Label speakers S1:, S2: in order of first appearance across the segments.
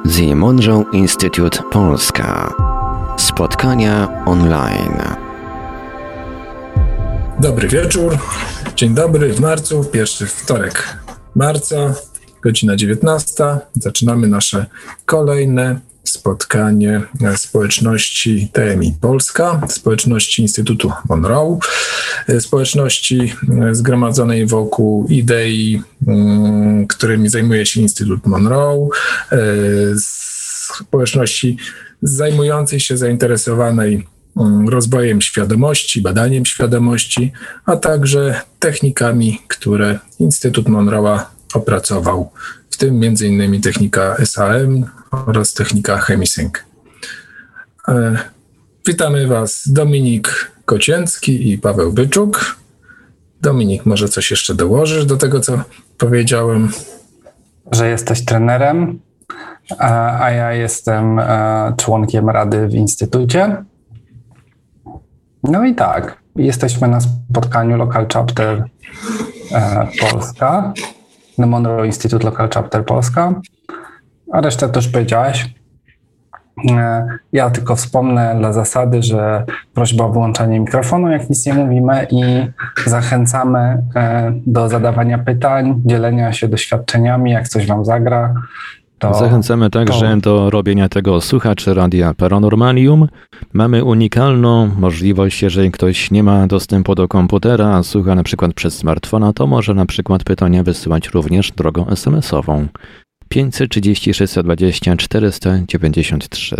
S1: The Monroe Institute Polska. Spotkania online.
S2: Dobry wieczór. Dzień dobry w marcu, pierwszy wtorek marca, godzina 19. Zaczynamy nasze kolejne spotkanie społeczności TMI Polska, społeczności Instytutu Monroe, społeczności zgromadzonej wokół idei, którymi zajmuje się Instytut Monroe, społeczności zajmującej się, zainteresowanej rozwojem świadomości, badaniem świadomości, a także technikami, które Instytut Monroe'a opracował, w tym m.in. technika SAM oraz technika Chemisync. Witamy Was Dominik Kocięcki i Paweł Byczuk. Dominik, może coś jeszcze dołożysz do tego, co powiedziałem?
S3: Że jesteś trenerem, a ja jestem członkiem rady w Instytucie. No i tak, jesteśmy na spotkaniu Local Chapter Polska, The Monroe Institute Local Chapter Polska, a resztę to już powiedziałeś. Ja tylko wspomnę dla zasady, że prośba o wyłączanie mikrofonu, jak nic nie mówimy, i zachęcamy do zadawania pytań, dzielenia się doświadczeniami, jak coś wam zagra.
S4: Zachęcamy także do robienia tego słuchaczy Radia Paranormalium. Mamy unikalną możliwość, jeżeli ktoś nie ma dostępu do komputera, a słucha na przykład przez smartfona, to może na przykład pytania wysyłać również drogą SMS-ową. 530 620 493.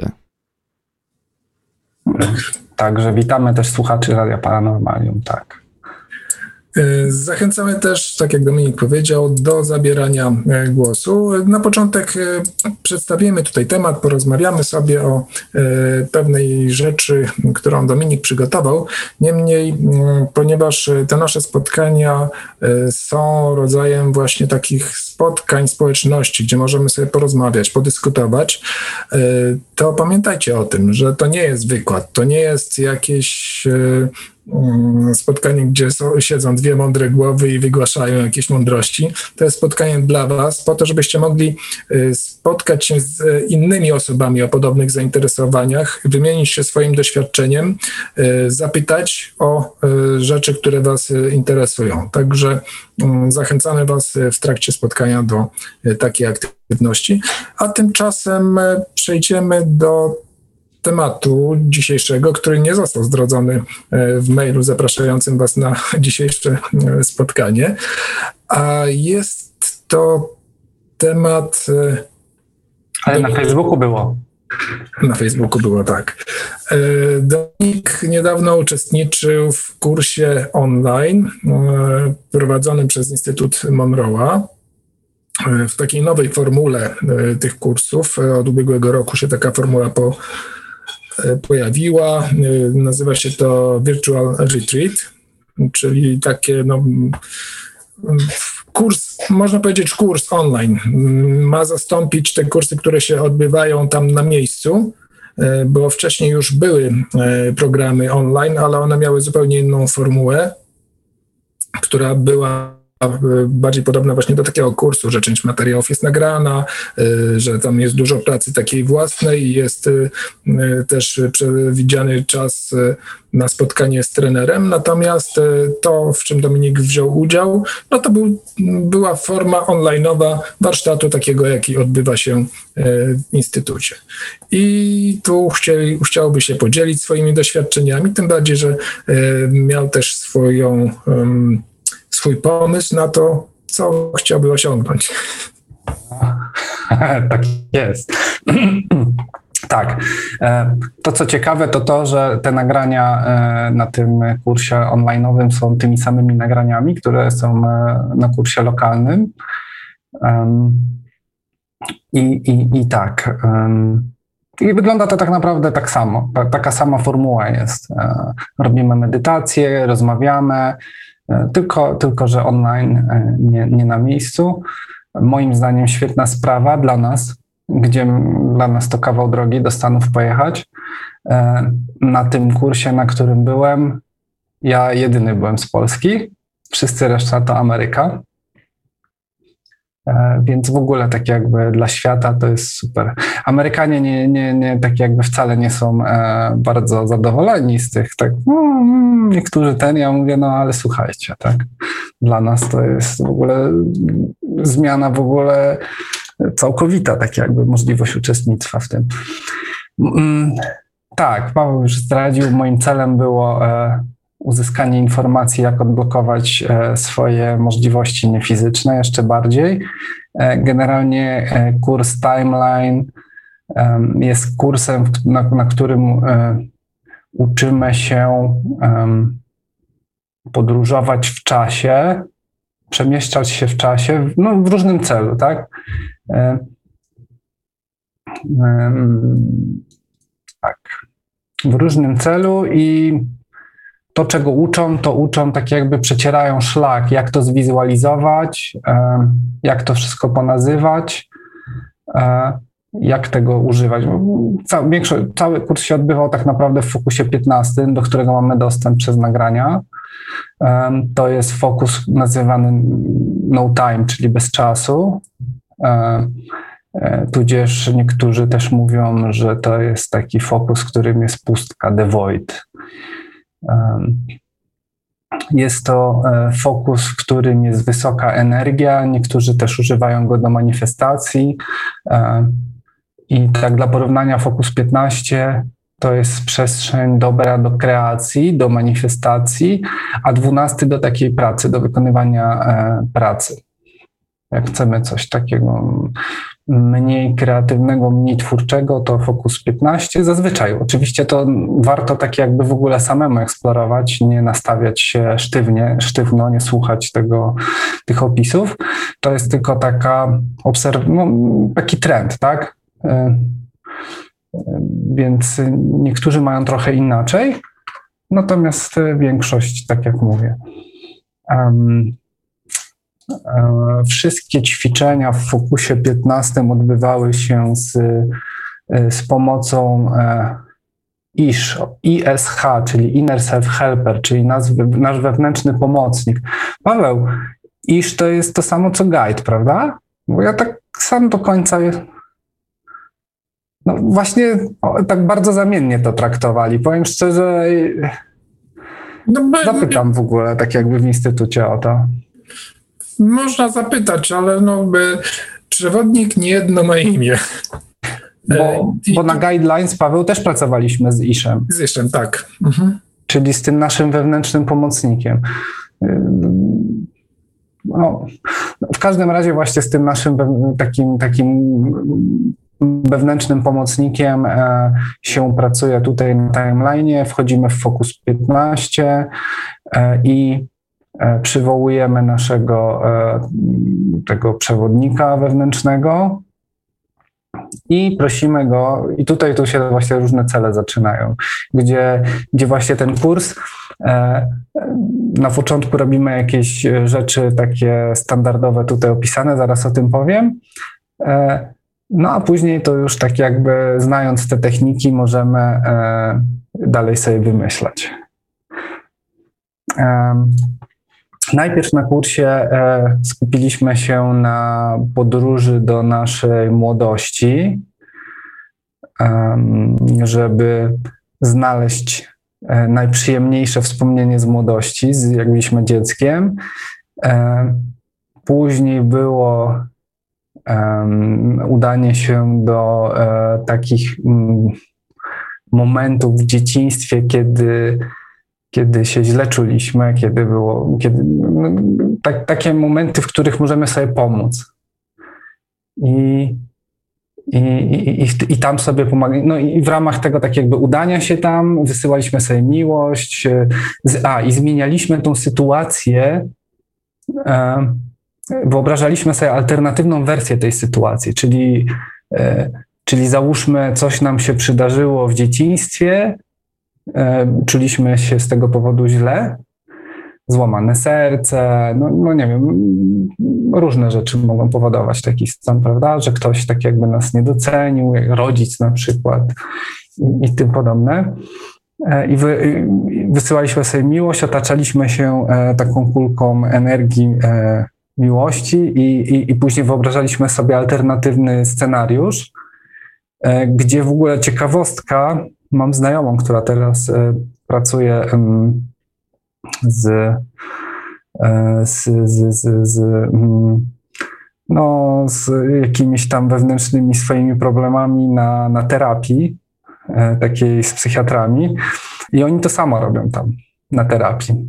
S3: Także witamy też słuchaczy Radia Paranormalium, tak.
S2: Zachęcamy też, tak jak Dominik powiedział, do zabierania głosu. Na początek przedstawimy tutaj temat, porozmawiamy sobie o pewnej rzeczy, którą Dominik przygotował. Niemniej, ponieważ te nasze spotkania są rodzajem właśnie takich spotkań społeczności, gdzie możemy sobie porozmawiać, podyskutować, to pamiętajcie o tym, że to nie jest wykład, to nie jest jakieś spotkanie, gdzie siedzą dwie mądre głowy i wygłaszają jakieś mądrości. To jest spotkanie dla Was, po to, żebyście mogli spotkać się z innymi osobami o podobnych zainteresowaniach, wymienić się swoim doświadczeniem, zapytać o rzeczy, które Was interesują. Także zachęcamy Was w trakcie spotkania do takiej aktywności. A tymczasem przejdziemy do tematu dzisiejszego, który nie został zdradzony w mailu zapraszającym Was na dzisiejsze spotkanie, a jest to temat...
S3: Ale na Facebooku było.
S2: Na Facebooku było, tak. Dominik niedawno uczestniczył w kursie online prowadzonym przez Instytut Monroe'a. W takiej nowej formule tych kursów. Od ubiegłego roku się taka formuła pojawiła. Nazywa się to Virtual Retreat, czyli takie kurs, można powiedzieć kurs online. Ma zastąpić te kursy, które się odbywają tam na miejscu, bo wcześniej już były programy online, ale one miały zupełnie inną formułę, która była bardziej podobna właśnie do takiego kursu, że część materiałów jest nagrana, że tam jest dużo pracy takiej własnej i jest też przewidziany czas na spotkanie z trenerem. Natomiast to, w czym Dominik wziął udział, no to była forma online'owa warsztatu takiego, jaki odbywa się w Instytucie. I tu chciałby się podzielić swoimi doświadczeniami, tym bardziej, że miał też swój pomysł na to, co chciałby osiągnąć.
S3: Tak jest. Tak. To, co ciekawe, to to, że te nagrania na tym kursie online'owym są tymi samymi nagraniami, które są na kursie lokalnym. I tak. I wygląda to tak naprawdę tak samo. Taka sama formuła jest. Robimy medytację, rozmawiamy, tylko że online, nie na miejscu. Moim zdaniem świetna sprawa dla nas, gdzie dla nas to kawał drogi do Stanów pojechać. Na tym kursie, na którym byłem, ja jedyny byłem z Polski, wszyscy reszta to Ameryka. Więc w ogóle tak jakby dla świata to jest super. Amerykanie nie tak jakby wcale nie są bardzo zadowoleni z tych, tak, niektórzy ja mówię, ale słuchajcie, tak, dla nas to jest w ogóle zmiana w ogóle całkowita, tak jakby możliwość uczestnictwa w tym. Tak, Paweł już zdradził, moim celem było uzyskanie informacji, jak odblokować swoje możliwości niefizyczne jeszcze bardziej. Generalnie kurs Timeline jest kursem, na którym uczymy się podróżować w czasie, przemieszczać się w czasie, w różnym celu, tak? Tak, w różnym celu i to, czego uczą, tak jakby przecierają szlak, jak to zwizualizować, jak to wszystko ponazywać, jak tego używać. Cały kurs się odbywał tak naprawdę w fokusie 15, do którego mamy dostęp przez nagrania. To jest fokus nazywany no time, czyli bez czasu. Tudzież niektórzy też mówią, że to jest taki fokus, w którym jest pustka, the void. Jest to fokus, w którym jest wysoka energia. Niektórzy też używają go do manifestacji. I tak dla porównania fokus 15 to jest przestrzeń dobra do kreacji, do manifestacji, a 12 do takiej pracy, do wykonywania pracy. Jak chcemy coś takiego mniej kreatywnego, mniej twórczego, to fokus 15 zazwyczaj. Oczywiście to warto tak jakby w ogóle samemu eksplorować, nie nastawiać się sztywno, nie słuchać tych opisów. To jest tylko taki trend, tak? Więc niektórzy mają trochę inaczej, natomiast większość, tak jak mówię. Wszystkie ćwiczenia w fokusie 15 odbywały się z pomocą ISH, czyli Inner Self Helper, czyli nasz wewnętrzny pomocnik. Paweł, ISH to jest to samo co guide, prawda? Bo ja tak sam do końca... No właśnie tak bardzo zamiennie to traktowali. Powiem szczerze, zapytam w ogóle tak jakby w instytucie o to.
S2: Można zapytać, ale przewodnik nie jedno ma imię.
S3: Bo na Guidelines, Paweł, też pracowaliśmy z ISH-em.
S2: Z ISH-em, tak. Mhm.
S3: Czyli z tym naszym wewnętrznym pomocnikiem. W każdym razie właśnie z tym naszym takim wewnętrznym pomocnikiem się pracuje tutaj na timeline'ie, wchodzimy w Focus 15 i przywołujemy naszego tego przewodnika wewnętrznego i prosimy go, i tutaj tu się właśnie różne cele zaczynają, gdzie właśnie ten kurs, na początku robimy jakieś rzeczy takie standardowe tutaj opisane, zaraz o tym powiem, no a później to już tak jakby znając te techniki możemy dalej sobie wymyślać. Najpierw na kursie skupiliśmy się na podróży do naszej młodości, żeby znaleźć najprzyjemniejsze wspomnienie z młodości, jak byliśmy dzieckiem. Później było udanie się do takich momentów w dzieciństwie, kiedy się źle czuliśmy, takie momenty, w których możemy sobie pomóc. I tam sobie pomagać. No i w ramach tego tak jakby udania się tam wysyłaliśmy sobie miłość, i zmienialiśmy tą sytuację, wyobrażaliśmy sobie alternatywną wersję tej sytuacji, czyli załóżmy coś nam się przydarzyło w dzieciństwie, czuliśmy się z tego powodu źle, złamane serce, no nie wiem, różne rzeczy mogą powodować taki stan, prawda, że ktoś tak jakby nas nie docenił, jak rodzic na przykład i tym podobne. I wysyłaliśmy sobie miłość, otaczaliśmy się taką kulką energii miłości i później wyobrażaliśmy sobie alternatywny scenariusz, gdzie w ogóle ciekawostka, mam znajomą, która teraz pracuje z jakimiś tam wewnętrznymi swoimi problemami na terapii, takiej z psychiatrami, i oni to samo robią tam na terapii,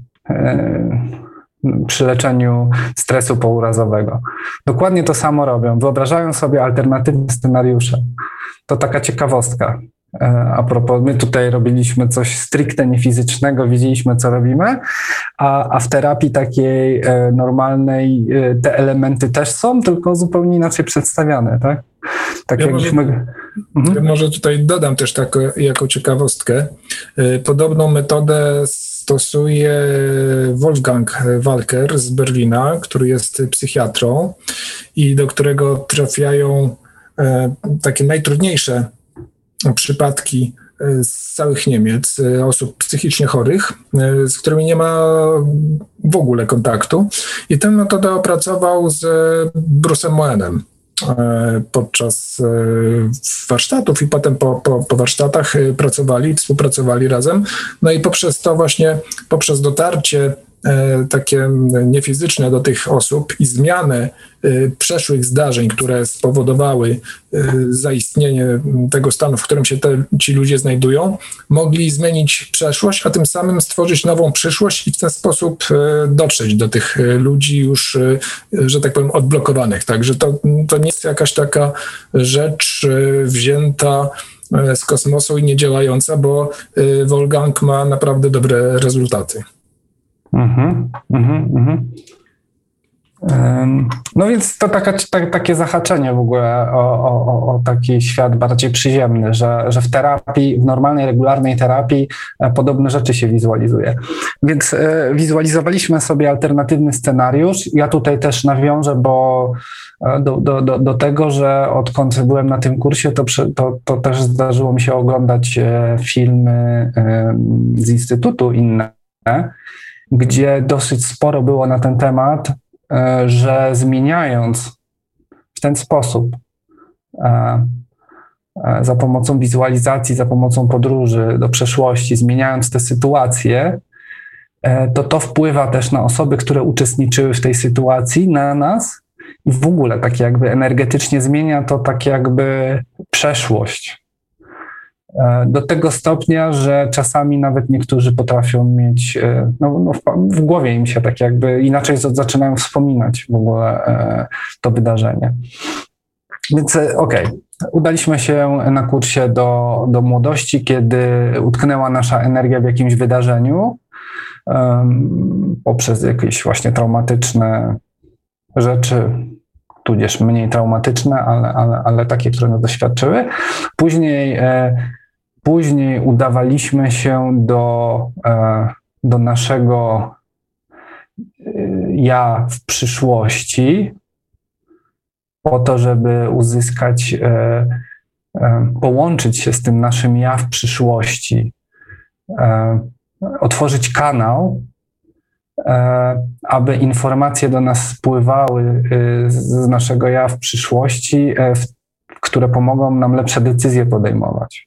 S3: przy leczeniu stresu pourazowego. Dokładnie to samo robią. Wyobrażają sobie alternatywne scenariusze. To taka ciekawostka. A propos, my tutaj robiliśmy coś stricte niefizycznego, wiedzieliśmy, co robimy, a w terapii takiej normalnej te elementy też są, tylko zupełnie inaczej przedstawiane, tak? Tak
S2: ja
S3: jakbyśmy...
S2: Ja może tutaj dodam też tak jako ciekawostkę. Podobną metodę stosuje Wolfgang Walker z Berlina, który jest psychiatrą i do którego trafiają takie najtrudniejsze przypadki z całych Niemiec, osób psychicznie chorych, z którymi nie ma w ogóle kontaktu. I tę metodę opracował z Bruce'em Moenem podczas warsztatów i potem po warsztatach współpracowali razem. No i poprzez dotarcie takie niefizyczne do tych osób i zmianę przeszłych zdarzeń, które spowodowały zaistnienie tego stanu, w którym się ci ludzie znajdują, mogli zmienić przeszłość, a tym samym stworzyć nową przyszłość i w ten sposób dotrzeć do tych ludzi już, że tak powiem, odblokowanych. Także to nie jest jakaś taka rzecz wzięta z kosmosu i niedziałająca, bo Wolfgang ma naprawdę dobre rezultaty.
S3: No więc to takie zahaczenie w ogóle o taki świat bardziej przyziemny, że w terapii, w normalnej, regularnej terapii podobne rzeczy się wizualizuje. Więc wizualizowaliśmy sobie alternatywny scenariusz. Ja tutaj też nawiążę, bo do tego, że odkąd byłem na tym kursie, to też zdarzyło mi się oglądać filmy z Instytutu inne, gdzie dosyć sporo było na ten temat, że zmieniając w ten sposób, za pomocą wizualizacji, za pomocą podróży do przeszłości, zmieniając te sytuacje, to wpływa też na osoby, które uczestniczyły w tej sytuacji, na nas i w ogóle tak jakby energetycznie zmienia to tak jakby przeszłość. Do tego stopnia, że czasami nawet niektórzy potrafią mieć, w głowie im się tak jakby inaczej zaczynają wspominać w ogóle to wydarzenie. Więc udaliśmy się na kursie do młodości, kiedy utknęła nasza energia w jakimś wydarzeniu, poprzez jakieś właśnie traumatyczne rzeczy, tudzież mniej traumatyczne, ale takie, które nas doświadczyły. Później udawaliśmy się do naszego ja w przyszłości po to, żeby uzyskać, połączyć się z tym naszym ja w przyszłości, otworzyć kanał, aby informacje do nas spływały z naszego ja w przyszłości, które pomogą nam lepsze decyzje podejmować.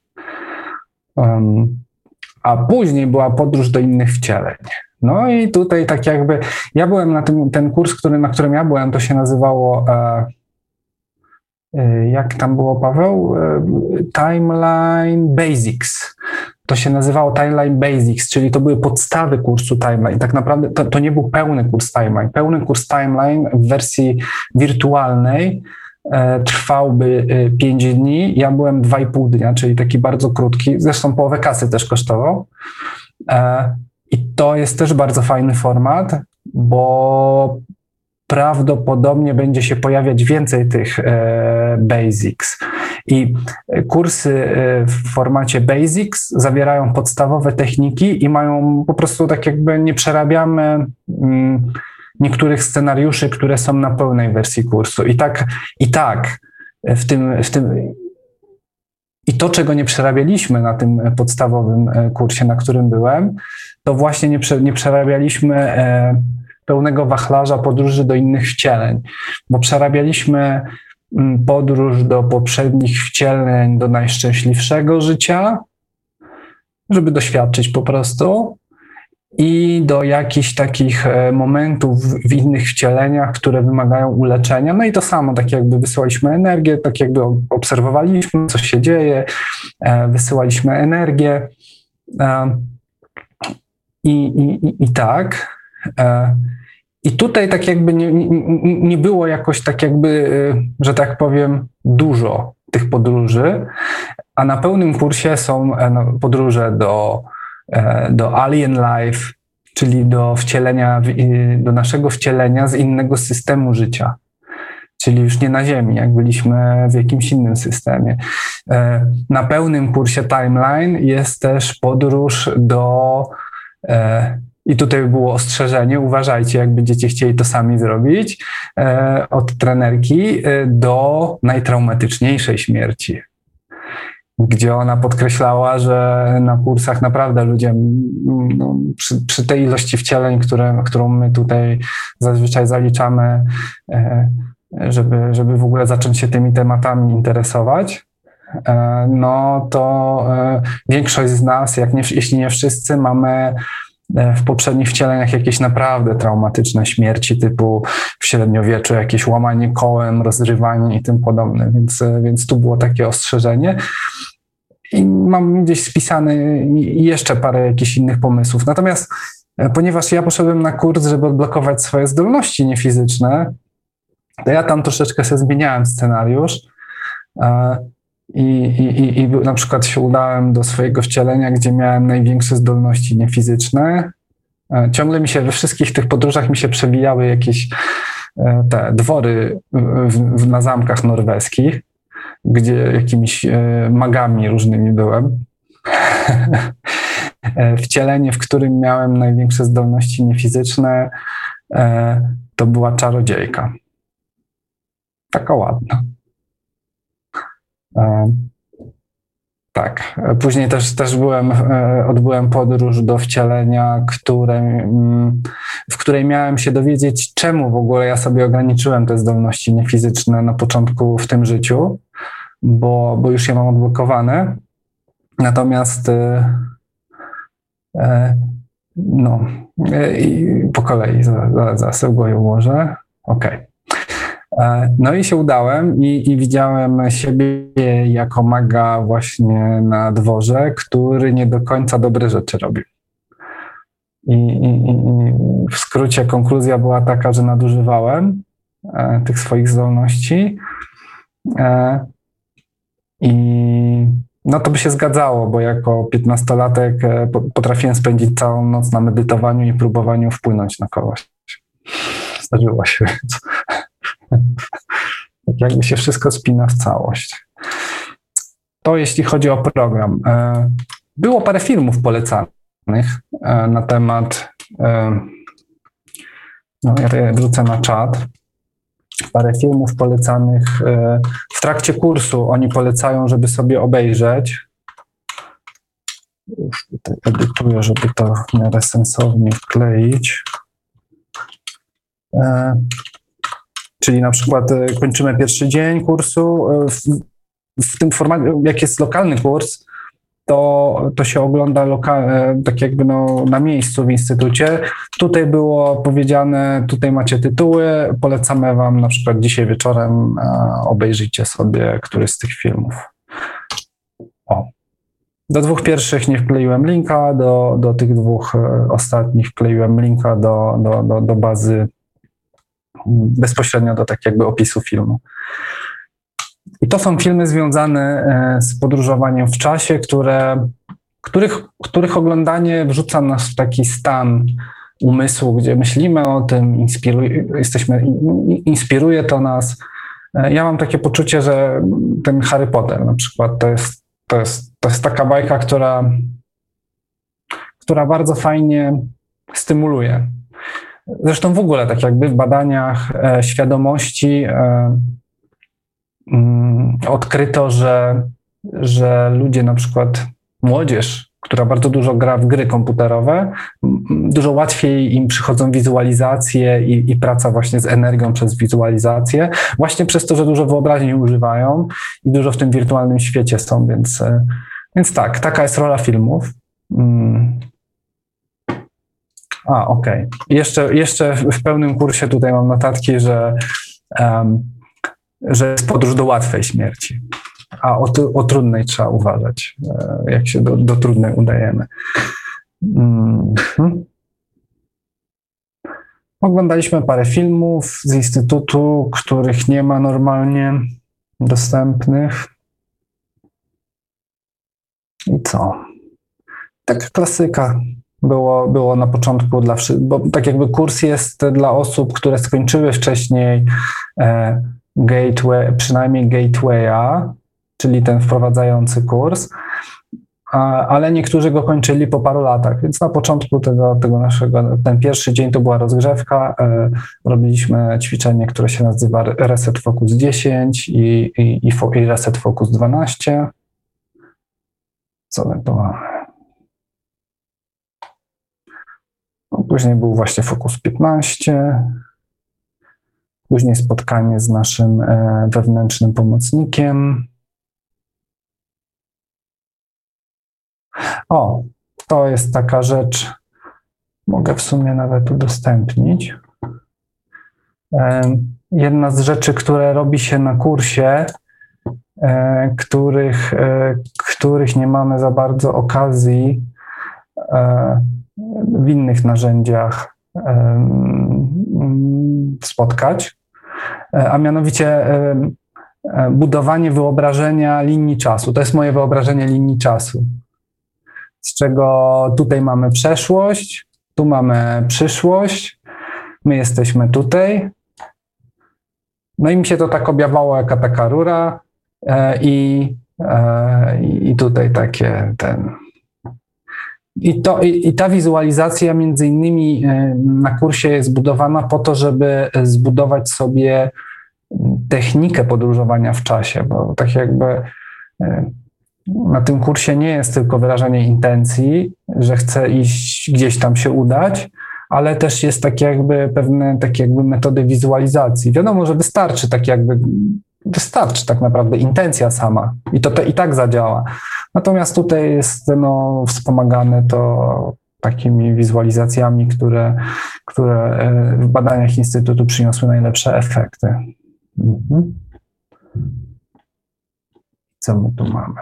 S3: A później była podróż do innych wcieleń. No i tutaj tak jakby, ja byłem na ten kurs, na którym ja byłem, to się nazywało, jak tam było, Paweł? Timeline Basics. To się nazywało Timeline Basics, czyli to były podstawy kursu Timeline. Tak naprawdę to nie był pełny kurs Timeline. Pełny kurs Timeline w wersji wirtualnej trwałby 5 dni. Ja byłem 2,5 dnia, czyli taki bardzo krótki. Zresztą połowę kasy też kosztował. I to jest też bardzo fajny format, bo prawdopodobnie będzie się pojawiać więcej tych basics. I kursy w formacie basics zawierają podstawowe techniki i mają po prostu tak jakby nie przerabiamy niektórych scenariuszy, które są na pełnej wersji kursu. I to, czego nie przerabialiśmy na tym podstawowym kursie, na którym byłem, to właśnie nie przerabialiśmy pełnego wachlarza podróży do innych wcieleń, bo przerabialiśmy podróż do poprzednich wcieleń, do najszczęśliwszego życia, żeby doświadczyć po prostu, i do jakichś takich momentów w innych wcieleniach, które wymagają uleczenia. No i to samo, tak jakby wysyłaliśmy energię, tak jakby obserwowaliśmy, co się dzieje, wysyłaliśmy energię i tak. I tutaj tak jakby nie było jakoś tak jakby, że tak powiem, dużo tych podróży, a na pełnym kursie są podróże do Alien Life, czyli do wcielenia, do naszego wcielenia z innego systemu życia, czyli już nie na Ziemi, jak byliśmy w jakimś innym systemie. Na pełnym kursie Timeline jest też podróż i tutaj było ostrzeżenie, uważajcie, jak będziecie chcieli to sami zrobić, od trenerki, do najtraumatyczniejszej śmierci, gdzie ona podkreślała, że na kursach naprawdę ludzie przy tej ilości wcieleń, którą my tutaj zazwyczaj zaliczamy, żeby w ogóle zacząć się tymi tematami interesować, no to większość z nas, jeśli nie wszyscy, mamy w poprzednich wcieleniach jakieś naprawdę traumatyczne śmierci, typu w średniowieczu jakieś łamanie kołem, rozrywanie i tym podobne, więc tu było takie ostrzeżenie. I mam gdzieś spisane jeszcze parę jakichś innych pomysłów. Natomiast ponieważ ja poszedłem na kurs, żeby odblokować swoje zdolności niefizyczne, to ja tam troszeczkę sobie zmieniałem scenariusz i na przykład się udałem do swojego wcielenia, gdzie miałem największe zdolności niefizyczne. Ciągle mi się we wszystkich tych podróżach przewijały jakieś te dwory na zamkach norweskich, gdzie jakimiś magami różnymi byłem. Wcielenie, w którym miałem największe zdolności niefizyczne, to była czarodziejka. Taka ładna. Tak. Później też odbyłem podróż do wcielenia, w której miałem się dowiedzieć, czemu w ogóle ja sobie ograniczyłem te zdolności niefizyczne na początku w tym życiu, bo już je mam odblokowane. Natomiast po kolei zaraz w głowie ułożę. Okej. No i się udałem i widziałem siebie jako maga właśnie na dworze, który nie do końca dobre rzeczy robił. I w skrócie konkluzja była taka, że nadużywałem tych swoich zdolności i no to by się zgadzało, bo jako 15-latek potrafiłem spędzić całą noc na medytowaniu i próbowaniu wpłynąć na kogoś. Zdarzyło się, więc tak jakby się wszystko spina w całość. To jeśli chodzi o program. Było parę filmów polecanych na temat, ja je wrzucę na czat, parę filmów polecanych w trakcie kursu. Oni polecają, żeby sobie obejrzeć. Już tutaj edytuję, żeby to w miarę sensownie wkleić. Czyli na przykład kończymy pierwszy dzień kursu. W tym formacie, jak jest lokalny kurs, to się ogląda tak jakby na miejscu w instytucie. Tutaj było powiedziane, tutaj macie tytuły, polecamy wam na przykład dzisiaj wieczorem, obejrzyjcie sobie któryś z tych filmów. Do 2 pierwszych nie wkleiłem linka, do tych 2 ostatnich wkleiłem linka do bazy bezpośrednio do tak jakby opisu filmu. I to są filmy związane z podróżowaniem w czasie, których oglądanie wrzuca nas w taki stan umysłu, gdzie myślimy o tym, inspiruje to nas. Ja mam takie poczucie, że ten Harry Potter na przykład to jest taka bajka, która bardzo fajnie stymuluje. Zresztą w ogóle tak jakby w badaniach świadomości odkryto, że ludzie, na przykład młodzież, która bardzo dużo gra w gry komputerowe, dużo łatwiej im przychodzą wizualizacje i praca właśnie z energią przez wizualizację, właśnie przez to, że dużo wyobraźni używają i dużo w tym wirtualnym świecie są, więc tak, taka jest rola filmów. Okej. Jeszcze w pełnym kursie tutaj mam notatki, że jest podróż do łatwej śmierci. A o trudnej trzeba uważać, jak się do trudnej udajemy. Oglądaliśmy parę filmów z Instytutu, których nie ma normalnie dostępnych. I co? Taka klasyka. Było na początku dla wszystkich, bo tak jakby kurs jest dla osób, które skończyły wcześniej Gateway, przynajmniej Gatewaya, czyli ten wprowadzający kurs, ale niektórzy go kończyli po paru latach, więc na początku tego naszego, ten pierwszy dzień to była rozgrzewka, robiliśmy ćwiczenie, które się nazywa Reset Focus 10 i Reset Focus 12. Co my tu mamy? Później był właśnie Focus 15, później spotkanie z naszym wewnętrznym pomocnikiem. To jest taka rzecz, mogę w sumie nawet udostępnić. Jedna z rzeczy, które robi się na kursie, których nie mamy za bardzo okazji w innych narzędziach spotkać, a mianowicie budowanie wyobrażenia linii czasu. To jest moje wyobrażenie linii czasu, z czego tutaj mamy przeszłość, tu mamy przyszłość, my jesteśmy tutaj. No i mi się to tak objawiało jaka taka rura i tutaj takie I ta wizualizacja między innymi na kursie jest zbudowana po to, żeby zbudować sobie technikę podróżowania w czasie, bo tak jakby na tym kursie nie jest tylko wyrażanie intencji, że chcę iść gdzieś tam się udać, ale też jest pewne metody wizualizacji. Wiadomo, że wystarczy tak naprawdę intencja sama i to i tak zadziała. Natomiast tutaj jest wspomagane to takimi wizualizacjami, które w badaniach Instytutu przyniosły najlepsze efekty. Co my tu mamy?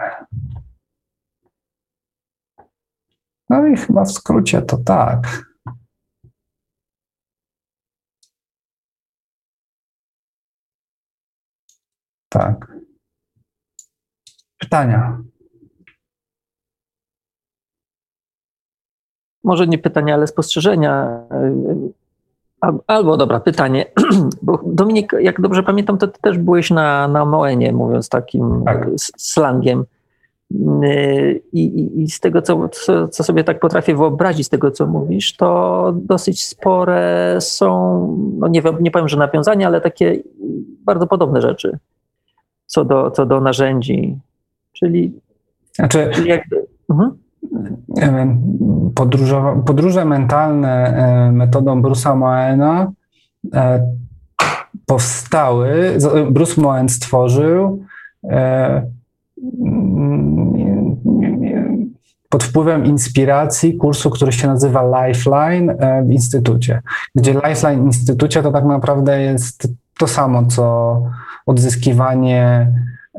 S3: No i chyba w skrócie to tak. Tak. Pytania?
S5: Może nie pytania, ale spostrzeżenia. Albo dobra, pytanie. Bo Dominik, jak dobrze pamiętam, to ty też byłeś na Moenie, mówiąc takim slangiem. I z tego, co sobie tak potrafię wyobrazić, z tego, co mówisz, to dosyć spore są, nie powiem, że nawiązania, ale takie bardzo podobne rzeczy co do narzędzi. Czyli jakby...
S3: Podróże mentalne metodą Bruce'a Moena powstały. Bruce Moen stworzył pod wpływem inspiracji kursu, który się nazywa Lifeline w Instytucie. Gdzie Lifeline w Instytucie to tak naprawdę jest to samo, co odzyskiwanie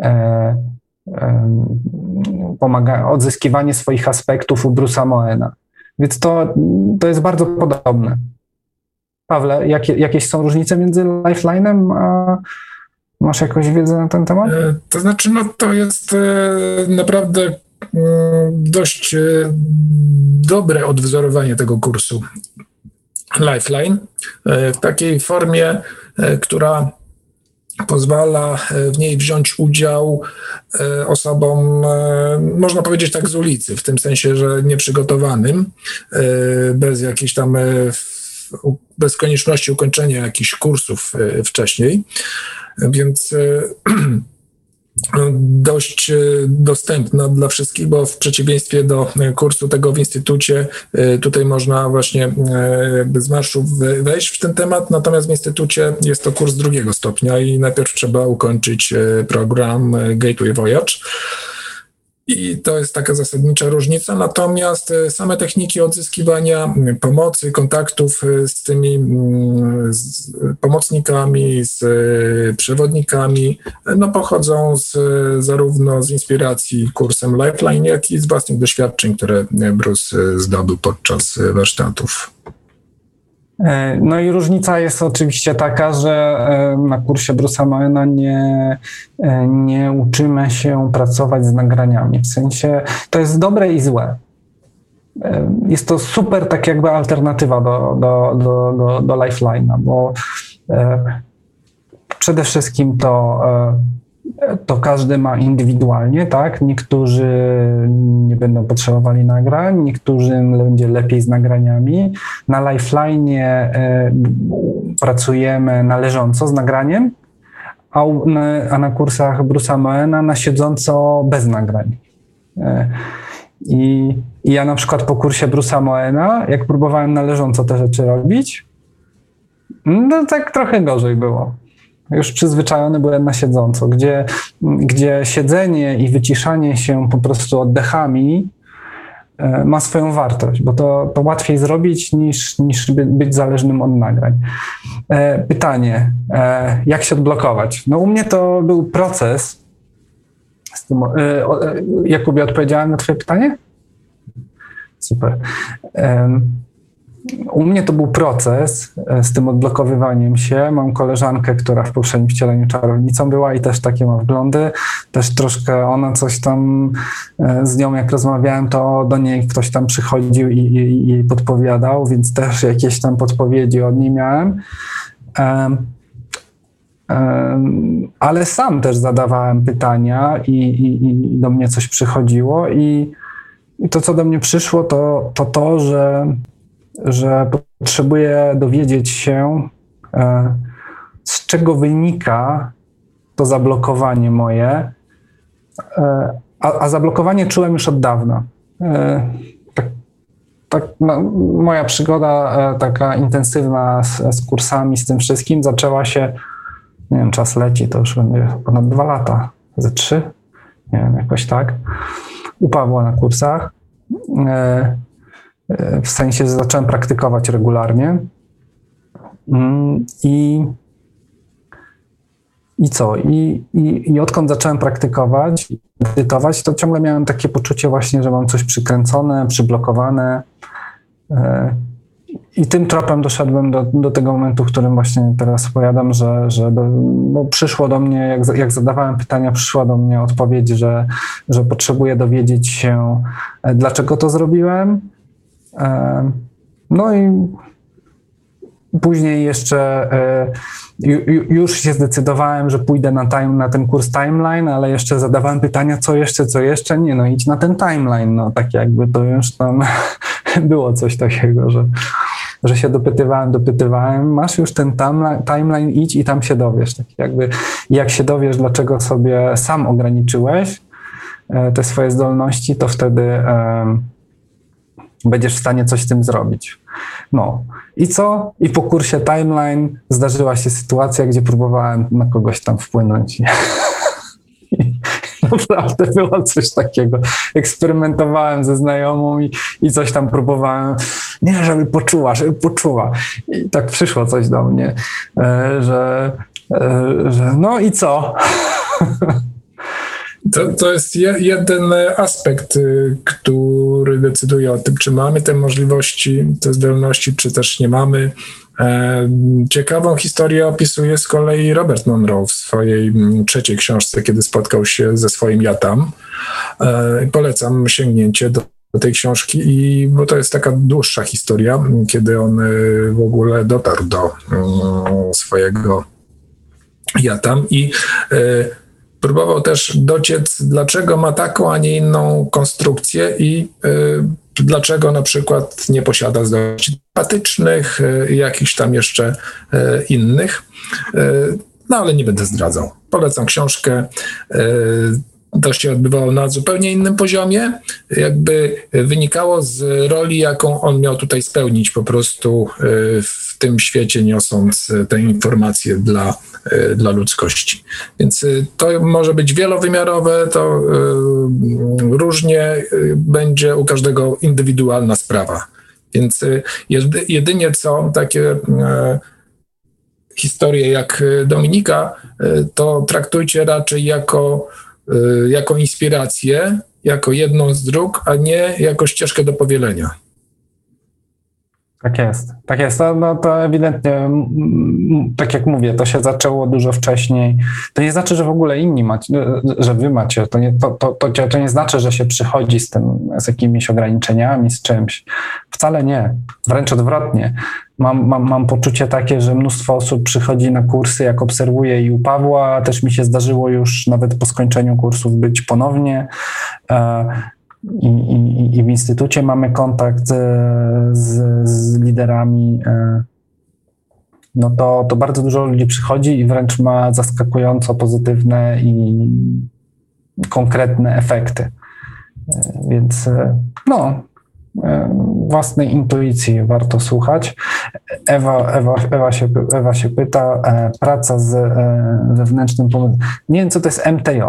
S3: odzyskiwanie swoich aspektów u Bruce'a Moena. Więc to jest bardzo podobne. Pawle, jakieś są różnice między Lifeline'em, a masz jakąś wiedzę na ten temat?
S2: To znaczy, to jest naprawdę dość dobre odwzorowanie tego kursu Lifeline w takiej formie, która pozwala w niej wziąć udział osobom, można powiedzieć tak z ulicy, w tym sensie, że nieprzygotowanym, bez jakiejś tam, bez konieczności ukończenia jakichś kursów wcześniej. Więc dość dostępna dla wszystkich, bo w przeciwieństwie do kursu tego w instytucie, tutaj można właśnie z marszu wejść w ten temat, natomiast w instytucie jest to kurs 2. stopnia i najpierw trzeba ukończyć program Gateway Voyage. I to jest taka zasadnicza różnica, natomiast same techniki odzyskiwania pomocy, kontaktów z tymi pomocnikami, z przewodnikami, pochodzą zarówno z inspiracji kursem Lifeline, jak i z własnych doświadczeń, które Bruce zdobył podczas warsztatów.
S3: No i różnica jest oczywiście taka, że na kursie Bruce'a Moena nie uczymy się pracować z nagraniami. W sensie to jest dobre i złe. Jest to super tak jakby alternatywa do Lifeline'a, bo przede wszystkim to każdy ma indywidualnie, tak? Niektórzy nie będą potrzebowali nagrań, niektórym będzie lepiej z nagraniami. Na Lifeline'ie pracujemy należąco z nagraniem, a na kursach Bruce'a Moena na siedząco bez nagrań. I ja na przykład po kursie Bruce'a Moena, jak próbowałem należąco te rzeczy robić, no tak trochę gorzej było. Już przyzwyczajony byłem na siedząco, gdzie siedzenie i wyciszanie się po prostu oddechami ma swoją wartość, bo to łatwiej zrobić niż być zależnym od nagrań. Pytanie, jak się odblokować? No u mnie to był proces. Jakubie, odpowiedziałem na twoje pytanie? Super. U mnie to był proces z tym odblokowywaniem się. Mam koleżankę, która w poprzednim wcieleniu czarownicą była i też takie ma wglądy. Też troszkę ona coś tam z nią, jak rozmawiałem, to do niej ktoś tam przychodził i jej podpowiadał, więc też jakieś tam podpowiedzi od niej miałem. Ale sam też zadawałem pytania i do mnie coś przychodziło i to, co do mnie przyszło, to że potrzebuję dowiedzieć się, z czego wynika to zablokowanie moje, a zablokowanie czułem już od dawna. Moja przygoda taka intensywna z kursami, z tym wszystkim zaczęła się, nie wiem, czas leci, to już będzie ponad 2 lata, ze 3, nie wiem, jakoś tak, u Pawła na kursach. W sensie, że zacząłem praktykować regularnie i co? I odkąd zacząłem praktykować, medytować, to ciągle miałem takie poczucie właśnie, że mam coś przykręcone, przyblokowane i tym tropem doszedłem do tego momentu, w którym właśnie teraz opowiadam, bo przyszło do mnie, jak zadawałem pytania, przyszła do mnie odpowiedź, że potrzebuję dowiedzieć się, dlaczego to zrobiłem. No i później jeszcze już się zdecydowałem, że pójdę na ten kurs Timeline, ale jeszcze zadawałem pytania, co jeszcze? Nie, no idź na ten Timeline, no tak jakby to już tam było coś takiego, że się dopytywałem, masz już ten Timeline, idź i tam się dowiesz, tak jakby jak się dowiesz, dlaczego sobie sam ograniczyłeś te swoje zdolności, to wtedy będziesz w stanie coś z tym zrobić. No i co? I po kursie Timeline zdarzyła się sytuacja, gdzie próbowałem na kogoś tam wpłynąć. Naprawdę było coś takiego. Eksperymentowałem ze znajomą i coś tam próbowałem, nie, żeby poczuła. I tak przyszło coś do mnie, że no i co?
S2: To jest jeden aspekt, który decyduje o tym, czy mamy te możliwości, te zdolności, czy też nie mamy. Ciekawą historię opisuje z kolei Robert Monroe w swojej 3. książce, kiedy spotkał się ze swoim ja tam. Polecam sięgnięcie do tej książki, bo to jest taka dłuższa historia, kiedy on w ogóle dotarł do swojego ja tam i próbował też dociec, dlaczego ma taką, a nie inną konstrukcję i dlaczego na przykład nie posiada zdolności empatycznych, jakichś tam jeszcze innych. no ale nie będę zdradzał. Polecam książkę. To się odbywało na zupełnie innym poziomie, jakby wynikało z roli, jaką on miał tutaj spełnić po prostu w tym świecie, niosąc te informacje dla ludzkości. Więc to może być wielowymiarowe, to różnie będzie u każdego indywidualna sprawa. Więc jedynie co takie historie jak Dominika, to traktujcie raczej jako inspirację, jako jedną z dróg, a nie jako ścieżkę do powielenia.
S3: Tak jest, tak jest. To ewidentnie, tak jak mówię, to się zaczęło dużo wcześniej. To nie znaczy, że w ogóle inni macie, że wy macie. To nie znaczy, że się przychodzi z jakimiś ograniczeniami, z czymś. Wcale nie. Wręcz odwrotnie. Mam poczucie takie, że mnóstwo osób przychodzi na kursy, jak obserwuję i u Pawła, a też mi się zdarzyło już nawet po skończeniu kursów być ponownie. I w instytucie mamy kontakt z liderami, no to bardzo dużo ludzi przychodzi i wręcz ma zaskakująco pozytywne i konkretne efekty. Więc własnej intuicji warto słuchać. Ewa się pyta, praca z wewnętrznym pomysłem. Nie wiem, co to jest MTJ.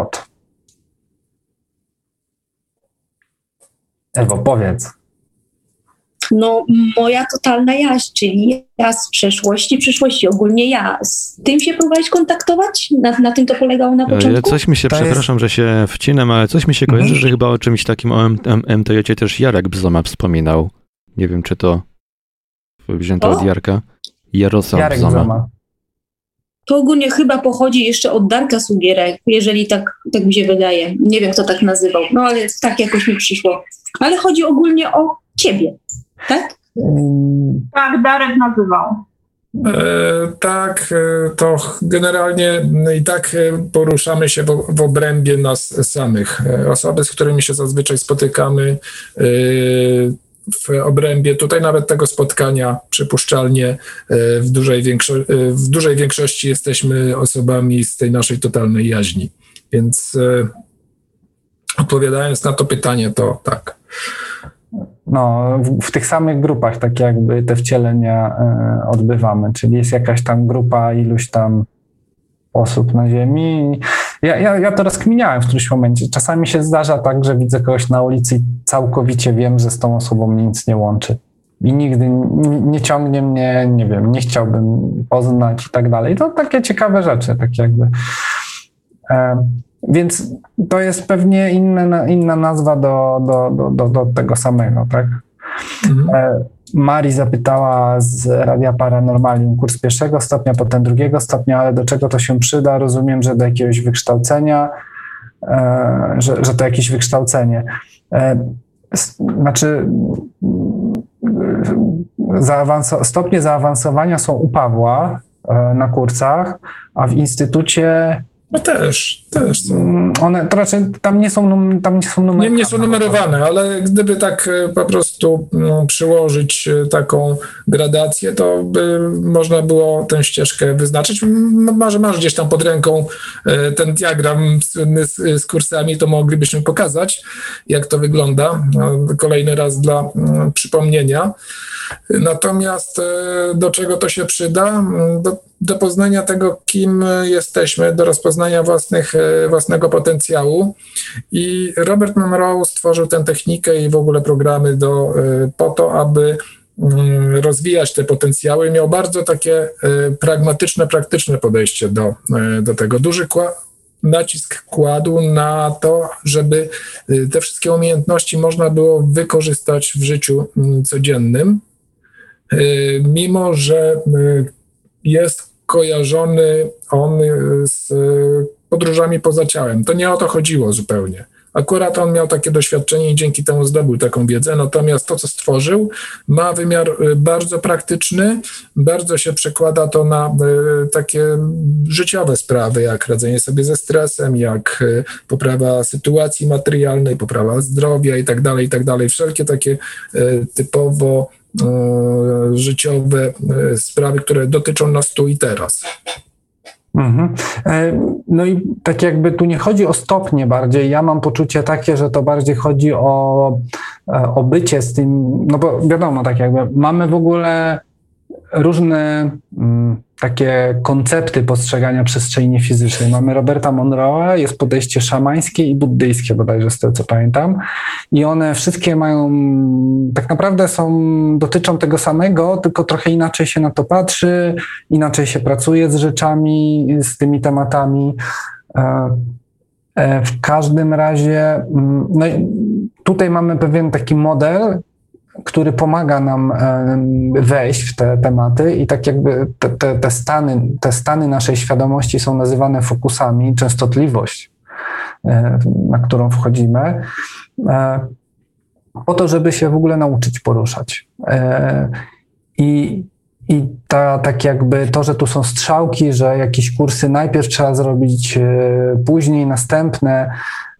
S3: Ewo, powiedz.
S6: No, moja totalna jaźń, czyli ja z przyszłości, ogólnie ja. Z tym się próbowałeś kontaktować? Na tym to polegało na początku?
S4: Coś mi się, przepraszam, że się wcinam, ale coś mi się kojarzy, że chyba o czymś takim o MTJ też Jarek Bzoma wspominał. Nie wiem, czy to wzięto od Jarka. Jarosław Bzoma.
S6: To ogólnie chyba pochodzi jeszcze od Darka Sugierek, jeżeli tak mi się wydaje. Nie wiem, kto tak nazywał, no ale tak jakoś mi przyszło. Ale chodzi ogólnie o ciebie, tak?
S7: Tak, Darek nazywał.
S2: Tak, to generalnie i tak poruszamy się w obrębie nas samych. Osoby, z którymi się zazwyczaj spotykamy w obrębie tutaj nawet tego spotkania przypuszczalnie w dużej większości jesteśmy osobami z tej naszej totalnej jaźni. Więc odpowiadając na to pytanie, to tak.
S3: No, w tych samych grupach tak jakby te wcielenia odbywamy, czyli jest jakaś tam grupa iluś tam osób na ziemi. Ja to rozkminiałem w którymś momencie. Czasami się zdarza tak, że widzę kogoś na ulicy i całkowicie wiem, że z tą osobą nic nie łączy. I nigdy nie ciągnie mnie, nie wiem, nie chciałbym poznać i tak dalej. To takie ciekawe rzeczy, tak jakby. Więc to jest pewnie inna nazwa do tego samego, tak? Mari zapytała z Radia Paranormalium kurs 1. stopnia, potem 2. stopnia, ale do czego to się przyda? Rozumiem, że do jakiegoś wykształcenia, że to jakieś wykształcenie. Znaczy stopnie zaawansowania są u Pawła na kursach, a w instytucie
S2: no też są.
S3: One to raczej tam nie są numerowane.
S2: Nie są numerowane, ale gdyby tak po prostu przyłożyć taką gradację, to by można było tę ścieżkę wyznaczyć. Może masz gdzieś tam pod ręką ten diagram z kursami, to moglibyśmy pokazać, jak to wygląda. Kolejny raz dla przypomnienia. Natomiast do czego to się przyda? Do poznania tego, kim jesteśmy, do rozpoznania własnego potencjału. I Robert Monroe stworzył tę technikę i w ogóle programy po to, aby rozwijać te potencjały. Miał bardzo takie pragmatyczne, praktyczne podejście do tego. Duży nacisk kładł na to, żeby te wszystkie umiejętności można było wykorzystać w życiu codziennym, mimo że jest kojarzony on z podróżami poza ciałem. To nie o to chodziło zupełnie. Akurat on miał takie doświadczenie i dzięki temu zdobył taką wiedzę, natomiast to, co stworzył, ma wymiar bardzo praktyczny, bardzo się przekłada to na takie życiowe sprawy, jak radzenie sobie ze stresem, jak poprawa sytuacji materialnej, poprawa zdrowia i tak dalej. Wszelkie takie typowo życiowe sprawy, które dotyczą nas tu i teraz.
S3: No i tak jakby tu nie chodzi o stopnie bardziej, ja mam poczucie takie, że to bardziej chodzi o bycie z tym, no bo wiadomo, tak jakby mamy w ogóle różne takie koncepty postrzegania przestrzeni fizycznej. Mamy Roberta Monroe'a, jest podejście szamańskie i buddyjskie bodajże, z tego co pamiętam. I one wszystkie mają, tak naprawdę dotyczą tego samego, tylko trochę inaczej się na to patrzy, inaczej się pracuje z rzeczami, z tymi tematami. W każdym razie, no tutaj mamy pewien taki model, który pomaga nam wejść w te tematy i tak jakby te stany naszej świadomości są nazywane fokusami, częstotliwość, na którą wchodzimy, po to, żeby się w ogóle nauczyć poruszać. I tak jakby to, że tu są strzałki, że jakieś kursy najpierw trzeba zrobić, później następne,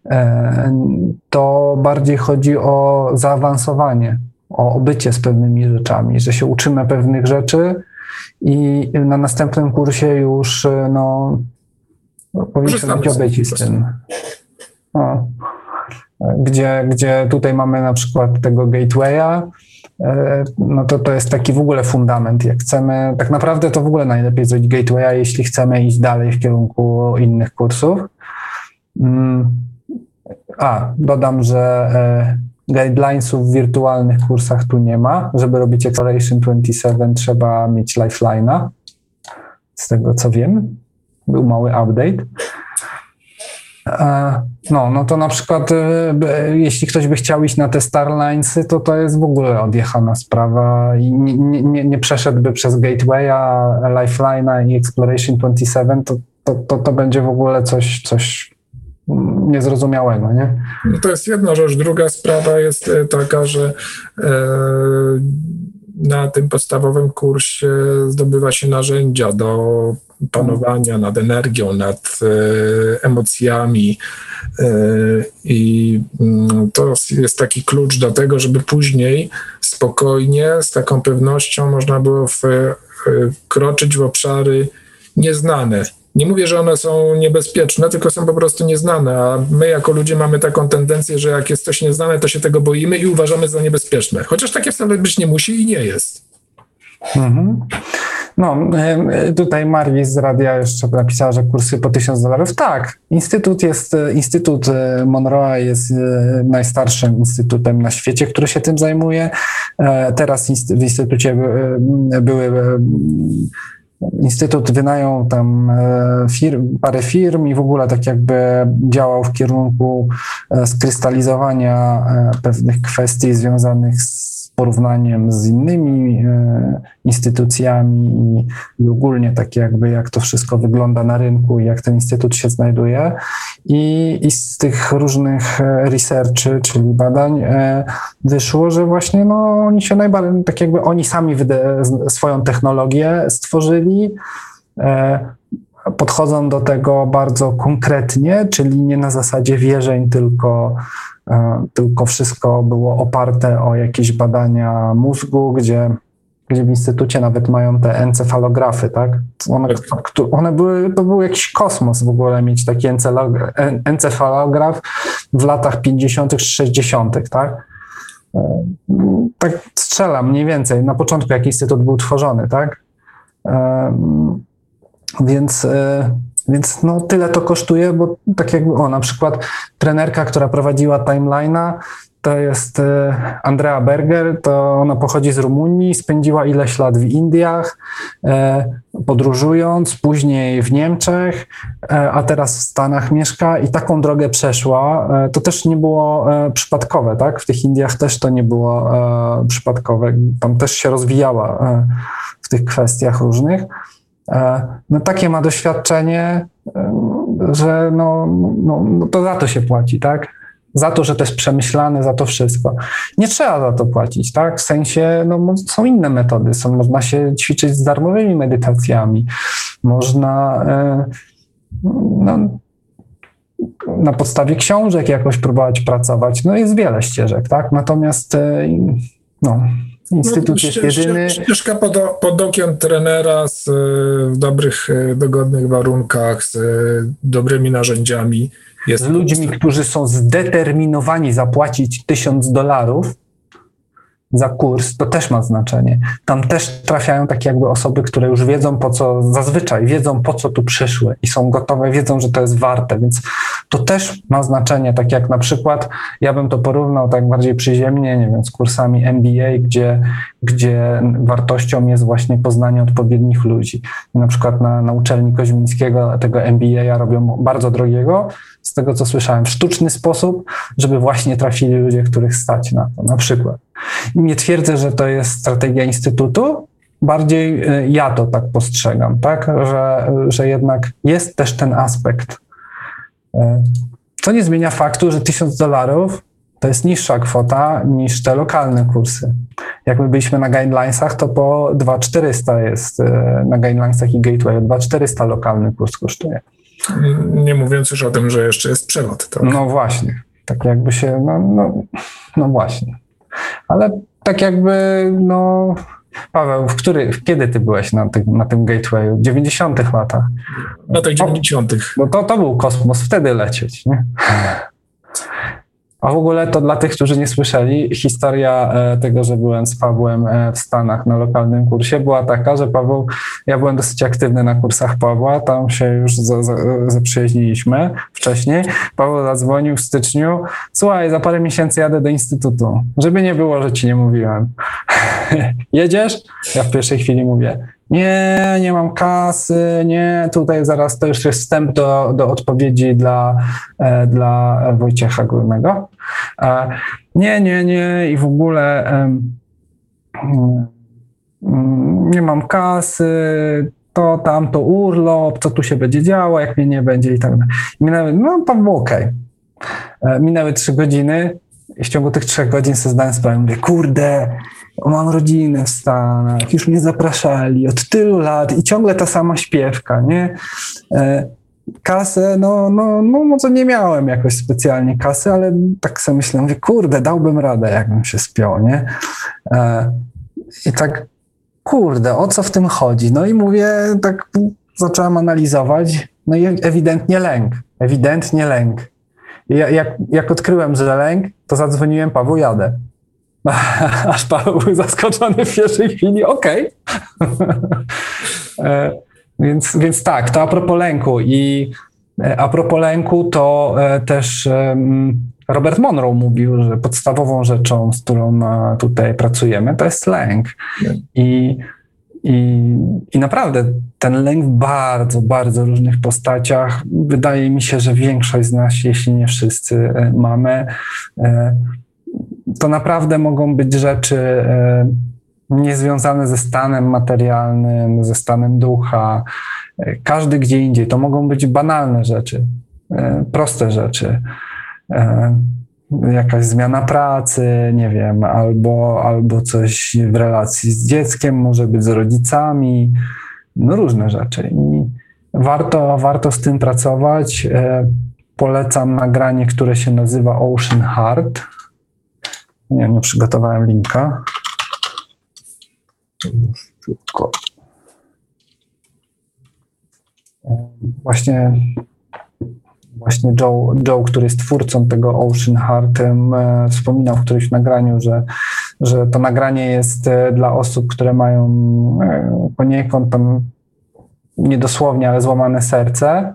S3: to bardziej chodzi o zaawansowanie, o bycie z pewnymi rzeczami, że się uczymy pewnych rzeczy i na następnym kursie już powinniśmy być obyci z tym. Gdzie tutaj mamy na przykład tego gatewaya, no to jest taki w ogóle fundament. Jak chcemy, tak naprawdę to w ogóle najlepiej zrobić gatewaya, jeśli chcemy iść dalej w kierunku innych kursów. Dodam, że guidelinesów w wirtualnych kursach tu nie ma. Żeby robić Exploration 27 trzeba mieć Lifeline'a. Z tego co wiem, był mały update. No to na przykład jeśli ktoś by chciał iść na te Starlinesy, to jest w ogóle odjechana sprawa i nie przeszedłby przez Gatewaya, Lifeline'a i Exploration 27, to będzie w ogóle coś niezrozumiałego, nie?
S2: No to jest jedna rzecz. Druga sprawa jest taka, że na tym podstawowym kursie zdobywa się narzędzia do panowania nad energią, nad emocjami i to jest taki klucz do tego, żeby później spokojnie, z taką pewnością można było wkroczyć w obszary nieznane. Nie mówię, że one są niebezpieczne, tylko są po prostu nieznane, a my jako ludzie mamy taką tendencję, że jak jest coś nieznane, to się tego boimy i uważamy za niebezpieczne. Chociaż takie wcale być nie musi i nie jest.
S3: Mhm. No, tutaj Marwis z radia jeszcze napisała, że kursy po $1000. Tak, Instytut Monroe'a jest najstarszym instytutem na świecie, który się tym zajmuje. Teraz w instytucie Instytut wynajął tam parę firm i w ogóle tak jakby działał w kierunku skrystalizowania pewnych kwestii związanych z porównaniem z innymi instytucjami i ogólnie tak jakby jak to wszystko wygląda na rynku i jak ten instytut się znajduje. I z tych różnych researchy, czyli badań wyszło, że właśnie oni się najbardziej, tak jakby oni sami swoją technologię stworzyli, podchodzą do tego bardzo konkretnie, czyli nie na zasadzie wierzeń, tylko wszystko było oparte o jakieś badania mózgu, gdzie w instytucie nawet mają te encefalografy, tak? To był jakiś kosmos w ogóle mieć taki encefalograf w latach 50., 60., tak? Tak strzelam mniej więcej, na początku jak instytut był tworzony, tak? Więc tyle to kosztuje, bo tak jakby na przykład trenerka, która prowadziła Timeline'a, to jest Andrea Berger, to ona pochodzi z Rumunii, spędziła ileś lat w Indiach, podróżując, później w Niemczech, a teraz w Stanach mieszka i taką drogę przeszła. To też nie było przypadkowe, tak? W tych Indiach też to nie było przypadkowe. Tam też się rozwijała w tych kwestiach różnych. Takie ma doświadczenie, że to za to się płaci, tak? Za to, że to jest przemyślane, za to wszystko. Nie trzeba za to płacić, tak? W sensie, są inne metody. Można się ćwiczyć z darmowymi medytacjami. Można na podstawie książek jakoś próbować pracować. Jest wiele ścieżek, tak? Natomiast Instytut jest jedyny.
S2: Ścieżka pod okiem trenera w dobrych, dogodnych warunkach, z dobrymi narzędziami.
S3: Z ludźmi, którzy są zdeterminowani zapłacić $1000 za kurs, to też ma znaczenie. Tam też trafiają takie jakby osoby, które już wiedzą wiedzą po co tu przyszły i są gotowe, wiedzą, że to jest warte, więc to też ma znaczenie, tak jak na przykład, ja bym to porównał tak bardziej przyziemnie, nie wiem, z kursami MBA, gdzie wartością jest właśnie poznanie odpowiednich ludzi. I na przykład na uczelni Koźmińskiego tego MBA robią bardzo drogiego, z tego co słyszałem, w sztuczny sposób, żeby właśnie trafili ludzie, których stać na to, na przykład. I nie twierdzę, że to jest strategia Instytutu, bardziej ja to tak postrzegam, tak? Że jednak jest też ten aspekt. Co nie zmienia faktu, że $1000 to jest niższa kwota niż te lokalne kursy. Jak my byliśmy na guidelinesach, to po 2400 jest na guidelinesach i gateway, 2400 lokalny kurs kosztuje.
S2: Nie mówiąc już o tym, że jeszcze jest przelot. Tak?
S3: No właśnie, tak jakby się, no właśnie. Ale tak jakby, Paweł, kiedy ty byłeś na tym gatewayu? W 90 latach?
S2: W latach 90.
S3: No to był kosmos, wtedy lecieć, nie? A w ogóle to dla tych, którzy nie słyszeli, historia tego, że byłem z Pawłem w Stanach na lokalnym kursie była taka, że ja byłem dosyć aktywny na kursach Pawła, tam się już zaprzyjaźniliśmy wcześniej. Paweł zadzwonił w styczniu, słuchaj, za parę miesięcy jadę do Instytutu, żeby nie było, że ci nie mówiłem. Jedziesz? Ja w pierwszej chwili mówię, nie mam kasy, nie, tutaj zaraz to już jest wstęp do odpowiedzi dla Wojciecha Górnego. Nie i w ogóle nie mam kasy, to tamto urlop, co tu się będzie działo, jak mnie nie będzie i tak dalej. Minęły, Paweł, okej. Minęły 3 godziny i w ciągu tych 3 godzin sobie zdałem sprawę, mówię, kurde, mam rodzinę w Stanach, już mnie zapraszali od tylu lat i ciągle ta sama śpiewka, nie? Kasę, może nie miałem jakoś specjalnie kasy, ale tak sobie myślę, mówię, kurde, dałbym radę, jakbym się spiął, nie? I tak, kurde, o co w tym chodzi? No i mówię, tak zacząłem analizować, no i ewidentnie lęk. Jak odkryłem, że lęk, to zadzwoniłem, Paweł, jadę. Aż Paweł był zaskoczony w pierwszej chwili, okej. Więc tak, to a propos lęku. I a propos lęku, to też Robert Monroe mówił, że podstawową rzeczą, z którą tutaj pracujemy, to jest lęk. I naprawdę ten lęk w bardzo, bardzo różnych postaciach. Wydaje mi się, że większość z nas, jeśli nie wszyscy, mamy. To naprawdę mogą być rzeczy niezwiązane ze stanem materialnym, ze stanem ducha. Każdy gdzie indziej. To mogą być banalne rzeczy, proste rzeczy. Jakaś zmiana pracy, nie wiem, albo coś w relacji z dzieckiem, może być z rodzicami, różne rzeczy. I warto z tym pracować. Polecam nagranie, które się nazywa Ocean Heart. Nie przygotowałem linka. Właśnie Joe, który jest twórcą tego Ocean Heart, wspominał w którymś nagraniu, że to nagranie jest dla osób, które mają poniekąd tam niedosłownie, ale złamane serce,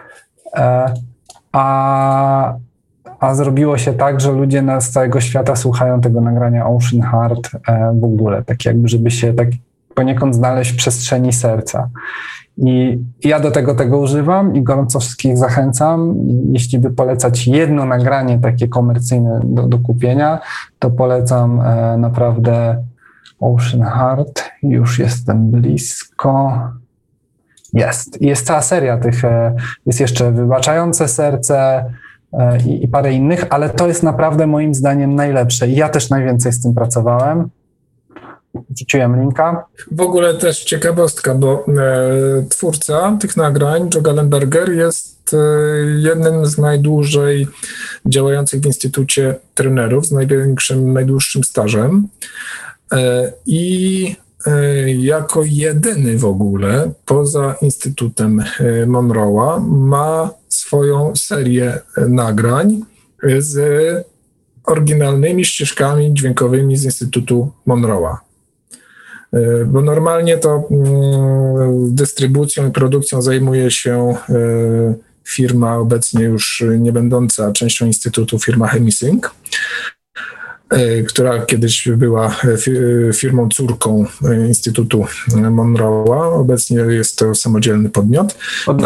S3: a zrobiło się tak, że ludzie z całego świata słuchają tego nagrania Ocean Heart w ogóle, tak jakby, żeby się tak poniekąd znaleźć w przestrzeni serca. I ja do tego używam i gorąco wszystkich zachęcam. Jeśli by polecać jedno nagranie takie komercyjne do kupienia, to polecam naprawdę Ocean Heart. Już jestem blisko. Jest cała seria tych, jest jeszcze Wybaczające serce i parę innych, ale to jest naprawdę moim zdaniem najlepsze. I ja też najwięcej z tym pracowałem. Wrzuciłem linka.
S2: W ogóle też ciekawostka, bo twórca tych nagrań, Joe Gallenberger, jest jednym z najdłużej działających w Instytucie trenerów, z najdłuższym stażem. I jako jedyny w ogóle poza Instytutem Monroe'a ma swoją serię nagrań z oryginalnymi ścieżkami dźwiękowymi z Instytutu Monroe'a. Bo normalnie to dystrybucją i produkcją zajmuje się firma obecnie już nie będąca częścią Instytutu, firma Chemisync, która kiedyś była firmą córką Instytutu Monroe'a. Obecnie jest to samodzielny podmiot.
S3: Od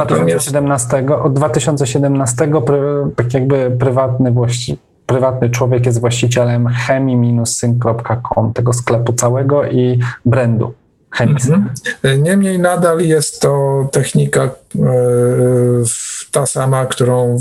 S3: 2017 tak jakby prywatny człowiek jest właścicielem chemi-sync.com, tego sklepu całego i brandu Chemisync.
S2: Niemniej nadal jest to technika ta sama, którą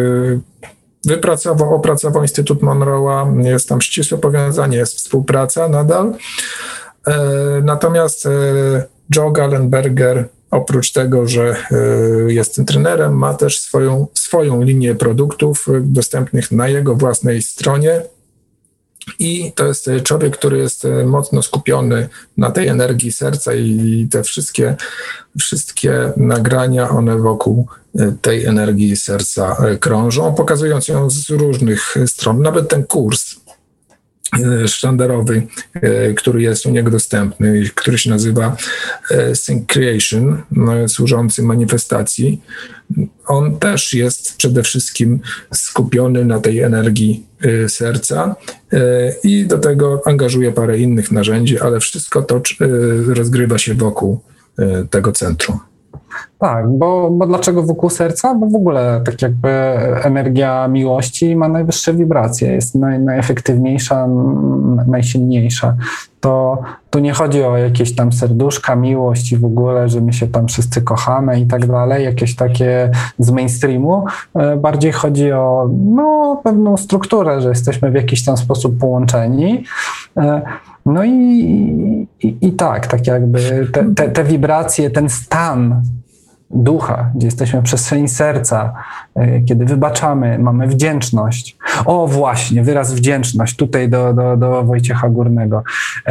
S2: opracował Instytut Monroe'a. Jest tam ścisłe powiązanie, jest współpraca nadal. Natomiast Joe Gallenberger, oprócz tego, że jest tym trenerem, ma też swoją linię produktów dostępnych na jego własnej stronie. I to jest człowiek, który jest mocno skupiony na tej energii serca i te wszystkie nagrania, one wokół tej energii serca krążą, pokazując ją z różnych stron. Nawet ten kurs sztandarowy, który jest u niego dostępny, który się nazywa Sync Creation, służący manifestacji, on też jest przede wszystkim skupiony na tej energii serca i do tego angażuje parę innych narzędzi, ale wszystko to rozgrywa się wokół tego centrum.
S3: Tak, bo dlaczego wokół serca? Bo w ogóle tak jakby energia miłości ma najwyższe wibracje, jest najefektywniejsza, najsilniejsza. To tu nie chodzi o jakieś tam serduszka, miłość i w ogóle, że my się tam wszyscy kochamy i tak dalej, jakieś takie z mainstreamu. Bardziej chodzi o pewną strukturę, że jesteśmy w jakiś tam sposób połączeni. No i tak jakby te wibracje, ten stan ducha, gdzie jesteśmy w przestrzeni serca, kiedy wybaczamy, mamy wdzięczność. O właśnie, wyraz wdzięczność, tutaj do Wojciecha Górnego.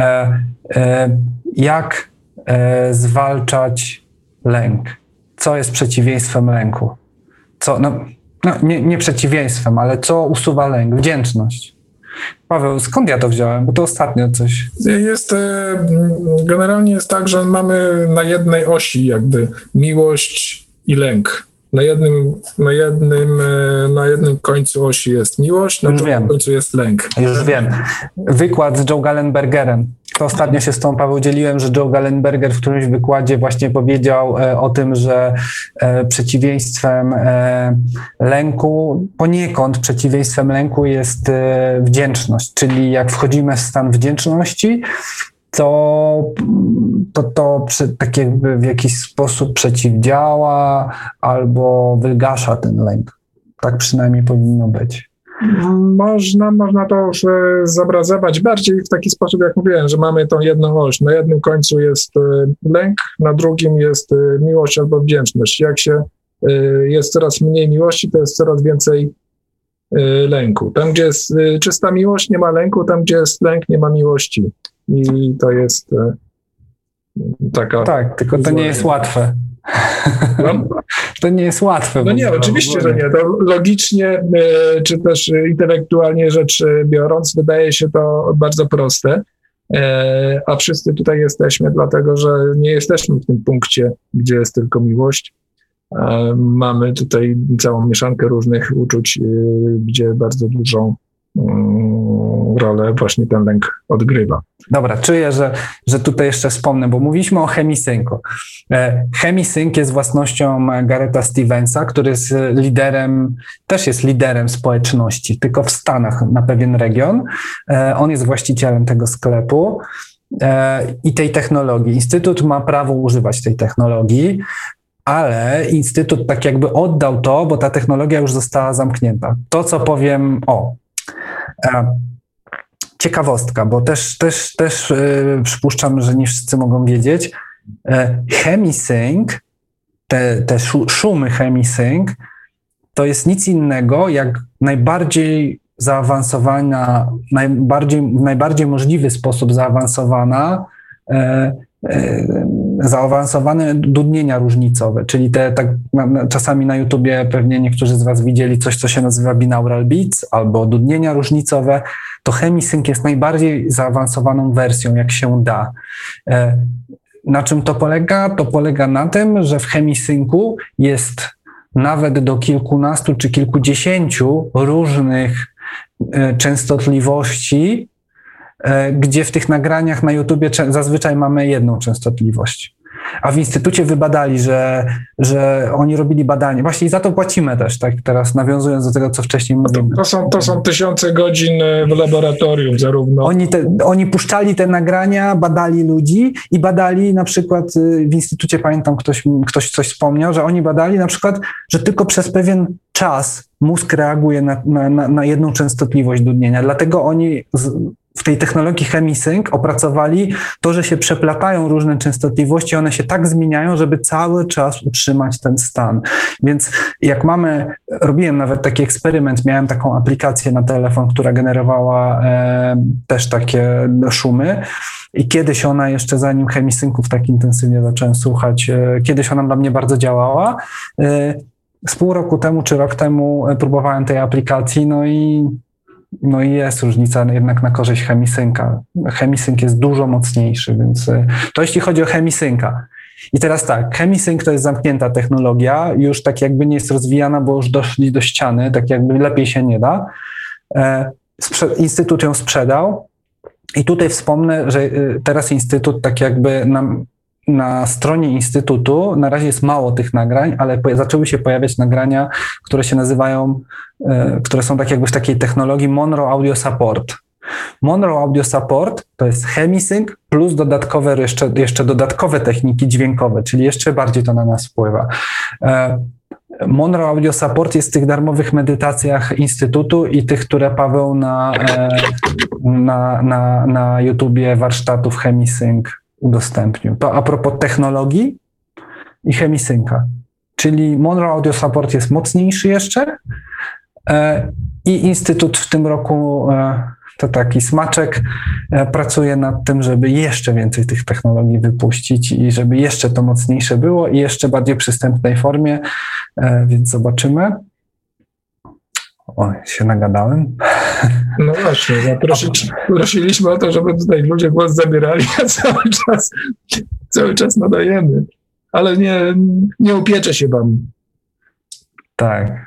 S3: Jak zwalczać lęk? Co jest przeciwieństwem lęku? Nie przeciwieństwem, ale co usuwa lęk? Wdzięczność. Paweł, skąd ja to wziąłem? Bo to ostatnio coś...
S2: Generalnie jest tak, że mamy na jednej osi jakby miłość i lęk. Na jednym końcu osi jest miłość, na drugim końcu jest lęk.
S3: Już wiem. Wykład z Joe Gallenbergerem. To ostatnio się z tą, Paweł, dzieliłem, że Joe Gallenberger w którymś wykładzie właśnie powiedział o tym, że przeciwieństwem lęku, poniekąd przeciwieństwem lęku jest wdzięczność. Czyli jak wchodzimy w stan wdzięczności, to tak jakby w jakiś sposób przeciwdziała albo wygasza ten lęk. Tak przynajmniej powinno być.
S2: Można to już zobrazować bardziej w taki sposób, jak mówiłem, że mamy tą jedną oś. Na jednym końcu jest lęk, na drugim jest miłość albo wdzięczność. Jak się jest coraz mniej miłości, to jest coraz więcej lęku. Tam, gdzie jest czysta miłość, nie ma lęku, tam, gdzie jest lęk, nie ma miłości. I to jest taka...
S3: Tak, tylko to nie jest łatwe.
S2: No?
S3: To nie jest łatwe.
S2: No nie, oczywiście, że nie. To logicznie, czy też intelektualnie rzecz biorąc, wydaje się to bardzo proste, a wszyscy tutaj jesteśmy dlatego, że nie jesteśmy w tym punkcie, gdzie jest tylko miłość. Mamy tutaj całą mieszankę różnych uczuć, gdzie bardzo dużą rolę właśnie ten lęk odgrywa.
S3: Dobra, czuję, że tutaj jeszcze wspomnę, bo mówiliśmy o Chemisyncu. Chemisync jest własnością Garetha Stevensa, który jest też jest liderem społeczności, tylko w Stanach na pewien region. On jest właścicielem tego sklepu i tej technologii. Instytut ma prawo używać tej technologii, ale Instytut tak jakby oddał to, bo ta technologia już została zamknięta. To, co powiem, ciekawostka, bo też przypuszczam, że nie wszyscy mogą wiedzieć. Chemisync, te szumy Chemisync, to jest nic innego jak najbardziej zaawansowana, w najbardziej możliwy sposób zaawansowane dudnienia różnicowe, czyli te tak czasami na YouTubie pewnie niektórzy z Was widzieli coś, co się nazywa binaural beats albo dudnienia różnicowe, to Chemisync jest najbardziej zaawansowaną wersją, jak się da. Na czym to polega? To polega na tym, że w Chemisyncu jest nawet do kilkunastu czy kilkudziesięciu różnych częstotliwości, gdzie w tych nagraniach na YouTubie zazwyczaj mamy jedną częstotliwość. A w instytucie wybadali, że oni robili badanie. Właśnie i za to płacimy też, tak teraz nawiązując do tego, co wcześniej mówiłem.
S2: To są tysiące godzin w laboratorium zarówno.
S3: Oni puszczali te nagrania, badali ludzi i badali na przykład w instytucie, pamiętam, ktoś coś wspomniał, że oni badali na przykład, że tylko przez pewien czas mózg reaguje na jedną częstotliwość dudnienia. Dlatego oni w tej technologii Chemisync opracowali to, że się przeplatają różne częstotliwości, one się tak zmieniają, żeby cały czas utrzymać ten stan. Więc jak robiłem nawet taki eksperyment, miałem taką aplikację na telefon, która generowała też takie szumy i kiedyś ona jeszcze, zanim Chemisynków tak intensywnie zacząłem słuchać, kiedyś ona dla mnie bardzo działała. Z pół roku temu czy rok temu próbowałem tej aplikacji, no i jest różnica jednak na korzyść Chemisynca. Chemisync jest dużo mocniejszy, więc to jeśli chodzi o Chemisynca. I teraz tak, Chemisync to jest zamknięta technologia, już tak jakby nie jest rozwijana, bo już doszli do ściany, tak jakby lepiej się nie da. Instytut ją sprzedał i tutaj wspomnę, że teraz Instytut tak jakby na stronie Instytutu na razie jest mało tych nagrań, ale zaczęły się pojawiać nagrania, które się nazywają, które są tak jakby w takiej technologii Monroe Audio Support. Monroe Audio Support to jest Chemisync plus dodatkowe, jeszcze dodatkowe techniki dźwiękowe, czyli jeszcze bardziej to na nas wpływa. Monroe Audio Support jest w tych darmowych medytacjach Instytutu i tych, które Paweł na YouTubie warsztatów Chemisync udostępnił. To a propos technologii i Chemisynca. Czyli Monroe Audio Support jest mocniejszy jeszcze i Instytut w tym roku, to taki smaczek, pracuje nad tym, żeby jeszcze więcej tych technologii wypuścić i żeby jeszcze to mocniejsze było i jeszcze bardziej przystępnej formie, więc zobaczymy. Oj, się nagadałem.
S2: No właśnie, prosiliśmy o to, żeby tutaj ludzie głos zabierali, a cały czas nadajemy. Ale nie upieczę się wam.
S3: Tak.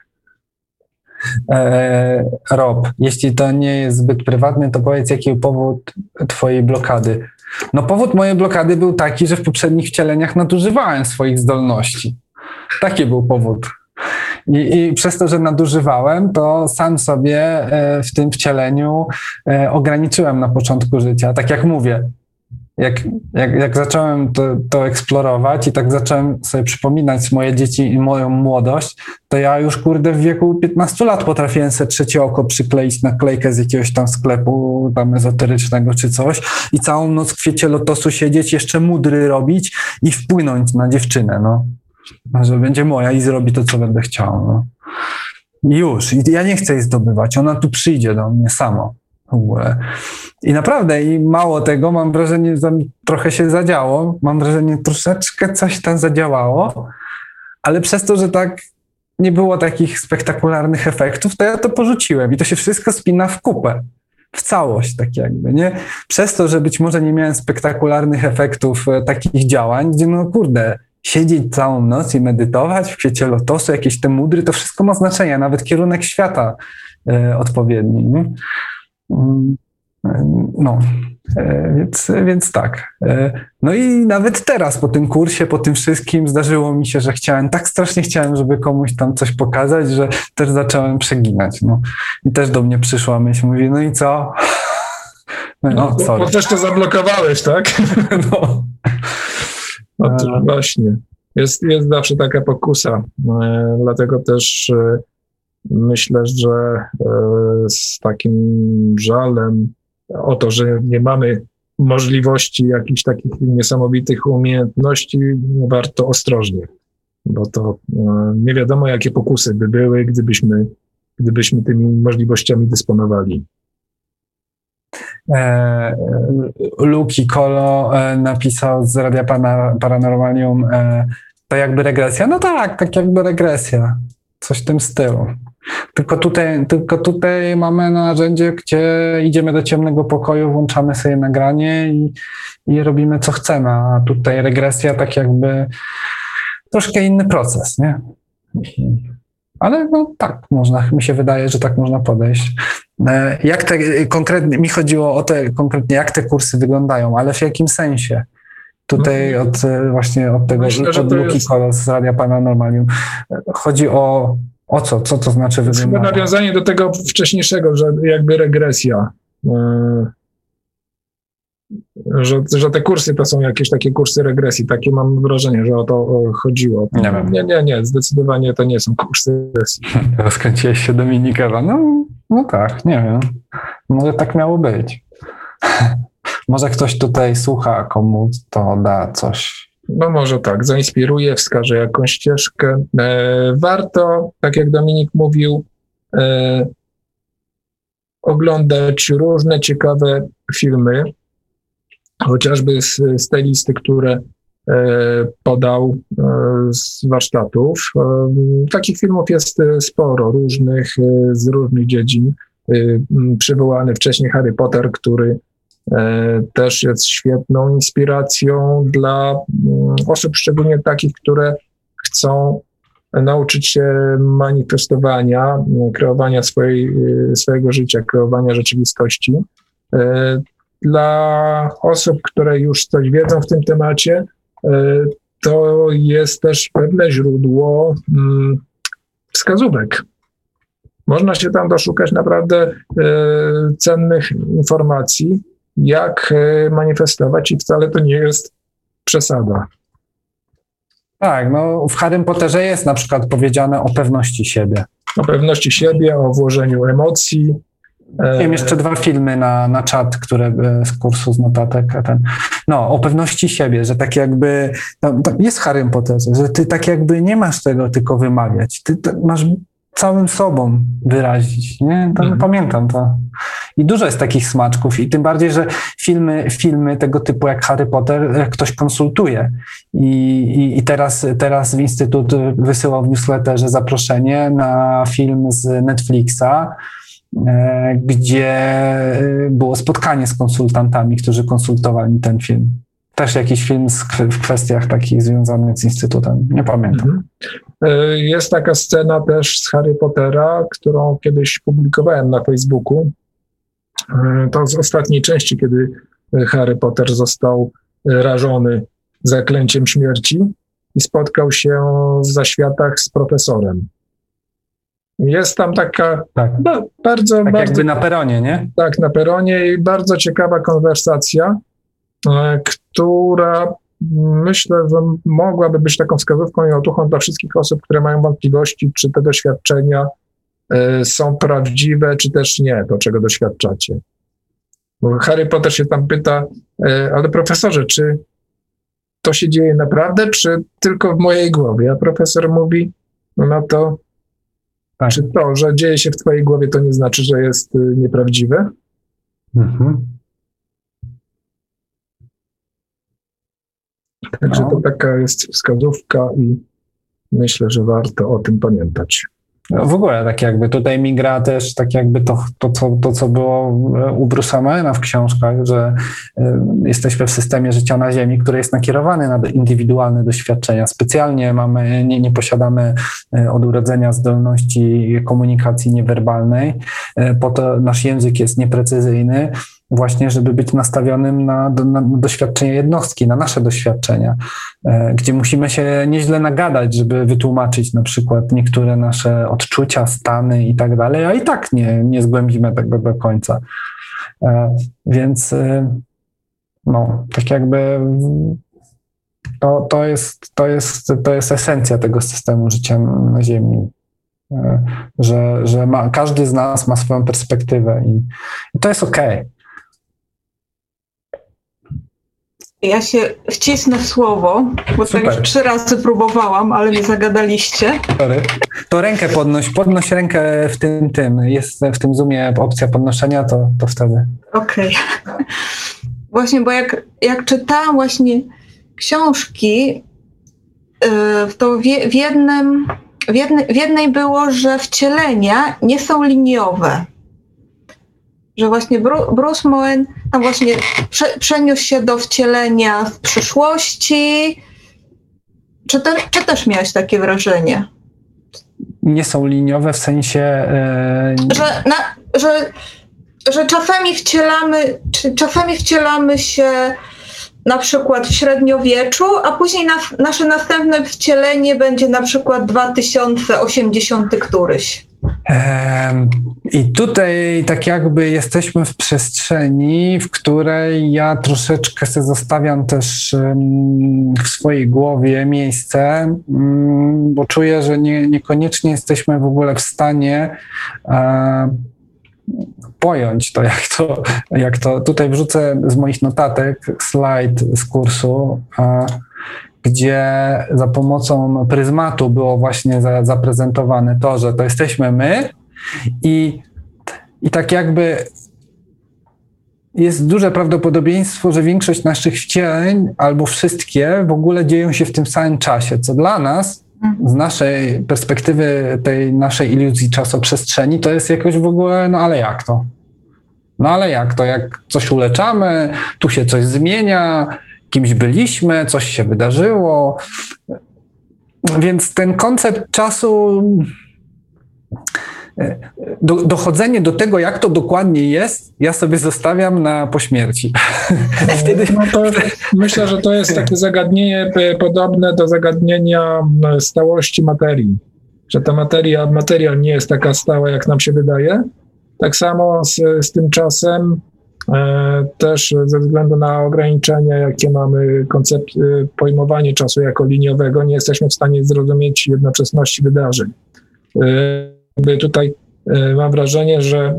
S3: Rob, jeśli to nie jest zbyt prywatne, to powiedz, jaki powód twojej blokady. No powód mojej blokady był taki, że w poprzednich wcieleniach nadużywałem swoich zdolności. Taki był powód. I przez to, że nadużywałem, to sam sobie w tym wcieleniu ograniczyłem na początku życia. Tak jak mówię, jak zacząłem to eksplorować i tak zacząłem sobie przypominać moje dzieci i moją młodość, to ja już w wieku 15 lat potrafiłem sobie trzecie oko przykleić naklejkę z jakiegoś tam sklepu tam ezoterycznego czy coś i całą noc w kwiecie lotosu siedzieć, jeszcze mudry robić i wpłynąć na dziewczynę, no. Że będzie moja i zrobi to, co będę chciał. No. I już. I ja nie chcę jej zdobywać. Ona tu przyjdzie do mnie samo. W ogóle. I naprawdę, i mało tego, mam wrażenie, że trochę się zadziało. Mam wrażenie, troszeczkę coś tam zadziałało, ale przez to, że tak nie było takich spektakularnych efektów, to ja to porzuciłem. I to się wszystko spina w kupę. W całość, tak jakby, nie? Przez to, że być może nie miałem spektakularnych efektów takich działań, gdzie siedzieć całą noc i medytować w kwiecie lotosu, jakieś te mudry, to wszystko ma znaczenie, nawet kierunek świata odpowiedni. Nie? No, więc tak. No i nawet teraz po tym kursie, po tym wszystkim zdarzyło mi się, że strasznie chciałem, żeby komuś tam coś pokazać, że też zacząłem przeginać. No. I też do mnie przyszła myśl, mówi, no i co?
S2: No, bo też to zablokowałeś, tak?
S3: No.
S2: No to właśnie. Jest zawsze taka pokusa. Dlatego też myślę, że z takim żalem o to, że nie mamy możliwości jakichś takich niesamowitych umiejętności, warto ostrożnie, bo to nie wiadomo, jakie pokusy by były, gdybyśmy gdybyśmy tymi możliwościami dysponowali.
S3: Luki Kolo napisał z Radia Paranormalium, to jakby regresja. No tak jakby regresja. Coś w tym stylu. Tylko tutaj mamy narzędzie, gdzie idziemy do ciemnego pokoju, włączamy sobie nagranie i robimy co chcemy, a tutaj regresja tak jakby troszkę inny proces, nie? Ale no tak, mi się wydaje, że tak można podejść. Jak konkretnie, mi chodziło o konkretnie, jak te kursy wyglądają, ale w jakim sensie? Tutaj właśnie od tego, od Luki Kolo z Radia Paranormalium. Chodzi o co? Co to znaczy wygląda?
S2: Chyba nawiązanie do tego wcześniejszego, że jakby regresja. Że te kursy to są jakieś takie kursy regresji. Takie mam wrażenie, że o to chodziło. Nie, zdecydowanie to nie są kursy regresji.
S3: Rozkręciłeś się Dominika. No tak, nie wiem. Może tak miało być. Może ktoś tutaj słucha, komu to da coś.
S2: No może tak, zainspiruje, wskaże jakąś ścieżkę. Warto, tak jak Dominik mówił, oglądać różne ciekawe filmy, chociażby z tej listy, które podał z warsztatów. Takich filmów jest sporo, różnych, z różnych dziedzin. Przywołany wcześniej Harry Potter, który też jest świetną inspiracją dla osób, szczególnie takich, które chcą nauczyć się manifestowania, kreowania swojego życia, kreowania rzeczywistości. Dla osób, które już coś wiedzą w tym temacie, to jest też pewne źródło wskazówek. Można się tam doszukać naprawdę cennych informacji, jak manifestować i wcale to nie jest przesada.
S3: Tak, no w Harrym Potterze jest na przykład powiedziane o pewności siebie.
S2: O pewności siebie, o włożeniu emocji.
S3: Wiem jeszcze 2 filmy na czat, które z kursu z notatek. O pewności siebie, że tak jakby, jest w Harrym Potterze, że ty tak jakby nie masz tego tylko wymawiać, ty masz całym sobą wyrazić, nie? Pamiętam to. I dużo jest takich smaczków i tym bardziej, że filmy tego typu jak Harry Potter ktoś konsultuje i teraz w Instytut wysyłał w newsletterze zaproszenie na film z Netflixa, gdzie było spotkanie z konsultantami, którzy konsultowali ten film. Też jakiś film w kwestiach takich związanych z Instytutem. Nie pamiętam.
S2: Jest taka scena też z Harry Pottera, którą kiedyś publikowałem na Facebooku. To z ostatniej części, kiedy Harry Potter został rażony zaklęciem śmierci i spotkał się w zaświatach z profesorem. Jest tam taka bardzo
S3: jakby na peronie, nie?
S2: Tak, na peronie i bardzo ciekawa konwersacja, która myślę, że mogłaby być taką wskazówką i otuchą dla wszystkich osób, które mają wątpliwości, czy te doświadczenia są prawdziwe, czy też nie, to czego doświadczacie. Bo Harry Potter się tam pyta, ale profesorze, czy to się dzieje naprawdę, czy tylko w mojej głowie? A profesor mówi, no to czy to, że dzieje się w twojej głowie, to nie znaczy, że jest nieprawdziwe? Także to taka jest wskazówka i myślę, że warto o tym pamiętać.
S3: No w ogóle tak jakby tutaj mi gra też tak jakby to co było u Bruce'a Mayena w książkach, że jesteśmy w systemie życia na Ziemi, który jest nakierowany na indywidualne doświadczenia. Specjalnie nie posiadamy od urodzenia zdolności komunikacji niewerbalnej, po to nasz język jest nieprecyzyjny, właśnie żeby być nastawionym na doświadczenie jednostki, na nasze doświadczenia, gdzie musimy się nieźle nagadać, żeby wytłumaczyć na przykład niektóre nasze odczucia, stany i tak dalej, a i tak nie zgłębimy tego do końca. Więc tak jakby to jest esencja tego systemu życia na Ziemi, że każdy z nas ma swoją perspektywę i to jest okej.
S7: Ja się wcisnę w słowo, bo tak już 3 razy próbowałam, ale mnie zagadaliście.
S3: Sorry. To rękę podnoś rękę w tym. Jest w tym Zoomie opcja podnoszenia, to wtedy.
S7: Okej. Właśnie, bo jak czytałam właśnie książki, to w jednej było, że wcielenia nie są liniowe. Że właśnie Bruce Moen tam właśnie przeniósł się do wcielenia w przyszłości. Czy też miałeś takie wrażenie?
S3: Nie są liniowe w sensie...
S7: Że czasami wcielamy się na przykład w średniowieczu, a później nasze następne wcielenie będzie na przykład 2080 któryś.
S3: I tutaj tak jakby jesteśmy w przestrzeni, w której ja troszeczkę sobie zostawiam też w swojej głowie miejsce, bo czuję, że niekoniecznie jesteśmy w ogóle w stanie pojąć to, jak to tutaj wrzucę z moich notatek slajd z kursu, gdzie za pomocą pryzmatu było właśnie zaprezentowane to, że to jesteśmy my i tak jakby jest duże prawdopodobieństwo, że większość naszych wcieleń albo wszystkie w ogóle dzieją się w tym samym czasie, co dla nas z naszej perspektywy, tej naszej iluzji czasoprzestrzeni, to jest jakoś w ogóle, no ale jak to? No ale jak to? Jak coś uleczamy, tu się coś zmienia, kimś byliśmy, coś się wydarzyło. Więc ten koncept czasu, dochodzenie do tego, jak to dokładnie jest, ja sobie zostawiam na pośmierci. Wtedy...
S2: No to myślę, że to jest takie zagadnienie podobne do zagadnienia stałości materii. Że ta materia nie jest taka stała, jak nam się wydaje. Tak samo z tym czasem, też ze względu na ograniczenia, jakie mamy, pojmowanie czasu jako liniowego, nie jesteśmy w stanie zrozumieć jednoczesności wydarzeń. Tutaj mam wrażenie, że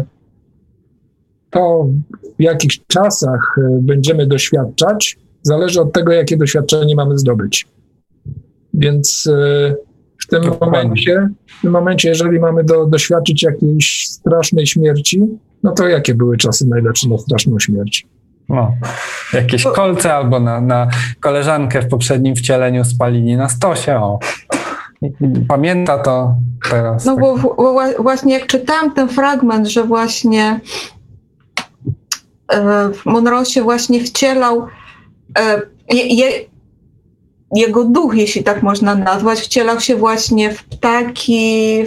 S2: to w jakich czasach będziemy doświadczać, zależy od tego, jakie doświadczenie mamy zdobyć. Więc w tym momencie, jeżeli mamy doświadczyć jakiejś strasznej śmierci, no to jakie były czasy najlepsze na straszną śmierć?
S3: No, jakieś kolce albo na koleżankę w poprzednim wcieleniu spalili na stosie. O. Pamięta to teraz.
S7: No tak. bo właśnie jak czytałam ten fragment, że właśnie Monroe się właśnie wcielał, jego duch, jeśli tak można nazwać, wcielał się właśnie w ptaki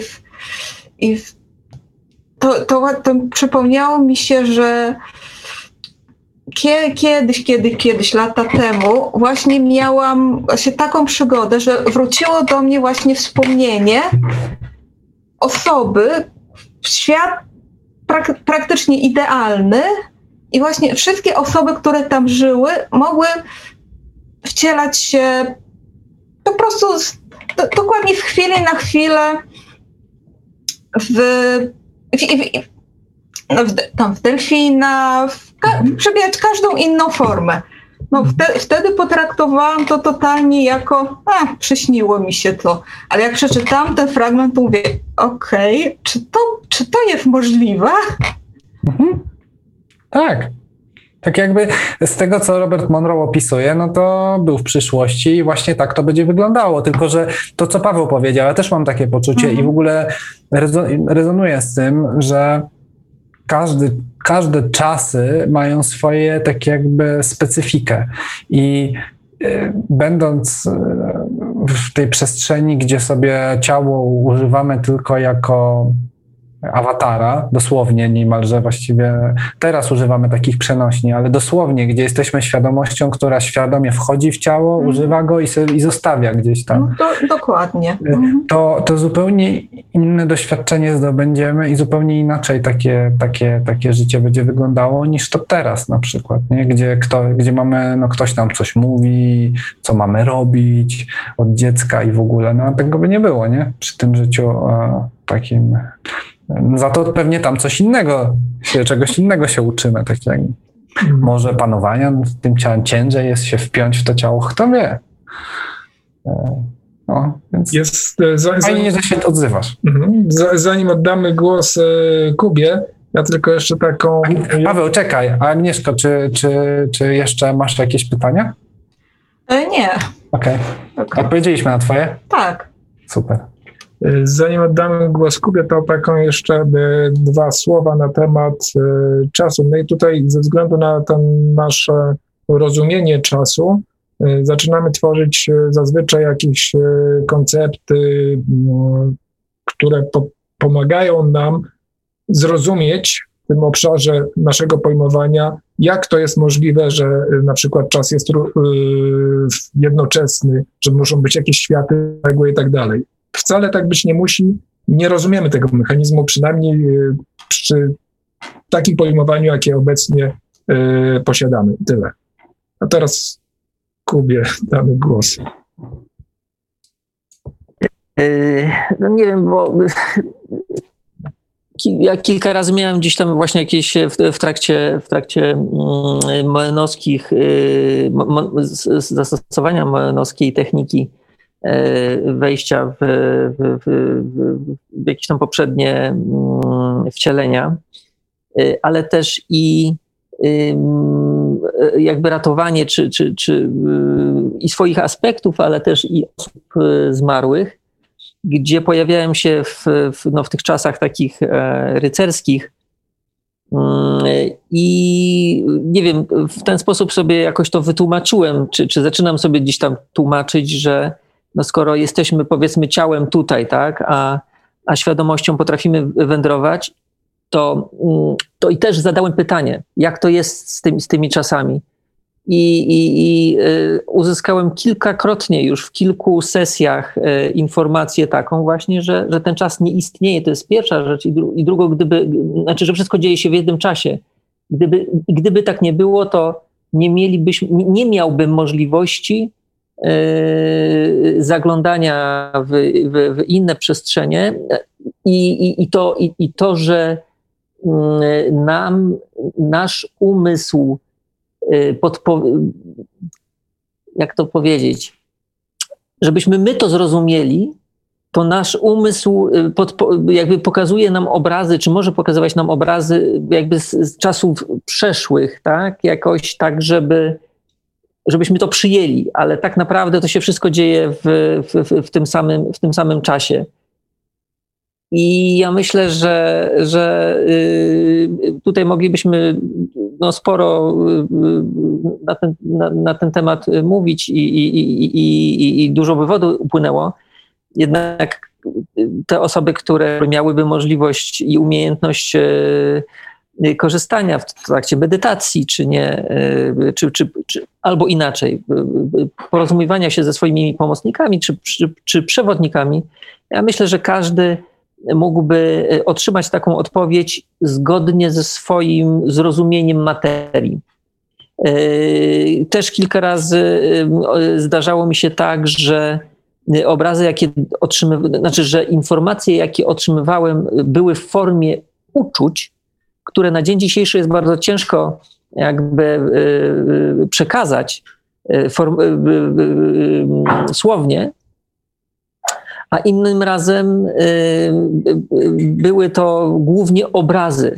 S7: to przypomniało mi się, że kiedyś, lata temu, właśnie miałam właśnie taką przygodę, że wróciło do mnie właśnie wspomnienie osoby, świat praktycznie idealny i właśnie wszystkie osoby, które tam żyły, mogły wcielać się po prostu dokładnie z chwili na chwilę w delfina, przebierać każdą inną formę. No wtedy potraktowałam to totalnie jako, przyśniło mi się to. Ale jak przeczytałam ten fragment, to mówię, okej, czy to jest możliwe?
S3: Mhm. Tak. Tak jakby z tego, co Robert Monroe opisuje, no to był w przyszłości i właśnie tak to będzie wyglądało. Tylko że to, co Paweł powiedział, ja też mam takie poczucie i w ogóle rezonuję z tym, że każde czasy mają swoje tak jakby specyfikę i będąc w tej przestrzeni, gdzie sobie ciało używamy tylko jako awatara, dosłownie niemalże właściwie teraz używamy takich przenośni, ale dosłownie, gdzie jesteśmy świadomością, która świadomie wchodzi w ciało, używa go i zostawia gdzieś tam.
S7: No to dokładnie.
S3: To zupełnie inne doświadczenie zdobędziemy i zupełnie inaczej takie życie będzie wyglądało niż to teraz na przykład, nie? Gdzie mamy, no ktoś nam coś mówi, co mamy robić od dziecka i w ogóle, no tego by nie było, nie? Przy tym życiu takim. Za to pewnie tam czegoś innego się uczymy. Tak jak... Może panowania nad tym ciałem ciężej jest się wpiąć w to ciało, kto wie. No, więc fajnie, że się odzywasz.
S2: Zanim oddamy głos Kubie, ja tylko jeszcze taką...
S3: Paweł, czekaj, a Agnieszko, czy jeszcze masz jakieś pytania?
S7: Nie.
S3: Okej. Odpowiedzieliśmy na twoje?
S7: Tak.
S3: Super.
S2: Zanim oddamy głos Kubie, to taką jeszcze 2 słowa na temat czasu. No i tutaj ze względu na to nasze rozumienie czasu zaczynamy tworzyć zazwyczaj jakieś koncepty, które pomagają nam zrozumieć w tym obszarze naszego pojmowania, jak to jest możliwe, że na przykład czas jest jednoczesny, że muszą być jakieś światy i tak dalej. Wcale tak być nie musi. Nie rozumiemy tego mechanizmu, przynajmniej przy takim pojmowaniu, jakie obecnie posiadamy. Tyle. A teraz Kubie damy głos.
S5: No nie wiem, bo ja kilka razy miałem gdzieś tam właśnie jakieś w trakcie moenowskich, zastosowania moenowskiej techniki wejścia w jakieś tam poprzednie wcielenia, ale też i jakby ratowanie czy i swoich aspektów, ale też i osób zmarłych, gdzie pojawiałem się w tych czasach takich rycerskich i nie wiem, w ten sposób sobie jakoś to wytłumaczyłem, czy zaczynam sobie gdzieś tam tłumaczyć, że no skoro jesteśmy powiedzmy ciałem tutaj, tak, a świadomością potrafimy wędrować, to i też zadałem pytanie, jak to jest z tymi czasami. I uzyskałem kilkakrotnie już w kilku sesjach informację taką właśnie, że ten czas nie istnieje. To jest pierwsza rzecz. I drugą, że wszystko dzieje się w jednym czasie. Gdyby tak nie było, to nie miałbym możliwości zaglądania w inne przestrzenie i to, że nasz umysł jak to powiedzieć, żebyśmy my to zrozumieli, to nasz umysł jakby pokazuje nam obrazy, czy może pokazywać nam obrazy jakby z czasów przeszłych, tak? Jakoś tak, żebyśmy to przyjęli, ale tak naprawdę to się wszystko dzieje w tym samym czasie. I ja myślę, że tutaj moglibyśmy sporo na ten temat mówić i dużo by wody upłynęło. Jednak te osoby, które miałyby możliwość i umiejętność korzystania w trakcie medytacji, czy nie, czy albo inaczej, porozumiewania się ze swoimi pomocnikami, czy przewodnikami, ja myślę, że każdy mógłby otrzymać taką odpowiedź zgodnie ze swoim zrozumieniem materii. Też kilka razy zdarzało mi się tak, że obrazy, jakie że informacje, jakie otrzymywałem, były w formie uczuć, które na dzień dzisiejszy jest bardzo ciężko jakby przekazać słownie, a innym razem były to głównie obrazy.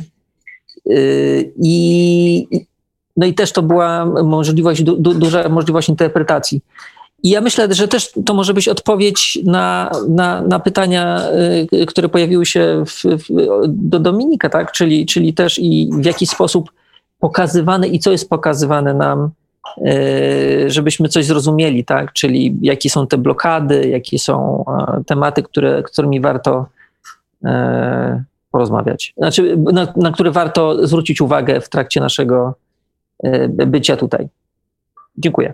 S5: I też to była duża możliwość interpretacji. I ja myślę, że też to może być odpowiedź na pytania, które pojawiły się do Dominika, tak? Czyli też i w jaki sposób pokazywane i co jest pokazywane nam, żebyśmy coś zrozumieli, tak? Czyli jakie są te blokady, jakie są tematy, którymi warto porozmawiać. Znaczy, na które warto zwrócić uwagę w trakcie naszego bycia tutaj. Dziękuję.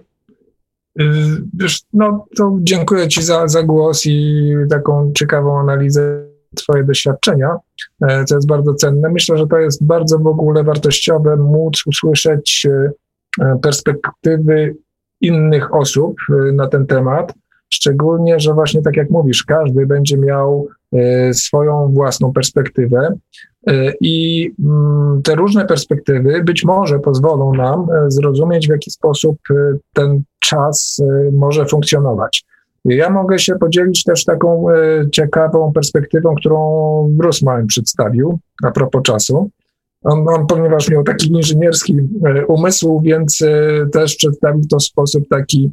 S2: To dziękuję Ci za głos i taką ciekawą analizę Twoje doświadczenia, co jest bardzo cenne. Myślę, że to jest bardzo w ogóle wartościowe móc usłyszeć perspektywy innych osób na ten temat. szczególnie, że właśnie tak jak mówisz, każdy będzie miał swoją własną perspektywę i te różne perspektywy być może pozwolą nam zrozumieć, w jaki sposób ten czas może funkcjonować. Ja mogę się podzielić też taką ciekawą perspektywą, którą Bruce Malin przedstawił a propos czasu. On, ponieważ miał taki inżynierski umysł, więc też przedstawił to w sposób taki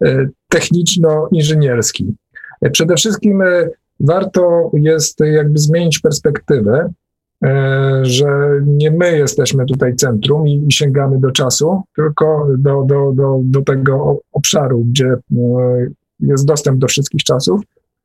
S2: techniczno-inżynierski. Przede wszystkim warto jest jakby zmienić perspektywę, że nie my jesteśmy tutaj centrum i sięgamy do czasu, tylko do tego obszaru, gdzie jest dostęp do wszystkich czasów.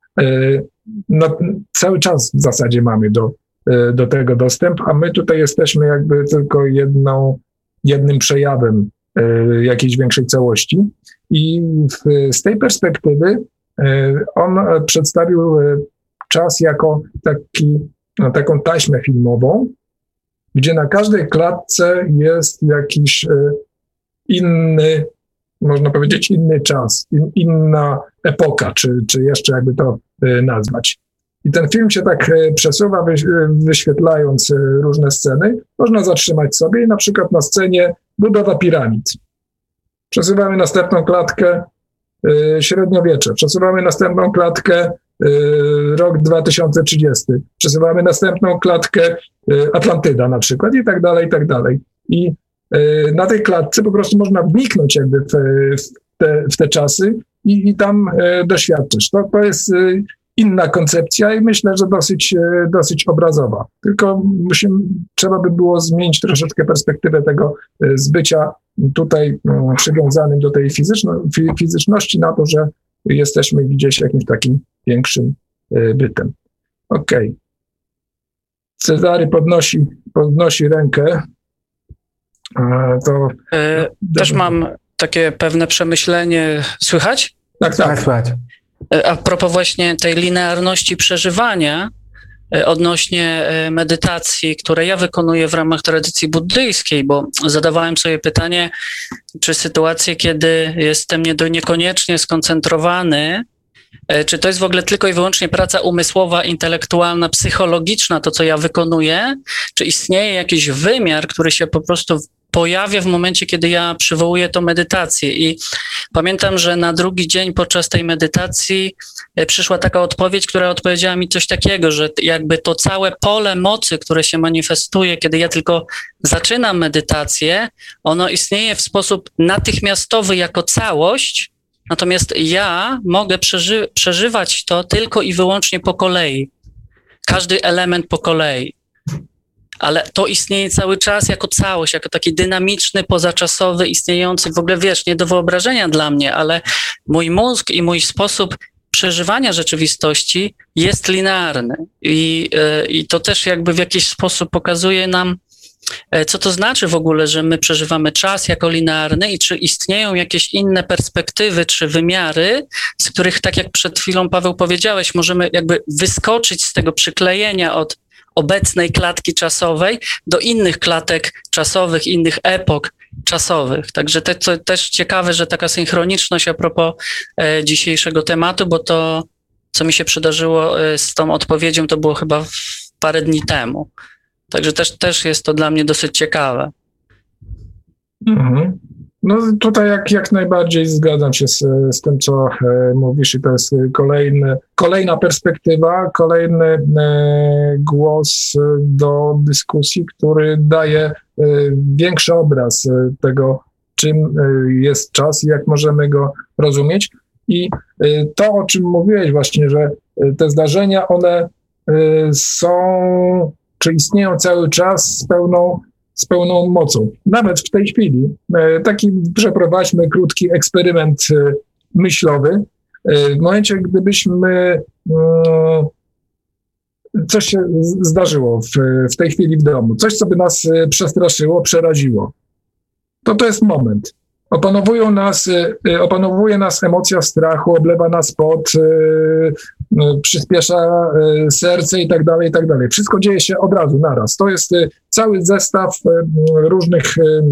S2: No, cały czas w zasadzie mamy do tego dostęp, a my tutaj jesteśmy jakby tylko jednym przejawem jakiejś większej całości. I z tej perspektywy on przedstawił czas jako taką taśmę filmową, gdzie na każdej klatce jest jakiś inny, można powiedzieć, inny czas, inna epoka, czy jeszcze jakby to nazwać. I ten film się tak przesuwa, wyświetlając różne sceny. Można zatrzymać sobie i na przykład na scenie budowa piramid. Przesuwamy następną klatkę, średniowiecze. Przesuwamy następną klatkę, rok 2030. Przesuwamy następną klatkę, Atlantyda na przykład i tak dalej, i tak dalej. I na tej klatce po prostu można wniknąć jakby w te czasy i tam doświadczyć. To jest inna koncepcja i myślę, że dosyć obrazowa. Tylko trzeba by było zmienić troszeczkę perspektywę tego zbycia tutaj przywiązanym do tej fizyczności na to, że jesteśmy gdzieś jakimś takim większym bytem. Okej. Cezary podnosi rękę.
S8: Też mam takie pewne przemyślenie. Słychać?
S2: Tak.
S3: Słychać.
S8: A propos właśnie tej linearności przeżywania odnośnie medytacji, które ja wykonuję w ramach tradycji buddyjskiej, bo zadawałem sobie pytanie, czy sytuacje, kiedy jestem niekoniecznie skoncentrowany, czy to jest w ogóle tylko i wyłącznie praca umysłowa, intelektualna, psychologiczna, to co ja wykonuję, czy istnieje jakiś wymiar, który się po prostu pojawia w momencie, kiedy ja przywołuję tą medytację. I pamiętam, że na drugi dzień podczas tej medytacji przyszła taka odpowiedź, która odpowiedziała mi coś takiego, że jakby to całe pole mocy, które się manifestuje, kiedy ja tylko zaczynam medytację, ono istnieje w sposób natychmiastowy jako całość, natomiast ja mogę przeżywać to tylko i wyłącznie po kolei. Każdy element po kolei. Ale to istnieje cały czas jako całość, jako taki dynamiczny, pozaczasowy, istniejący, w ogóle wiesz, nie do wyobrażenia dla mnie, ale mój mózg i mój sposób przeżywania rzeczywistości jest linearny. I to też jakby w jakiś sposób pokazuje nam, co to znaczy w ogóle, że my przeżywamy czas jako linearny i czy istnieją jakieś inne perspektywy czy wymiary, z których, tak jak przed chwilą, Paweł, powiedziałeś, możemy jakby wyskoczyć z tego przyklejenia od obecnej klatki czasowej do innych klatek czasowych, innych epok czasowych. Także to też ciekawe, że taka synchroniczność a propos dzisiejszego tematu, bo to, co mi się przydarzyło z tą odpowiedzią, to było chyba parę dni temu. Także też jest to dla mnie dosyć ciekawe.
S2: Mhm. No tutaj jak najbardziej zgadzam się z tym, co mówisz i to jest kolejna perspektywa, kolejny głos do dyskusji, który daje większy obraz tego, czym jest czas i jak możemy go rozumieć. I to, o czym mówiłeś właśnie, że te zdarzenia, one są, czy istnieją cały czas z pełną mocą. Nawet w tej chwili przeprowadźmy krótki eksperyment myślowy. W momencie, gdybyśmy coś się zdarzyło w tej chwili w domu, coś, co by nas przestraszyło, przeraziło, to jest moment. Opanowuje nas emocja strachu, oblewa nas pot, przyspiesza serce i tak dalej, i tak dalej. Wszystko dzieje się od razu, naraz. To jest cały zestaw różnych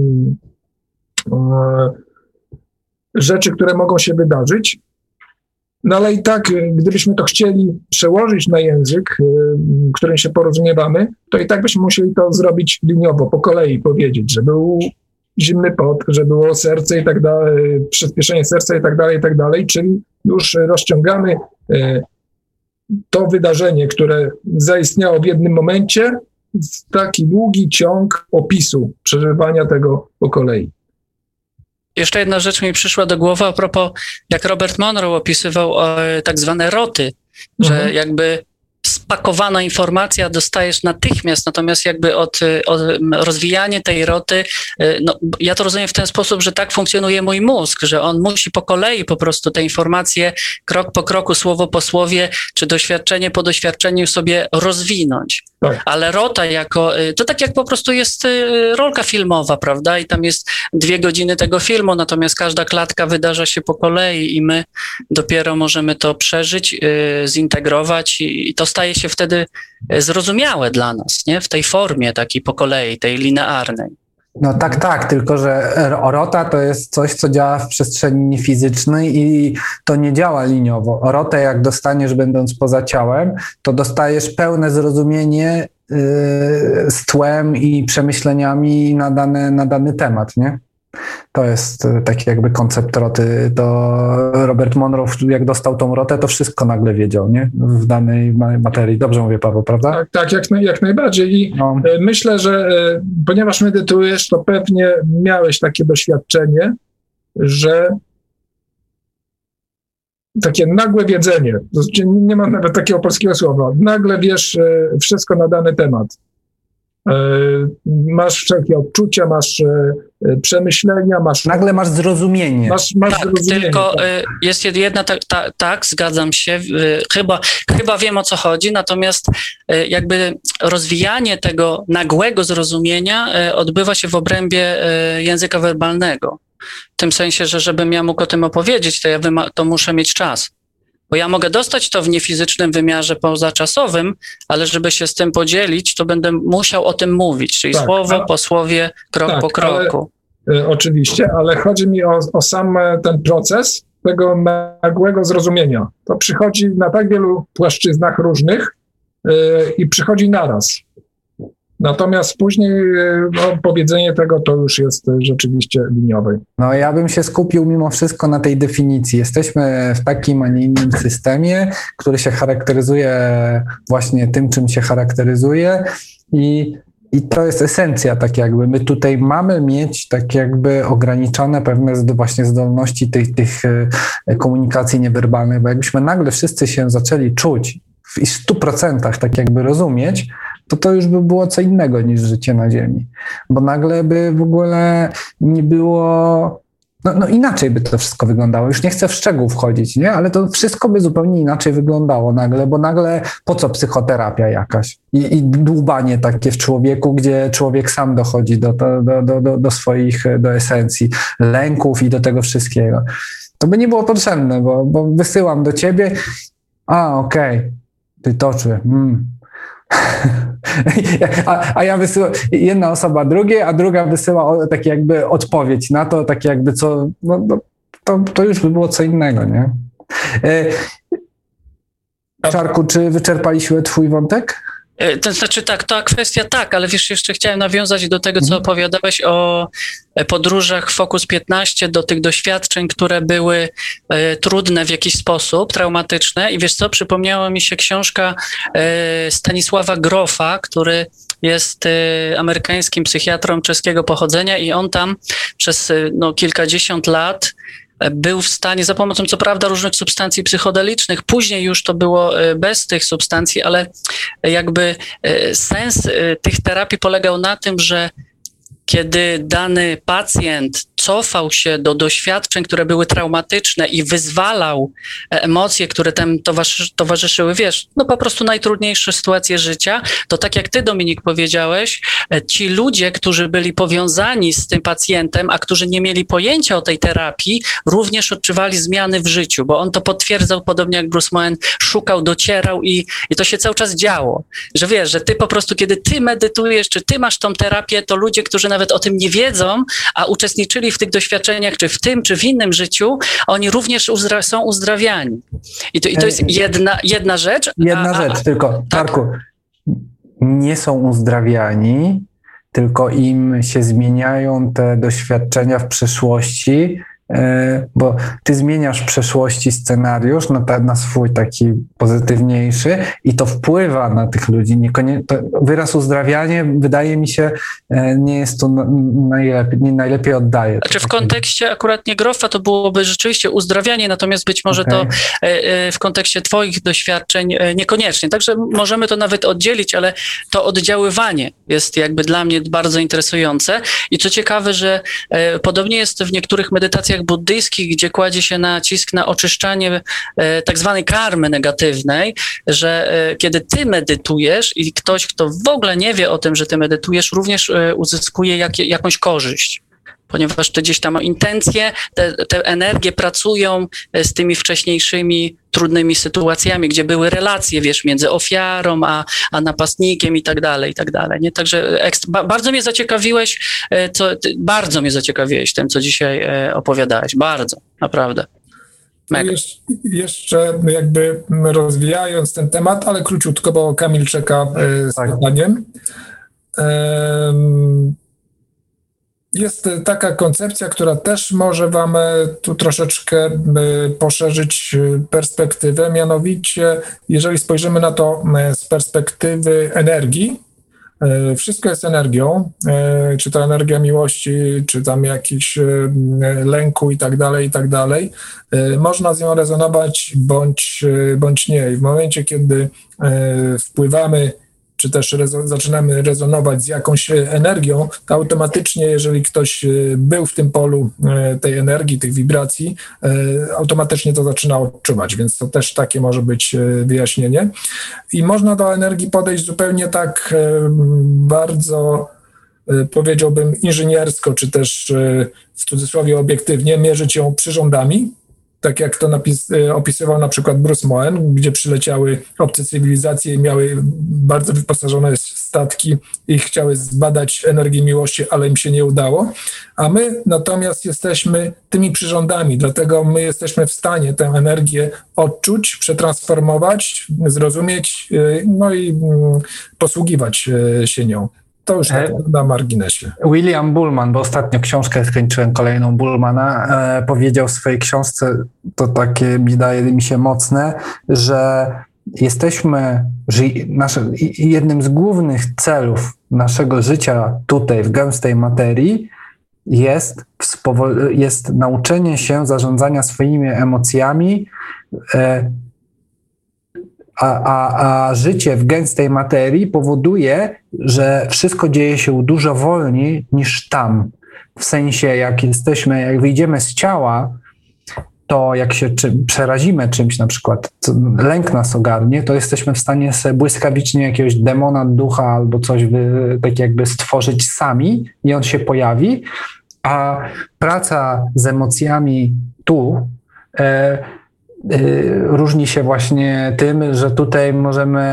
S2: rzeczy, które mogą się wydarzyć No ale i tak, gdybyśmy to chcieli przełożyć na język, którym się porozumiewamy, to i tak byśmy musieli to zrobić liniowo, po kolei powiedzieć, że był zimny pot, że było serce i tak dalej, przyspieszenie serca i tak dalej, czyli już rozciągamy to wydarzenie, które zaistniało w jednym momencie, w taki długi ciąg opisu przeżywania tego po kolei.
S8: Jeszcze jedna rzecz mi przyszła do głowy a propos, jak Robert Monroe opisywał tak zwane roty, że jakby spakowana informacja dostajesz natychmiast, natomiast jakby od rozwijanie tej roty, no, ja to rozumiem w ten sposób, że tak funkcjonuje mój mózg, że on musi po kolei po prostu te informacje krok po kroku, słowo po słowie, czy doświadczenie po doświadczeniu sobie rozwinąć. Tak. Ale rota to tak jak po prostu jest rolka filmowa, prawda? I tam jest 2 godziny tego filmu, natomiast każda klatka wydarza się po kolei i my dopiero możemy to przeżyć, zintegrować i to staje się wtedy zrozumiałe dla nas, nie? W tej formie takiej po kolei, tej linearnej.
S3: No tak, tylko że rota to jest coś, co działa w przestrzeni niefizycznej i to nie działa liniowo. Rotę jak dostaniesz będąc poza ciałem, to dostajesz pełne zrozumienie z tłem i przemyśleniami na dany temat, nie? To jest taki jakby koncept roty. To Robert Monroe, jak dostał tą rotę, to wszystko nagle wiedział, nie? W danej materii. Dobrze mówię, Paweł, prawda?
S2: Tak, jak najbardziej. I myślę, że ponieważ medytujesz, to pewnie miałeś takie doświadczenie, że takie nagłe wiedzenie, nie ma nawet takiego polskiego słowa, nagle wiesz wszystko na dany temat. Masz wszelkie odczucia, masz przemyślenia,
S3: nagle masz zrozumienie.
S2: Masz
S8: tak, zrozumienie. Tylko jest jedna, tak, zgadzam się, chyba wiem o co chodzi, natomiast jakby rozwijanie tego nagłego zrozumienia odbywa się w obrębie języka werbalnego. W tym sensie, że żebym ja mógł o tym opowiedzieć, to muszę mieć czas. Bo ja mogę dostać to w niefizycznym wymiarze pozaczasowym, ale żeby się z tym podzielić, to będę musiał o tym mówić, czyli słowo po słowie, krok po kroku.
S2: Oczywiście, ale chodzi mi o sam ten proces tego nagłego zrozumienia. To przychodzi na tak wielu płaszczyznach różnych i przychodzi naraz. Natomiast później powiedzenie tego to już jest rzeczywiście liniowe.
S3: No ja bym się skupił mimo wszystko na tej definicji. Jesteśmy w takim, a nie innym systemie, który się charakteryzuje właśnie tym, czym się charakteryzuje i to jest esencja, tak jakby. My tutaj mamy mieć tak jakby ograniczone pewne właśnie zdolności tych komunikacji niewerbalnej, bo jakbyśmy nagle wszyscy się zaczęli czuć i w 100% tak jakby rozumieć, to już by było co innego niż życie na Ziemi. Bo nagle by w ogóle nie było... No inaczej by to wszystko wyglądało. Już nie chcę w szczegół wchodzić, nie? Ale to wszystko by zupełnie inaczej wyglądało nagle, bo nagle po co psychoterapia jakaś? I dłubanie takie w człowieku, gdzie człowiek sam dochodzi do swoich, do esencji lęków i do tego wszystkiego. To by nie było potrzebne, bo wysyłam do ciebie, okej, ty toczy, A ja wysyłam, jedna osoba drugiej, a druga wysyła takie jakby odpowiedź na to, takie jakby co, to już by było co innego, nie? Czarku, czy wyczerpaliśmy twój wątek?
S8: To znaczy tak, ta kwestia tak, ale wiesz, jeszcze chciałem nawiązać do tego, co opowiadałeś o podróżach Focus 15, do tych doświadczeń, które były trudne w jakiś sposób, traumatyczne i wiesz co, przypomniała mi się książka Stanisława Grofa, który jest amerykańskim psychiatrą czeskiego pochodzenia i on tam przez kilkadziesiąt lat był w stanie, za pomocą co prawda różnych substancji psychodelicznych, później już to było bez tych substancji, ale jakby sens tych terapii polegał na tym, że kiedy dany pacjent cofał się do doświadczeń, które były traumatyczne i wyzwalał emocje, które tam towarzyszyły, wiesz, po prostu najtrudniejsze sytuacje życia, to tak jak ty, Dominik, powiedziałeś, ci ludzie, którzy byli powiązani z tym pacjentem, a którzy nie mieli pojęcia o tej terapii, również odczuwali zmiany w życiu, bo on to potwierdzał, podobnie jak Bruce Moen, szukał, docierał i to się cały czas działo. Że wiesz, że ty po prostu, kiedy ty medytujesz, czy ty masz tą terapię, to ludzie, którzy nawet o tym nie wiedzą, a uczestniczyli w w tych doświadczeniach, czy w tym, czy w innym życiu, oni również są uzdrawiani. I to jest jedna rzecz.
S3: Jedna rzecz, tylko, Marku, nie są uzdrawiani, tylko im się zmieniają te doświadczenia w przeszłości, bo ty zmieniasz w przeszłości scenariusz na swój taki pozytywniejszy i to wpływa na tych ludzi. Wyraz uzdrawianie, wydaje mi się, nie jest to najlepiej oddaje.
S8: Znaczy w kontekście akurat Niegrofa to byłoby rzeczywiście uzdrawianie, natomiast być może to w kontekście twoich doświadczeń niekoniecznie. Także możemy to nawet oddzielić, ale to oddziaływanie jest jakby dla mnie bardzo interesujące i co ciekawe, że podobnie jest w niektórych medytacjach buddyjskich, gdzie kładzie się nacisk na oczyszczanie tak zwanej karmy negatywnej, że kiedy ty medytujesz i ktoś, kto w ogóle nie wie o tym, że ty medytujesz, również uzyskuje jakąś korzyść. Ponieważ te gdzieś tam intencje, te energie pracują z tymi wcześniejszymi trudnymi sytuacjami, gdzie były relacje, między ofiarą a napastnikiem i tak dalej, nie? Także bardzo mnie zaciekawiłeś, tym, co dzisiaj opowiadałeś. Bardzo, naprawdę.
S2: Jeszcze jakby rozwijając ten temat, ale króciutko, bo Kamil czeka z pytaniem. Jest taka koncepcja, która też może wam tu troszeczkę poszerzyć perspektywę, mianowicie jeżeli spojrzymy na to z perspektywy energii, wszystko jest energią, czy to energia miłości, czy tam jakiś lęku i tak dalej, można z nią rezonować bądź nie. I w momencie, kiedy wpływamy czy też zaczynamy rezonować z jakąś energią, to automatycznie, jeżeli ktoś był w tym polu tej energii, tych wibracji, automatycznie to zaczyna odczuwać, więc to też takie może być wyjaśnienie. I można do energii podejść zupełnie tak bardzo, powiedziałbym, inżyniersko, czy też w cudzysłowie obiektywnie, mierzyć ją przyrządami, tak jak to opisywał na przykład Bruce Moen, gdzie przyleciały obce cywilizacje i miały bardzo wyposażone statki i chciały zbadać energię miłości, ale im się nie udało. A my natomiast jesteśmy tymi przyrządami, dlatego my jesteśmy w stanie tę energię odczuć, przetransformować, zrozumieć, no i posługiwać się nią. To już tak na marginesie.
S3: William Buhlman, bo ostatnio książkę skończyłem, kolejną Buhlmana, powiedział w swojej książce, to takie wydaje mi się mocne, że jednym z głównych celów naszego życia tutaj w gęstej materii jest nauczenie się zarządzania swoimi emocjami, a życie w gęstej materii powoduje, że wszystko dzieje się dużo wolniej niż tam. W sensie, jak wyjdziemy z ciała, to jak się przerazimy czymś, na przykład lęk nas ogarnie, to jesteśmy w stanie sobie błyskawicznie jakiegoś demona, ducha albo coś tak jakby stworzyć sami i on się pojawi, a praca z emocjami tu różni się właśnie tym, że tutaj możemy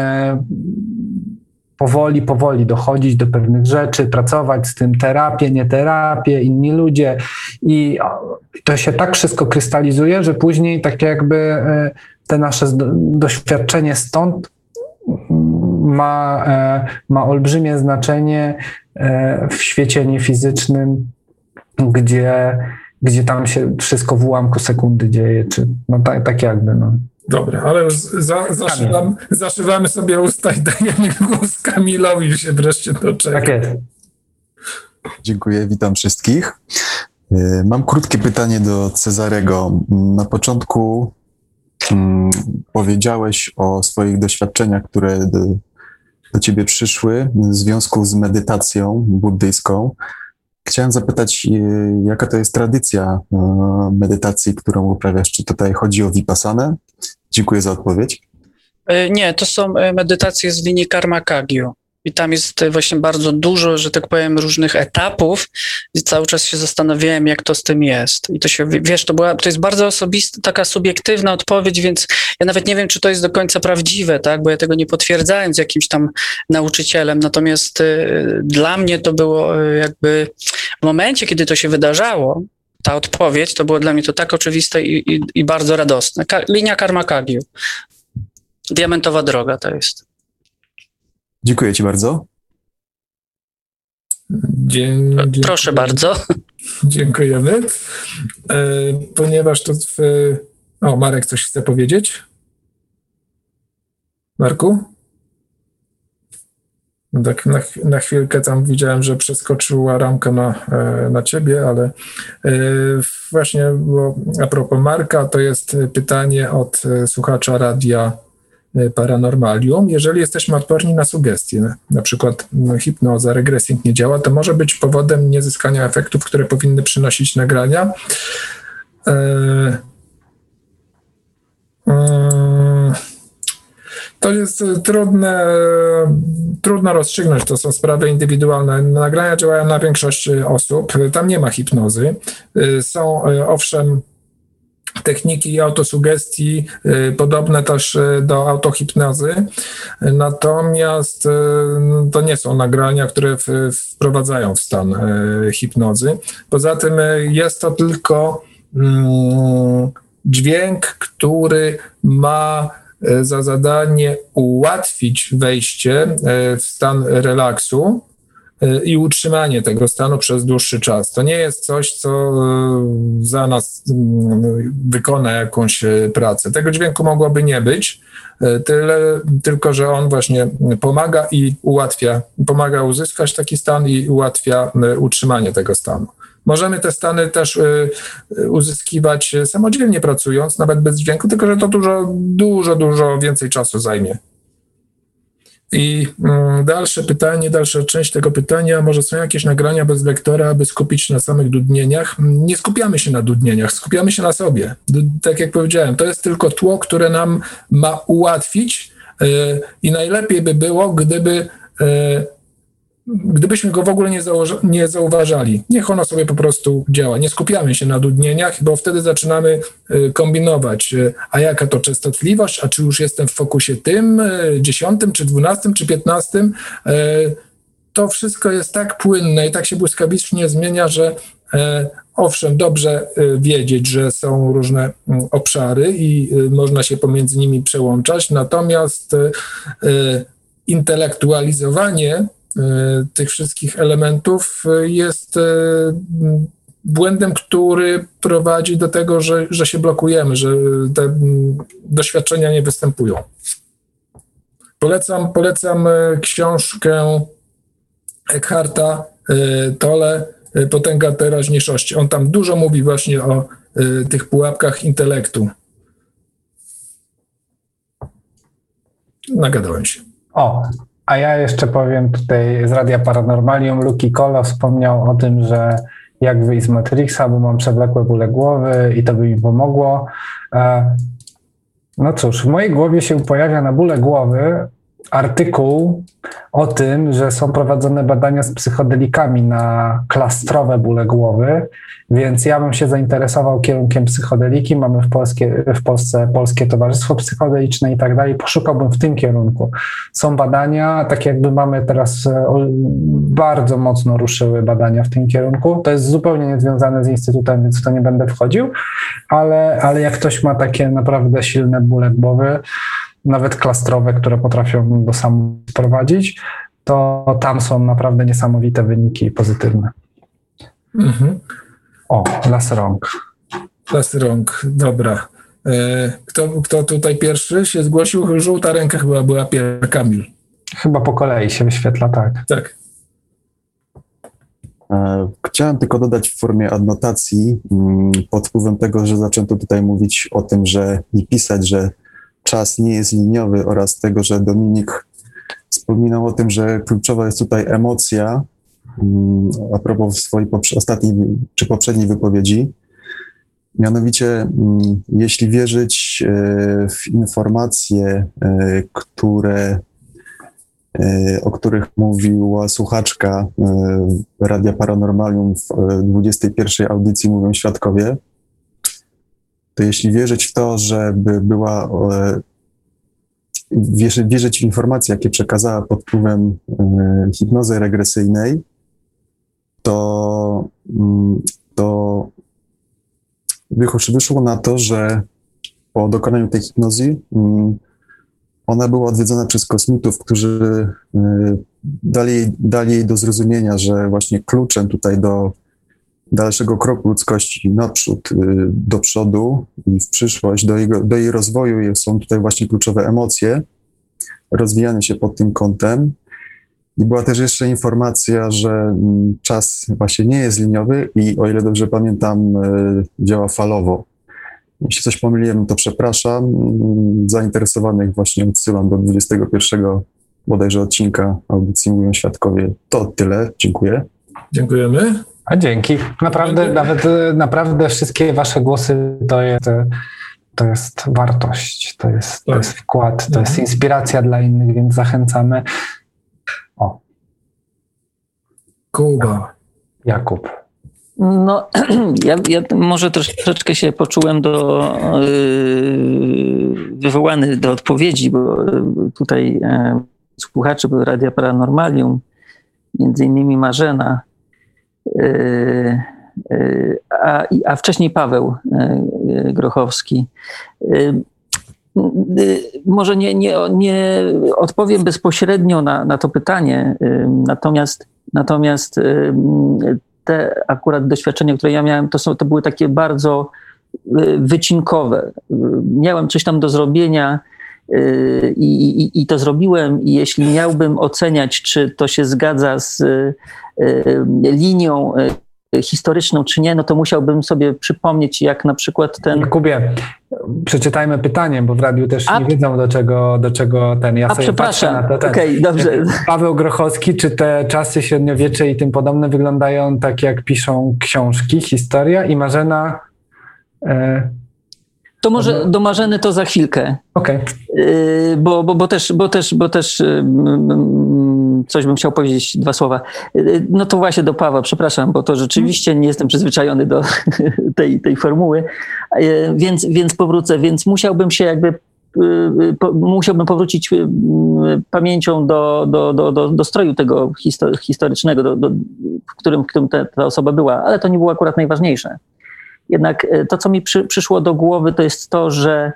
S3: powoli dochodzić do pewnych rzeczy, pracować z tym, terapię, nie terapię, inni ludzie i to się tak wszystko krystalizuje, że później tak jakby te nasze doświadczenie stąd ma olbrzymie znaczenie w świecie niefizycznym, gdzie tam się wszystko w ułamku sekundy dzieje, czy no tak jakby, no.
S2: Dobra, ale już zaszywamy sobie usta i dajemy głos Kamilowi, się wreszcie doczeka.
S3: Tak jest.
S9: Dziękuję, witam wszystkich. Mam krótkie pytanie do Cezarego. Na początku powiedziałeś o swoich doświadczeniach, które do ciebie przyszły w związku z medytacją buddyjską. Chciałem zapytać, jaka to jest tradycja medytacji, którą uprawiasz? Czy tutaj chodzi o Vipassanę? Dziękuję za odpowiedź.
S8: Nie, to są medytacje z linii Karma Kagyu. I tam jest właśnie bardzo dużo, że tak powiem, różnych etapów i cały czas się zastanawiałem, jak to z tym jest. I to się, wiesz, to jest bardzo osobista, taka subiektywna odpowiedź, więc ja nawet nie wiem, czy to jest do końca prawdziwe, tak, bo ja tego nie potwierdzałem z jakimś tam nauczycielem, natomiast dla mnie to było jakby w momencie, kiedy to się wydarzało, ta odpowiedź, to było dla mnie to tak oczywiste i bardzo radosne. Linia Karma Kagyu. Diamentowa droga to jest.
S9: Dziękuję Ci bardzo.
S8: Proszę bardzo.
S2: Dziękujemy. Ponieważ to Marek coś chce powiedzieć? Marku? Tak na chwilkę tam widziałem, że przeskoczyła ramka na ciebie, ale właśnie bo a propos Marka, to jest pytanie od słuchacza Radia Paranormalium. Jeżeli jesteśmy odporni na sugestie, na przykład hipnoza, regresing nie działa, to może być powodem niezyskania efektów, które powinny przynosić nagrania. To jest trudno rozstrzygnąć, to są sprawy indywidualne. Nagrania działają na większość osób, tam nie ma hipnozy. Są owszem techniki autosugestii, podobne też do autohipnozy, natomiast to nie są nagrania, które wprowadzają w stan hipnozy. Poza tym jest to tylko dźwięk, który ma za zadanie ułatwić wejście w stan relaksu i utrzymanie tego stanu przez dłuższy czas. To nie jest coś, co za nas wykona jakąś pracę. Tego dźwięku mogłoby nie być, tylko że on właśnie pomaga i ułatwia, pomaga uzyskać taki stan i ułatwia utrzymanie tego stanu. Możemy te stany też uzyskiwać samodzielnie pracując, nawet bez dźwięku, tylko że to dużo więcej czasu zajmie. I dalsza część tego pytania, może są jakieś nagrania bez lektora, aby skupić się na samych dudnieniach? Nie skupiamy się na dudnieniach, skupiamy się na sobie. Tak jak powiedziałem, to jest tylko tło, które nam ma ułatwić i najlepiej by było, gdybyśmy go w ogóle nie zauważali. Niech ono sobie po prostu działa. Nie skupiamy się na dudnieniach, bo wtedy zaczynamy kombinować, a jaka to częstotliwość, a czy już jestem w fokusie tym, 10, czy 12, czy 15. To wszystko jest tak płynne i tak się błyskawicznie zmienia, że owszem, dobrze wiedzieć, że są różne obszary i można się pomiędzy nimi przełączać, natomiast intelektualizowanie tych wszystkich elementów jest błędem, który prowadzi do tego, że się blokujemy, że te doświadczenia nie występują. Polecam książkę Eckharta Tolle, Potęga teraźniejszości. On tam dużo mówi właśnie o tych pułapkach intelektu. Nagadałem się.
S3: A ja jeszcze powiem tutaj z Radia Paranormalium, Luki Kolo wspomniał o tym, że jak wyjść z Matrixa, bo mam przewlekłe bóle głowy i to by mi pomogło. No cóż, w mojej głowie się pojawia na bóle głowy artykuł o tym, że są prowadzone badania z psychodelikami na klastrowe bóle głowy, więc ja bym się zainteresował kierunkiem psychodeliki. Mamy w Polsce Polskie Towarzystwo Psychodeliczne i tak dalej. Poszukałbym w tym kierunku. Są badania, tak jakby mamy teraz bardzo mocno ruszyły badania w tym kierunku. To jest zupełnie niezwiązane z Instytutem, więc w to nie będę wchodził, ale jak ktoś ma takie naprawdę silne bóle głowy, nawet klastrowe, które potrafią do samosprowadzić, to tam są naprawdę niesamowite wyniki pozytywne.
S2: Mhm.
S3: Las rąk.
S2: Las rąk, dobra. Kto tutaj pierwszy się zgłosił? Żółta ręka chyba była pierwsza, Kamil.
S3: Chyba po kolei się wyświetla, tak.
S2: Tak.
S9: Chciałem tylko dodać w formie adnotacji pod wpływem tego, że zaczęto tutaj mówić o tym, że i pisać, że czas nie jest liniowy oraz tego, że Dominik wspominał o tym, że kluczowa jest tutaj emocja a propos swojej ostatniej czy poprzedniej wypowiedzi. Mianowicie, jeśli wierzyć w informacje, o których mówiła słuchaczka Radia Paranormalium w 21. audycji Mówią Świadkowie, to jeśli wierzyć w to, żeby wierzyć w informacje, jakie przekazała pod wpływem hipnozy regresyjnej, to wyszło na to, że po dokonaniu tej hipnozy ona była odwiedzona przez kosmitów, którzy dali jej do zrozumienia, że właśnie kluczem tutaj do dalszego kroku ludzkości naprzód, do przodu i w przyszłość, do jej rozwoju są tutaj właśnie kluczowe emocje, rozwijanie się pod tym kątem. I była też jeszcze informacja, że czas właśnie nie jest liniowy i o ile dobrze pamiętam, działa falowo. Jeśli coś pomyliłem, to przepraszam. Zainteresowanych właśnie odsyłam do 21 bodajże odcinka audycji Mówią Świadkowie. To tyle. Dziękuję.
S2: Dziękujemy.
S3: A dzięki. Naprawdę wszystkie wasze głosy to jest wartość, to jest wkład, to jest inspiracja dla innych, więc zachęcamy. O.
S2: Kuba.
S3: Jakub.
S5: No, ja może troszeczkę się poczułem wywołany do odpowiedzi, bo tutaj słuchacze Radia Paranormalium, między innymi Marzena, a wcześniej Paweł Grochowski. Może nie odpowiem bezpośrednio na to pytanie, natomiast te akurat doświadczenia, które ja miałem, to były takie bardzo wycinkowe. Miałem coś tam do zrobienia i to zrobiłem, i jeśli miałbym oceniać, czy to się zgadza z linią historyczną, czy nie, no to musiałbym sobie przypomnieć, jak na przykład ten...
S3: Jakubie, przeczytajmy pytanie, bo w radiu też nie wiedzą, do czego ten... Ja sobie patrzę na to.
S5: Okej, dobrze.
S3: Paweł Grochowski, czy te czasy średniowiecze i tym podobne wyglądają tak, jak piszą książki, historia, i Marzena...
S5: To może do Marzeny to za chwilkę.
S3: Okej.
S5: Bo też coś bym chciał powiedzieć, 2 słowa. No to właśnie do Pawła, przepraszam, bo to rzeczywiście nie jestem przyzwyczajony do tej formuły, więc powrócę, więc musiałbym się musiałbym powrócić pamięcią do stroju tego historycznego, w którym ta osoba była, ale to nie było akurat najważniejsze. Jednak to, co mi przyszło do głowy, to jest to, że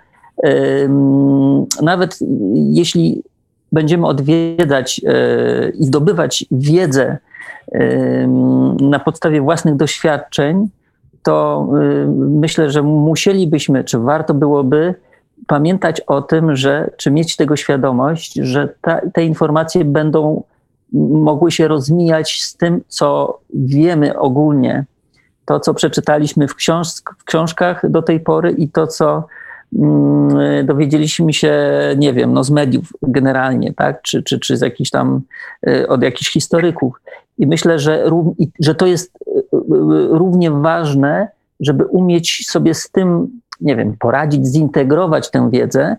S5: nawet jeśli będziemy odwiedzać i zdobywać wiedzę na podstawie własnych doświadczeń, to myślę, że musielibyśmy, czy warto byłoby pamiętać o tym, czy mieć tego świadomość, że te informacje będą mogły się rozmijać z tym, co wiemy ogólnie. To, co przeczytaliśmy w książkach do tej pory i to, co dowiedzieliśmy się, nie wiem, z mediów generalnie, tak? Czy z jakichś tam, od jakichś historyków. I myślę, że to jest równie ważne, żeby umieć sobie z tym, nie wiem, poradzić, zintegrować tę wiedzę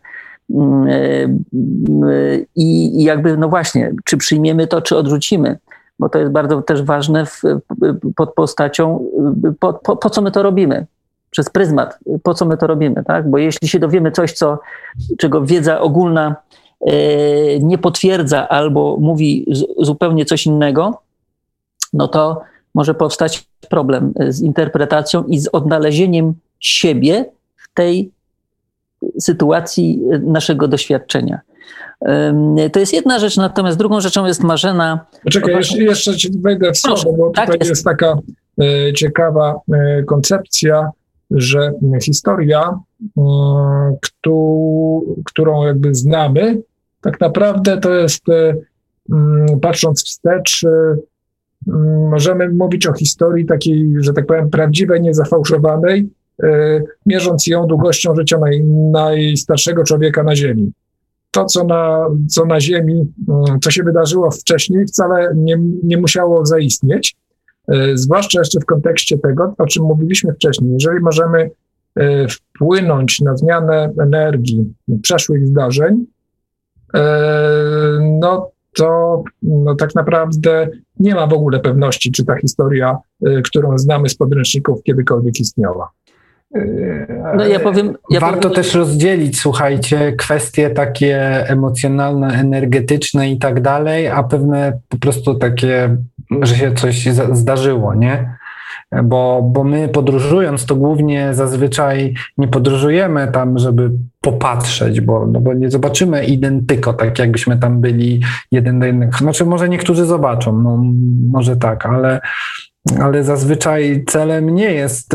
S5: i jakby, no właśnie, czy przyjmiemy to, czy odrzucimy. Bo to jest bardzo też ważne pod postacią, po co my to robimy, przez pryzmat, po co my to robimy, tak? Bo jeśli się dowiemy coś, czego wiedza ogólna nie potwierdza albo mówi zupełnie coś innego, no to może powstać problem z interpretacją i z odnalezieniem siebie w tej sytuacji naszego doświadczenia. To jest jedna rzecz, natomiast drugą rzeczą jest Marzena.
S2: Poczekaj, jeszcze ci wejdę w słowo, bo tutaj jest taka ciekawa koncepcja, że historia, którą jakby znamy, tak naprawdę to jest, patrząc wstecz, możemy mówić o historii takiej, że tak powiem, prawdziwej, niezafałszowanej, mierząc ją długością życia najstarszego człowieka na Ziemi. To, co na Ziemi, co się wydarzyło wcześniej, wcale nie musiało zaistnieć, zwłaszcza jeszcze w kontekście tego, o czym mówiliśmy wcześniej. Jeżeli możemy wpłynąć na zmianę energii przeszłych zdarzeń, no to tak naprawdę nie ma w ogóle pewności, czy ta historia, którą znamy z podręczników, kiedykolwiek istniała.
S5: No
S3: Warto też rozdzielić, słuchajcie, kwestie takie emocjonalne, energetyczne i tak dalej, a pewne po prostu takie, że się coś zdarzyło, nie? bo my podróżując to głównie zazwyczaj nie podróżujemy tam, żeby popatrzeć, bo nie zobaczymy identyko, tak jakbyśmy tam byli jeden do jednego. Znaczy może niektórzy zobaczą, no może tak, ale zazwyczaj celem nie jest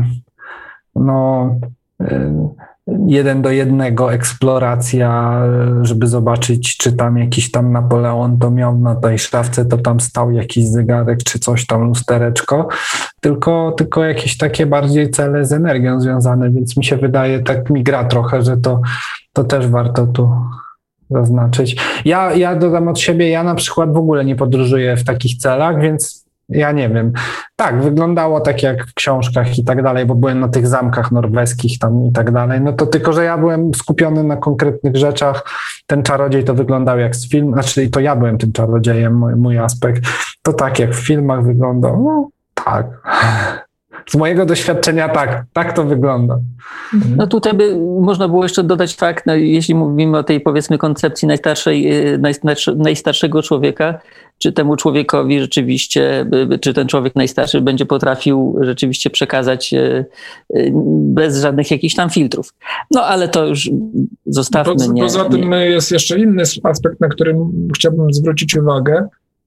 S3: jeden do jednego eksploracja, żeby zobaczyć, czy tam jakiś tam Napoleon to miał na tej szafce, to tam stał jakiś zegarek, czy coś tam, lustereczko, tylko jakieś takie bardziej cele z energią związane, więc mi się wydaje, tak mi gra trochę, że to też warto tu zaznaczyć. Ja dodam od siebie, ja na przykład w ogóle nie podróżuję w takich celach, więc ja nie wiem. Tak, wyglądało tak jak w książkach i tak dalej, bo byłem na tych zamkach norweskich tam i tak dalej. No to tylko, że ja byłem skupiony na konkretnych rzeczach. Ten czarodziej to wyglądał jak z filmu, znaczy to ja byłem tym czarodziejem, mój aspekt. To tak jak w filmach wyglądał. No tak. Z mojego doświadczenia tak to wygląda.
S5: No tutaj by można było jeszcze dodać fakt, no jeśli mówimy o tej powiedzmy koncepcji najstarszego człowieka, czy temu człowiekowi rzeczywiście, czy ten człowiek najstarszy będzie potrafił rzeczywiście przekazać bez żadnych jakichś tam filtrów. No ale to już zostawmy.
S2: Poza tym jest jeszcze inny aspekt, na którym chciałbym zwrócić uwagę.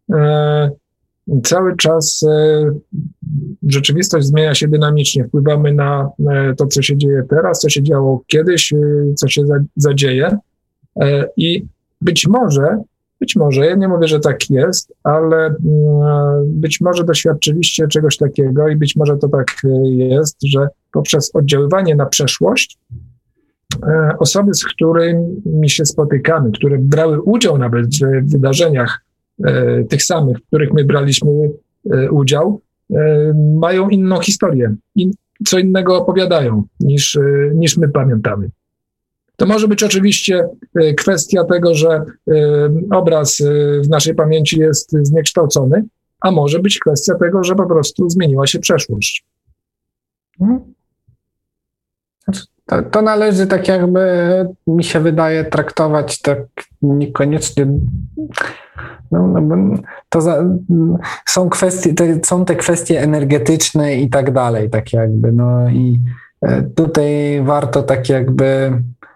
S2: Cały czas rzeczywistość zmienia się dynamicznie. Wpływamy na to, co się dzieje teraz, co się działo kiedyś, co się zadzieje. I być może, ja nie mówię, że tak jest, ale być może doświadczyliście czegoś takiego i być może to tak jest, że poprzez oddziaływanie na przeszłość osoby, z którymi się spotykamy, które brały udział nawet w wydarzeniach tych samych, w których my braliśmy udział, mają inną historię i co innego opowiadają niż my pamiętamy. To może być oczywiście kwestia tego, że obraz w naszej pamięci jest zniekształcony, a może być kwestia tego, że po prostu zmieniła się przeszłość.
S3: To należy tak jakby, mi się wydaje, traktować tak niekoniecznie. Są te kwestie energetyczne i tak dalej, tak jakby. No i tutaj warto tak jakby.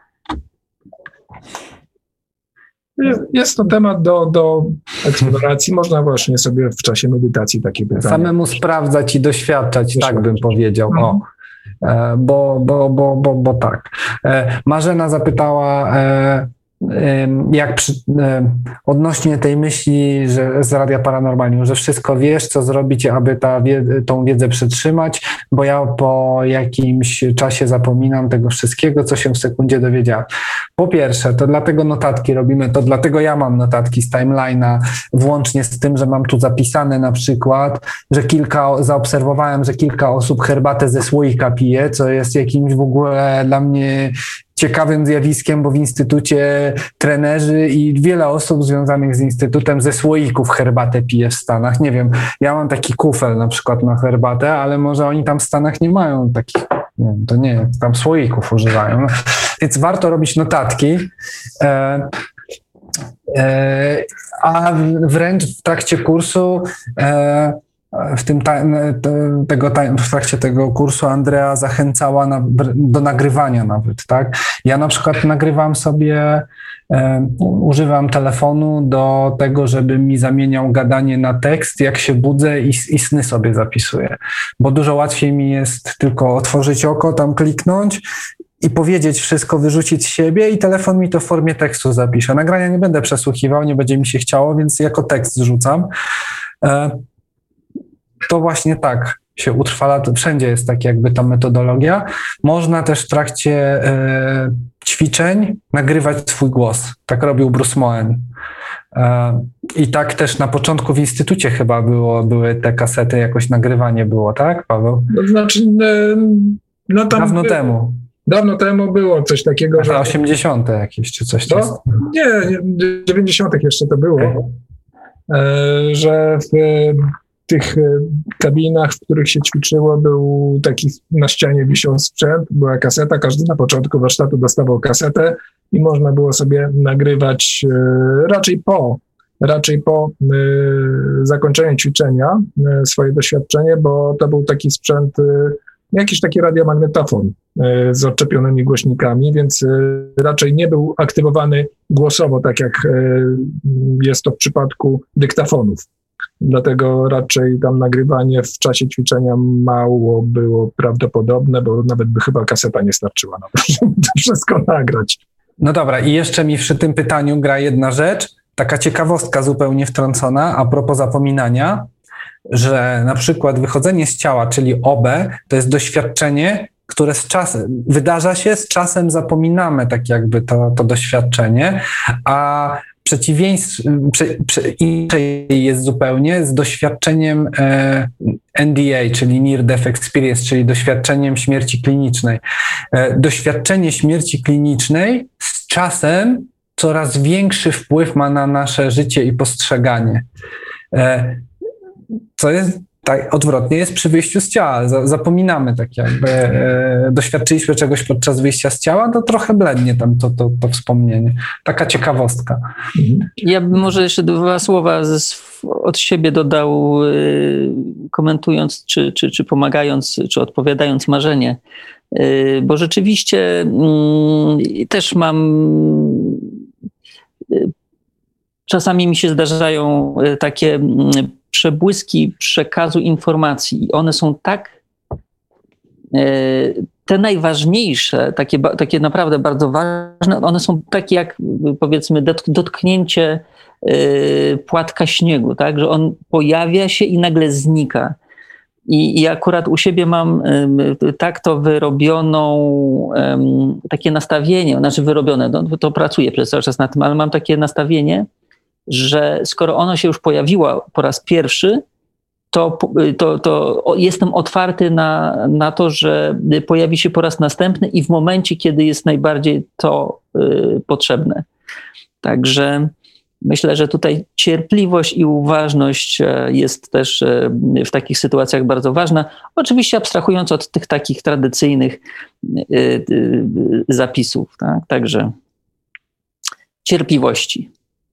S2: Jest to temat do eksploracji. Można właśnie sobie w czasie medytacji takie pytania.
S3: Samemu sprawdzać i doświadczać, tak bym powiedział. O. Bo tak. Marzena zapytała, odnośnie tej myśli, że z Radia Paranormalium, że wszystko wiesz, co zrobić, aby tą wiedzę przetrzymać, bo ja po jakimś czasie zapominam tego wszystkiego, co się w sekundzie dowiedziałem. Po pierwsze, to dlatego notatki robimy, to dlatego ja mam notatki z timeline'a, włącznie z tym, że mam tu zapisane na przykład, że zaobserwowałem, że kilka osób herbatę ze słoika pije, co jest jakimś w ogóle dla mnie ciekawym zjawiskiem, bo w instytucie trenerzy i wiele osób związanych z instytutem ze słoików herbatę pije w Stanach. Nie wiem, ja mam taki kufel na przykład na herbatę, ale może oni tam w Stanach nie mają takich, nie wiem, to nie, tam słoików używają. Więc warto robić notatki. A wręcz w trakcie kursu w trakcie tego kursu Andrea zachęcała do nagrywania nawet, tak? Ja na przykład nagrywam sobie, używam telefonu do tego, żeby mi zamieniał gadanie na tekst, jak się budzę i sny sobie zapisuję, bo dużo łatwiej mi jest tylko otworzyć oko, tam kliknąć i powiedzieć wszystko, wyrzucić z siebie i telefon mi to w formie tekstu zapisze. Nagrania nie będę przesłuchiwał, nie będzie mi się chciało, więc jako tekst zrzucam. To właśnie tak się utrwala, to wszędzie jest tak jakby ta metodologia. Można też w trakcie ćwiczeń nagrywać swój głos. Tak robił Bruce Moen. I tak też na początku w instytucie chyba były te kasety, jakoś nagrywanie było, tak, Paweł?
S2: To znaczy, Dawno temu było coś takiego,
S3: że 80. jakieś, czy coś takiego?
S2: Nie, 90. jeszcze to było. Okay. Że w tych kabinach, w których się ćwiczyło, był taki, na ścianie wisiał sprzęt, była kaseta, każdy na początku warsztatu dostawał kasetę i można było sobie nagrywać raczej po raczej po zakończeniu ćwiczenia swoje doświadczenie, bo to był taki sprzęt, jakiś taki radiomagnetofon z odczepionymi głośnikami, więc raczej nie był aktywowany głosowo, tak jak jest to w przypadku dyktafonów. Dlatego raczej tam nagrywanie w czasie ćwiczenia mało było prawdopodobne, bo nawet by chyba kaseta nie starczyła na to, żeby to wszystko nagrać.
S3: No dobra, i jeszcze mi przy tym pytaniu gra jedna rzecz, taka ciekawostka zupełnie wtrącona a propos zapominania, że na przykład wychodzenie z ciała, czyli OB, to jest doświadczenie, które z czasem wydarza się, z czasem zapominamy tak jakby to doświadczenie, a inaczej jest zupełnie z doświadczeniem NDA, czyli Near Death Experience, czyli doświadczeniem śmierci klinicznej. Doświadczenie śmierci klinicznej z czasem coraz większy wpływ ma na nasze życie i postrzeganie. Co jest tak odwrotnie jest przy wyjściu z ciała. Zapominamy tak jakby, doświadczyliśmy czegoś podczas wyjścia z ciała, to trochę blednie tam to wspomnienie. Taka ciekawostka.
S5: Ja bym może jeszcze 2 słowa od siebie dodał, komentując, czy pomagając, czy odpowiadając Marzenie. Bo rzeczywiście też mam... Czasami mi się zdarzają takie przebłyski przekazu informacji. One są tak, te najważniejsze, takie naprawdę bardzo ważne, one są takie jak, powiedzmy, dotknięcie płatka śniegu, tak, że on pojawia się i nagle znika. I akurat u siebie mam tak to wyrobioną, takie nastawienie, znaczy wyrobione, no, to pracuję przez cały czas na tym, ale mam takie nastawienie, że skoro ono się już pojawiło po raz pierwszy, to jestem otwarty na to, że pojawi się po raz następny i w momencie, kiedy jest najbardziej to potrzebne. Także myślę, że tutaj cierpliwość i uważność jest też w takich sytuacjach bardzo ważna. Oczywiście abstrahując od tych takich tradycyjnych zapisów. Tak? Także cierpliwości.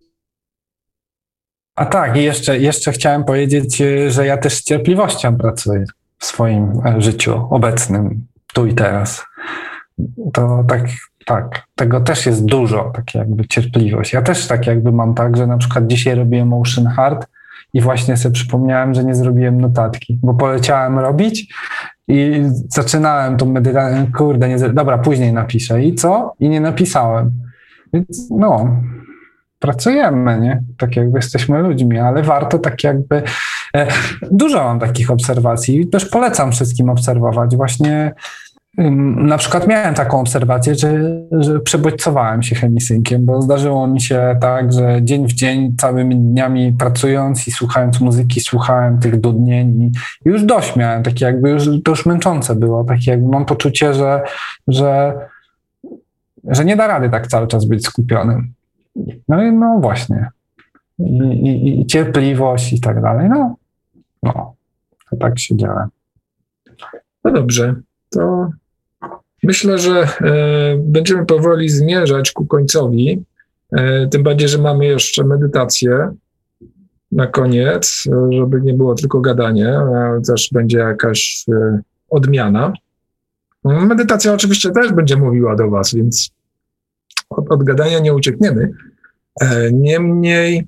S3: A tak, i jeszcze chciałem powiedzieć, że ja też z cierpliwością pracuję w swoim życiu obecnym, tu i teraz. To tak, tego też jest dużo, tak jakby cierpliwość. Ja też tak jakby mam tak, że na przykład dzisiaj robiłem Ocean Heart i właśnie sobie przypomniałem, że nie zrobiłem notatki, bo poleciałem robić i zaczynałem tą medytację, dobra, później napiszę. I co? I nie napisałem. Więc no... pracujemy, nie? Tak jakby jesteśmy ludźmi, ale warto tak jakby... Dużo mam takich obserwacji i też polecam wszystkim obserwować. Właśnie na przykład miałem taką obserwację, że przebodźcowałem się chemisynkiem, bo zdarzyło mi się tak, że dzień w dzień, całymi dniami pracując i słuchając muzyki, słuchałem tych dudnień i już dość miałem, takie jakby to już męczące było, takie jakby mam poczucie, że nie da rady tak cały czas być skupionym. No właśnie. I cierpliwość i tak dalej. No, to tak się dzieje.
S2: No dobrze, to myślę, że będziemy powoli zmierzać ku końcowi. Tym bardziej, że mamy jeszcze medytację na koniec, żeby nie było tylko gadanie, a też będzie jakaś odmiana. Medytacja oczywiście też będzie mówiła do was, więc od gadania nie uciekniemy. Niemniej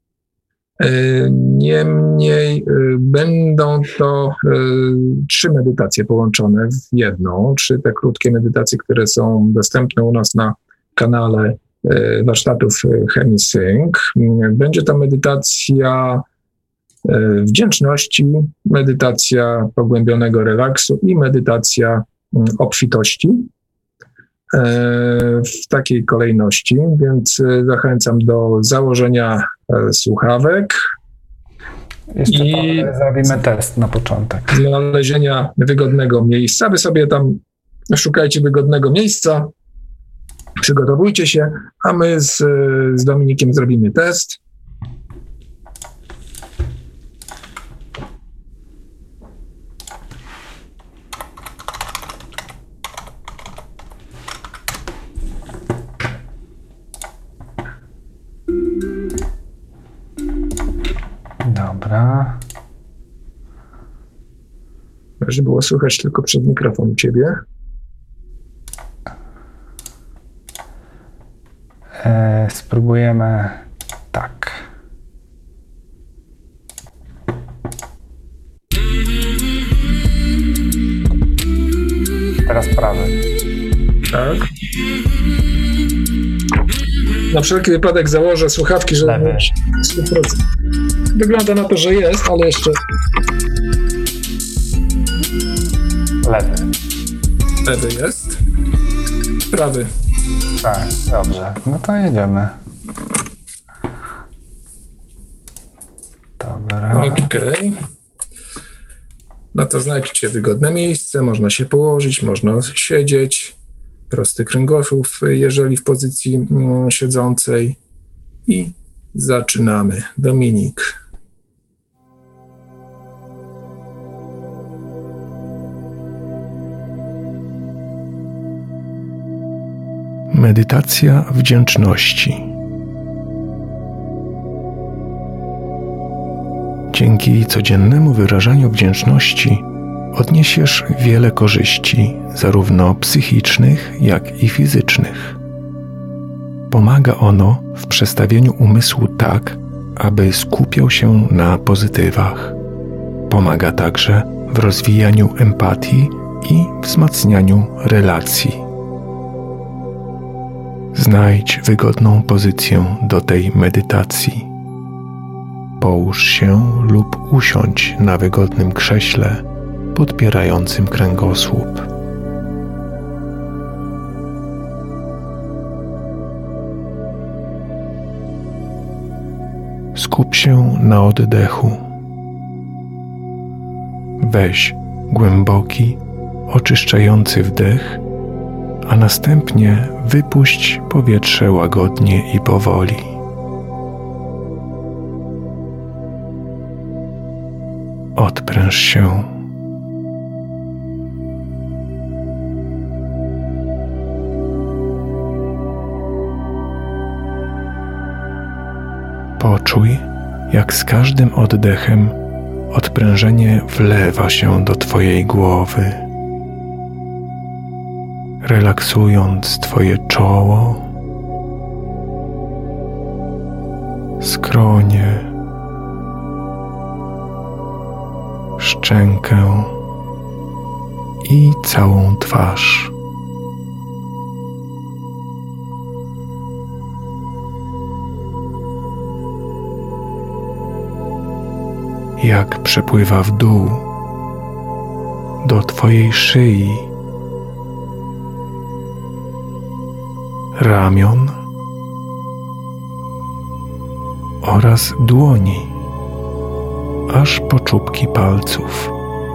S2: będą to 3 medytacje połączone w jedną. 3 te krótkie medytacje, które są dostępne u nas na kanale warsztatów Chemisync. Będzie to medytacja wdzięczności, medytacja pogłębionego relaksu i medytacja obfitości. W takiej kolejności, więc zachęcam do założenia słuchawek.
S3: Jeszcze zrobimy test na początek.
S2: Znalezienia wygodnego miejsca. Wy sobie tam szukajcie wygodnego miejsca, przygotowujcie się, a my z Dominikiem zrobimy test. żeby było słychać tylko przez mikrofon u ciebie.
S3: Spróbujemy tak. Teraz prawy.
S2: Tak. Na wszelki wypadek założę słuchawki, żeby mieć 100%. Wygląda na to, że jest, ale jeszcze...
S3: Lewy.
S2: Lewy jest. Prawy.
S3: Tak, dobrze. No to jedziemy. Dobra.
S2: Okej. No to znajdźcie wygodne miejsce, można się położyć, można siedzieć. Prosty kręgosłup, jeżeli w pozycji siedzącej. I zaczynamy. Dominik.
S10: Medytacja wdzięczności. Dzięki codziennemu wyrażaniu wdzięczności odniesiesz wiele korzyści, zarówno psychicznych, jak i fizycznych. Pomaga ono w przestawieniu umysłu tak, aby skupiał się na pozytywach. Pomaga także w rozwijaniu empatii i wzmacnianiu relacji. Znajdź wygodną pozycję do tej medytacji. Połóż się lub usiądź na wygodnym krześle podpierającym kręgosłup. Skup się na oddechu. Weź głęboki, oczyszczający wdech, a następnie wypuść powietrze łagodnie i powoli. Odpręż się. Poczuj, jak z każdym oddechem odprężenie wlewa się do twojej głowy, relaksując twoje czoło, skronie, szczękę i całą twarz. Jak przepływa w dół do twojej szyi, ramion oraz dłoni, aż po czubki palców.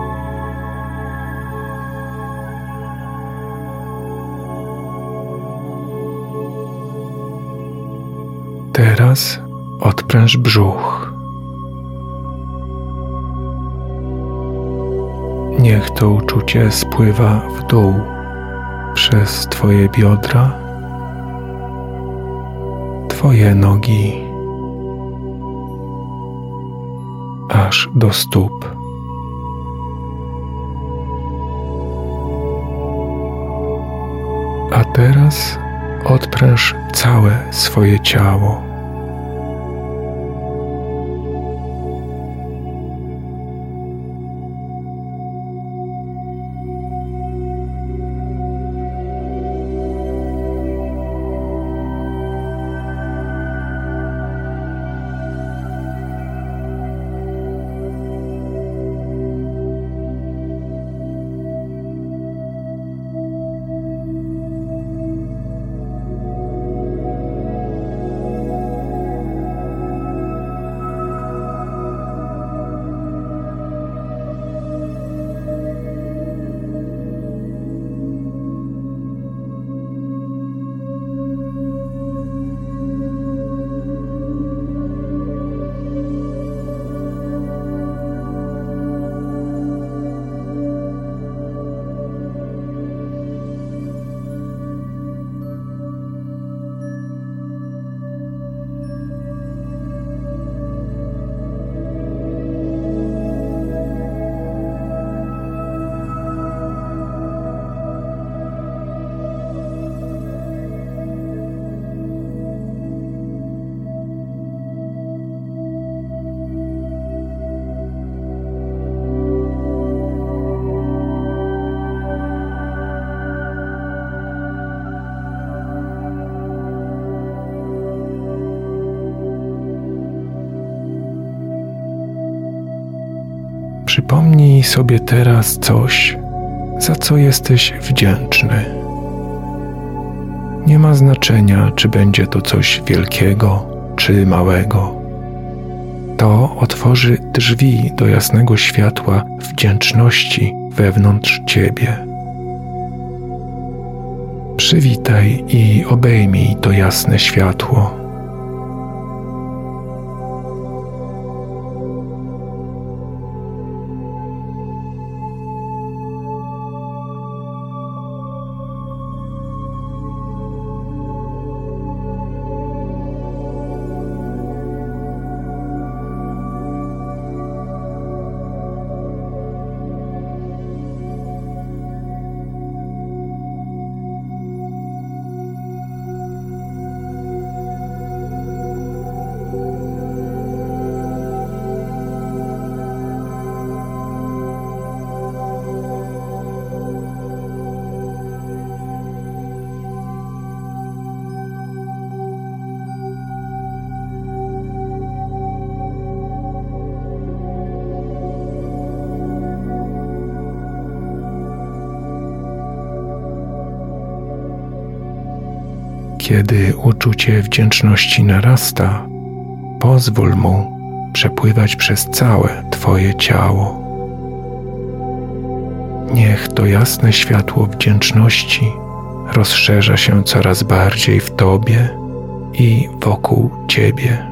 S10: Teraz odpręż brzuch. Niech to uczucie spływa w dół przez twoje biodra, twoje nogi, aż do stóp. A teraz odpręż całe swoje ciało. Przypomnij sobie teraz coś, za co jesteś wdzięczny. Nie ma znaczenia, czy będzie to coś wielkiego, czy małego. To otworzy drzwi do jasnego światła wdzięczności wewnątrz ciebie. Przywitaj i obejmij to jasne światło. Kiedy uczucie wdzięczności narasta, pozwól mu przepływać przez całe Twoje ciało. Niech to jasne światło wdzięczności rozszerza się coraz bardziej w Tobie i wokół Ciebie.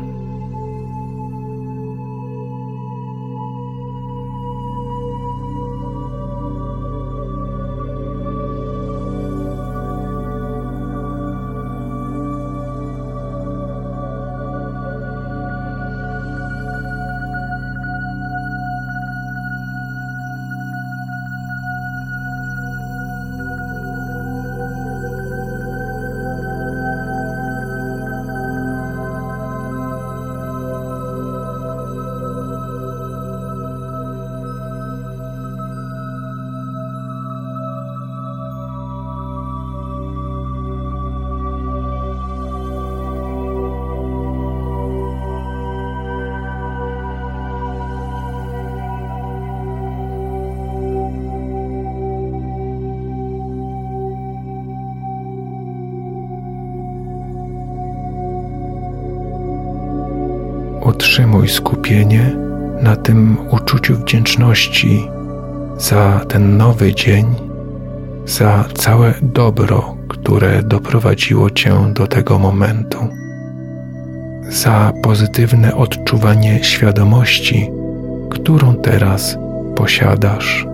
S10: Utrzymuj skupienie na tym uczuciu wdzięczności za ten nowy dzień, za całe dobro, które doprowadziło Cię do tego momentu, za pozytywne odczuwanie świadomości, którą teraz posiadasz.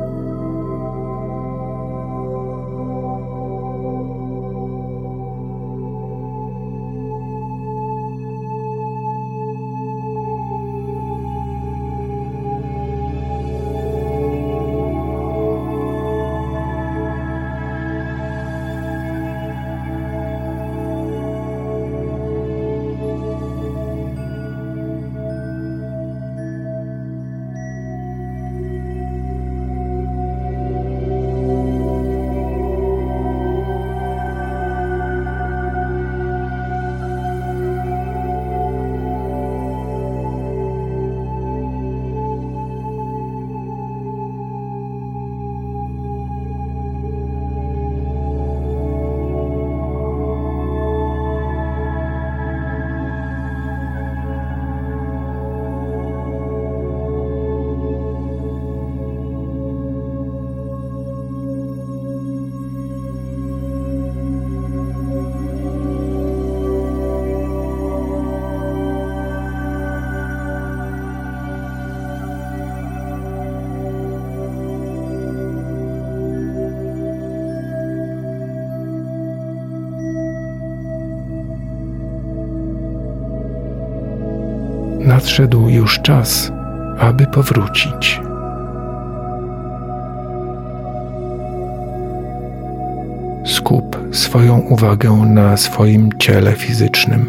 S10: Nadszedł już czas, aby powrócić. Skup swoją uwagę na swoim ciele fizycznym,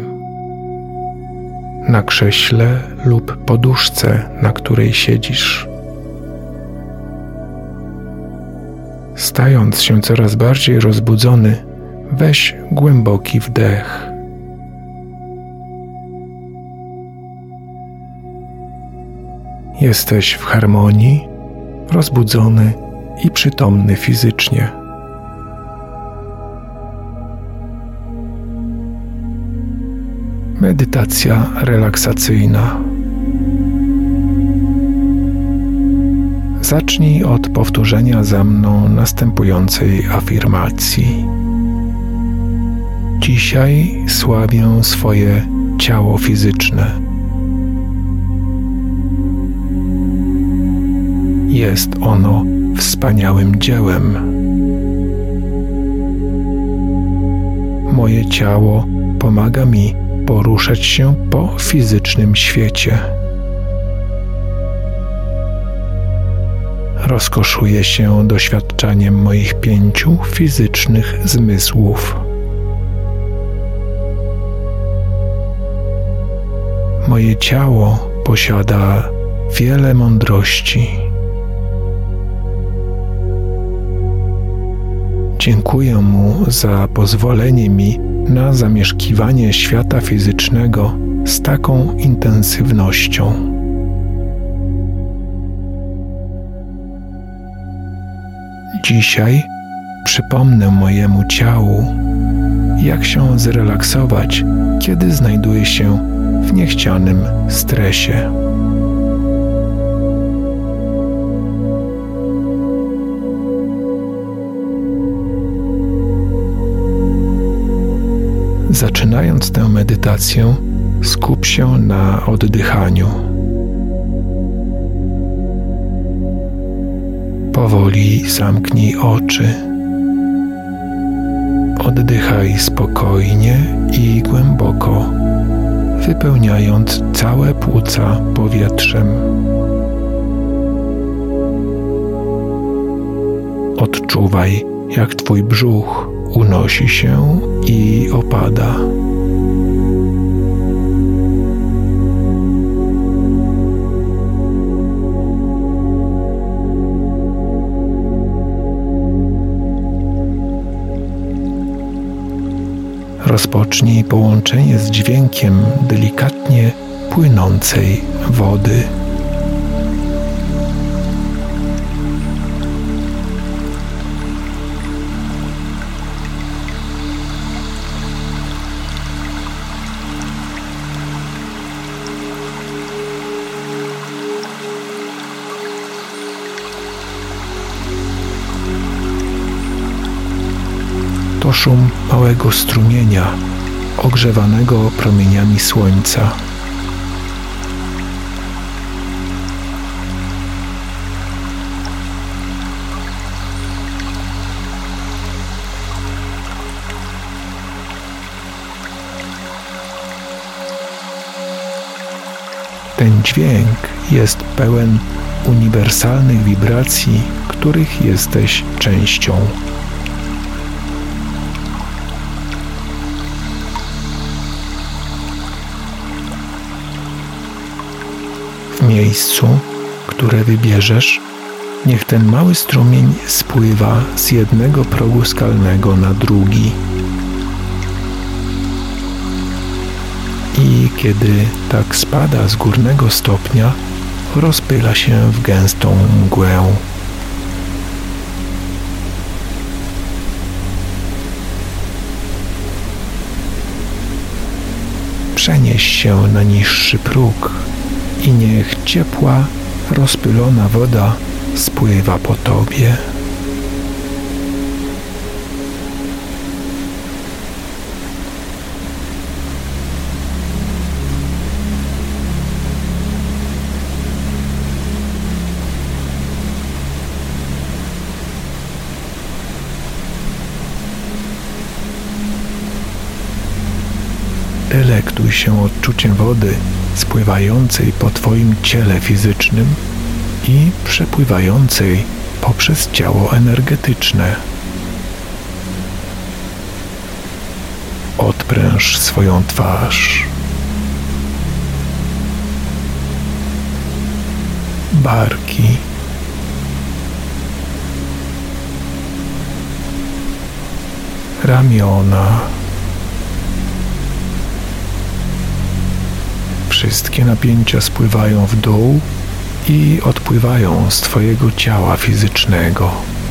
S10: na krześle lub poduszce, na której siedzisz. Stając się coraz bardziej rozbudzony, weź głęboki wdech. Jesteś w harmonii rozbudzony i przytomny fizycznie. Medytacja relaksacyjna. Zacznij od powtórzenia za mną następującej afirmacji. Dzisiaj sławię swoje ciało fizyczne. Jest ono wspaniałym dziełem. Moje ciało pomaga mi poruszać się po fizycznym świecie. Rozkoszuję się doświadczaniem moich 5 fizycznych zmysłów. Moje ciało posiada wiele mądrości. Dziękuję mu za pozwolenie mi na zamieszkiwanie świata fizycznego z taką intensywnością. Dzisiaj przypomnę mojemu ciału, jak się zrelaksować, kiedy znajduje się w niechcianym stresie. Zaczynając tę medytację, skup się na oddychaniu. Powoli zamknij oczy. Oddychaj spokojnie i głęboko, wypełniając całe płuca powietrzem. Odczuwaj, jak twój brzuch unosi się i opada. Rozpocznij połączenie z dźwiękiem delikatnie płynącej wody. To szum małego strumienia, ogrzewanego promieniami słońca. Ten dźwięk jest pełen uniwersalnych wibracji, których jesteś częścią. W miejscu, które wybierzesz, niech ten mały strumień spływa z jednego progu skalnego na drugi. I kiedy tak spada z górnego stopnia, rozpyla się w gęstą mgłę. Przenieś się na niższy próg i niech ciepła, rozpylona woda spływa po tobie. Delektuj się odczuciem wody spływającej po twoim ciele fizycznym i przepływającej poprzez ciało energetyczne. Odpręż swoją twarz, barki, ramiona. Wszystkie napięcia spływają w dół i odpływają z Twojego ciała fizycznego.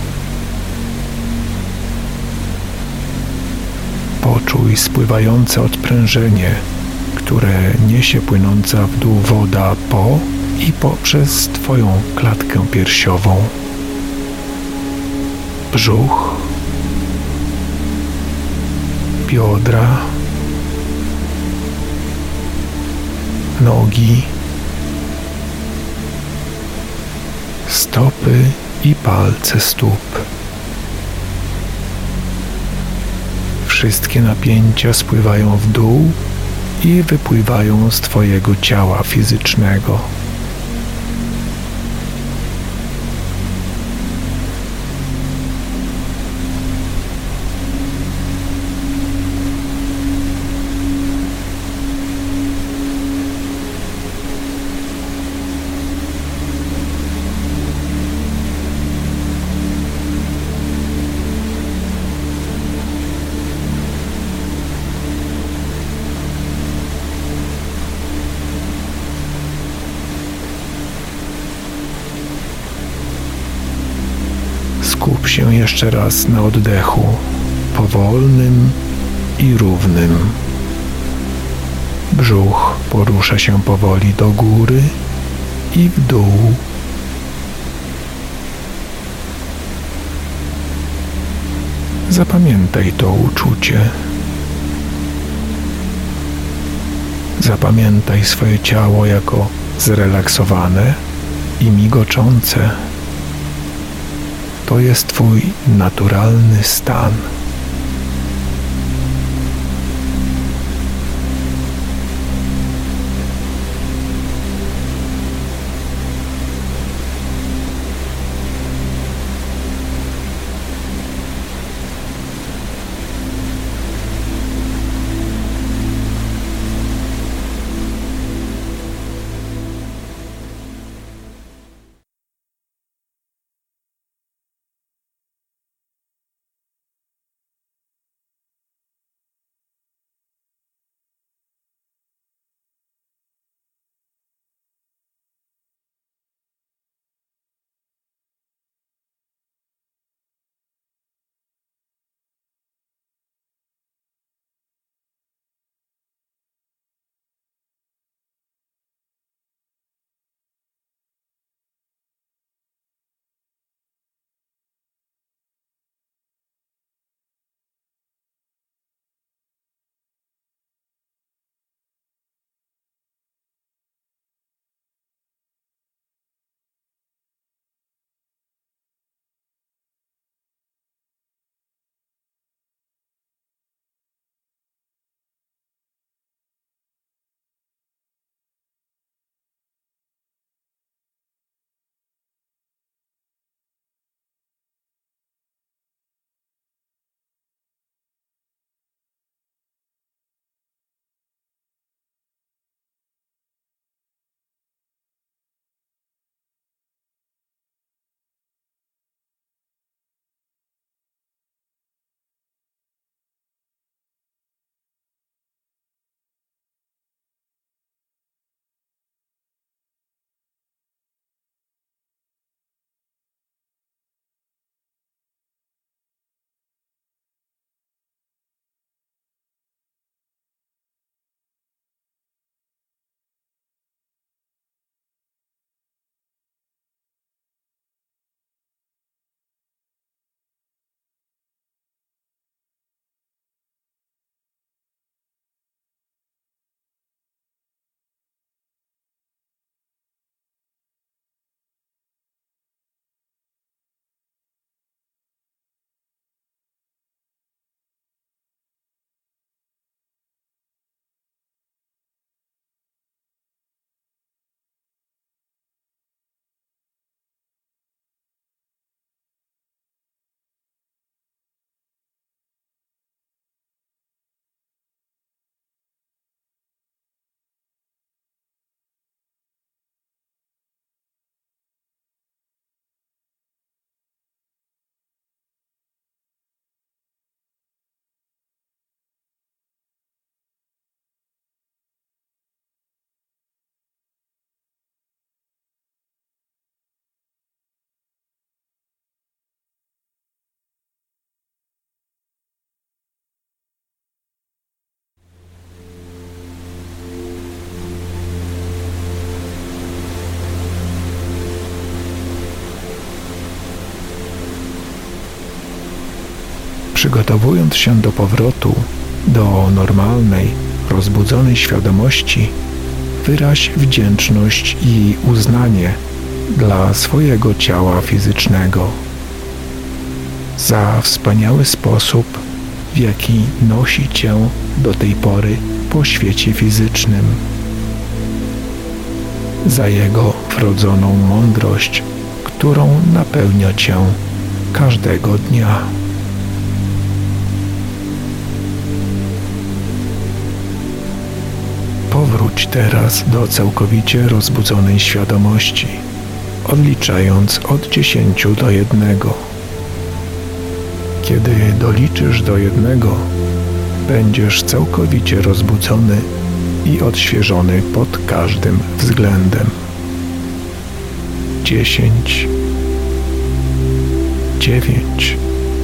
S10: Poczuj spływające odprężenie, które niesie płynąca w dół woda po i poprzez Twoją klatkę piersiową. Brzuch, biodra, nogi, stopy i palce stóp. Wszystkie napięcia spływają w dół i wypływają z Twojego ciała fizycznego. Skup się jeszcze raz na oddechu, powolnym i równym. Brzuch porusza się powoli do góry i w dół. Zapamiętaj to uczucie. Zapamiętaj swoje ciało jako zrelaksowane i migoczące. To jest Twój naturalny stan. Przygotowując się do powrotu do normalnej, rozbudzonej świadomości, wyraź wdzięczność i uznanie dla swojego ciała fizycznego za wspaniały sposób, w jaki nosi Cię do tej pory po świecie fizycznym, za jego wrodzoną mądrość, którą napełnia Cię każdego dnia. Powróć teraz do całkowicie rozbudzonej świadomości, odliczając od 10 do 1. Kiedy doliczysz do 1, będziesz całkowicie rozbudzony i odświeżony pod każdym względem. 10, 9,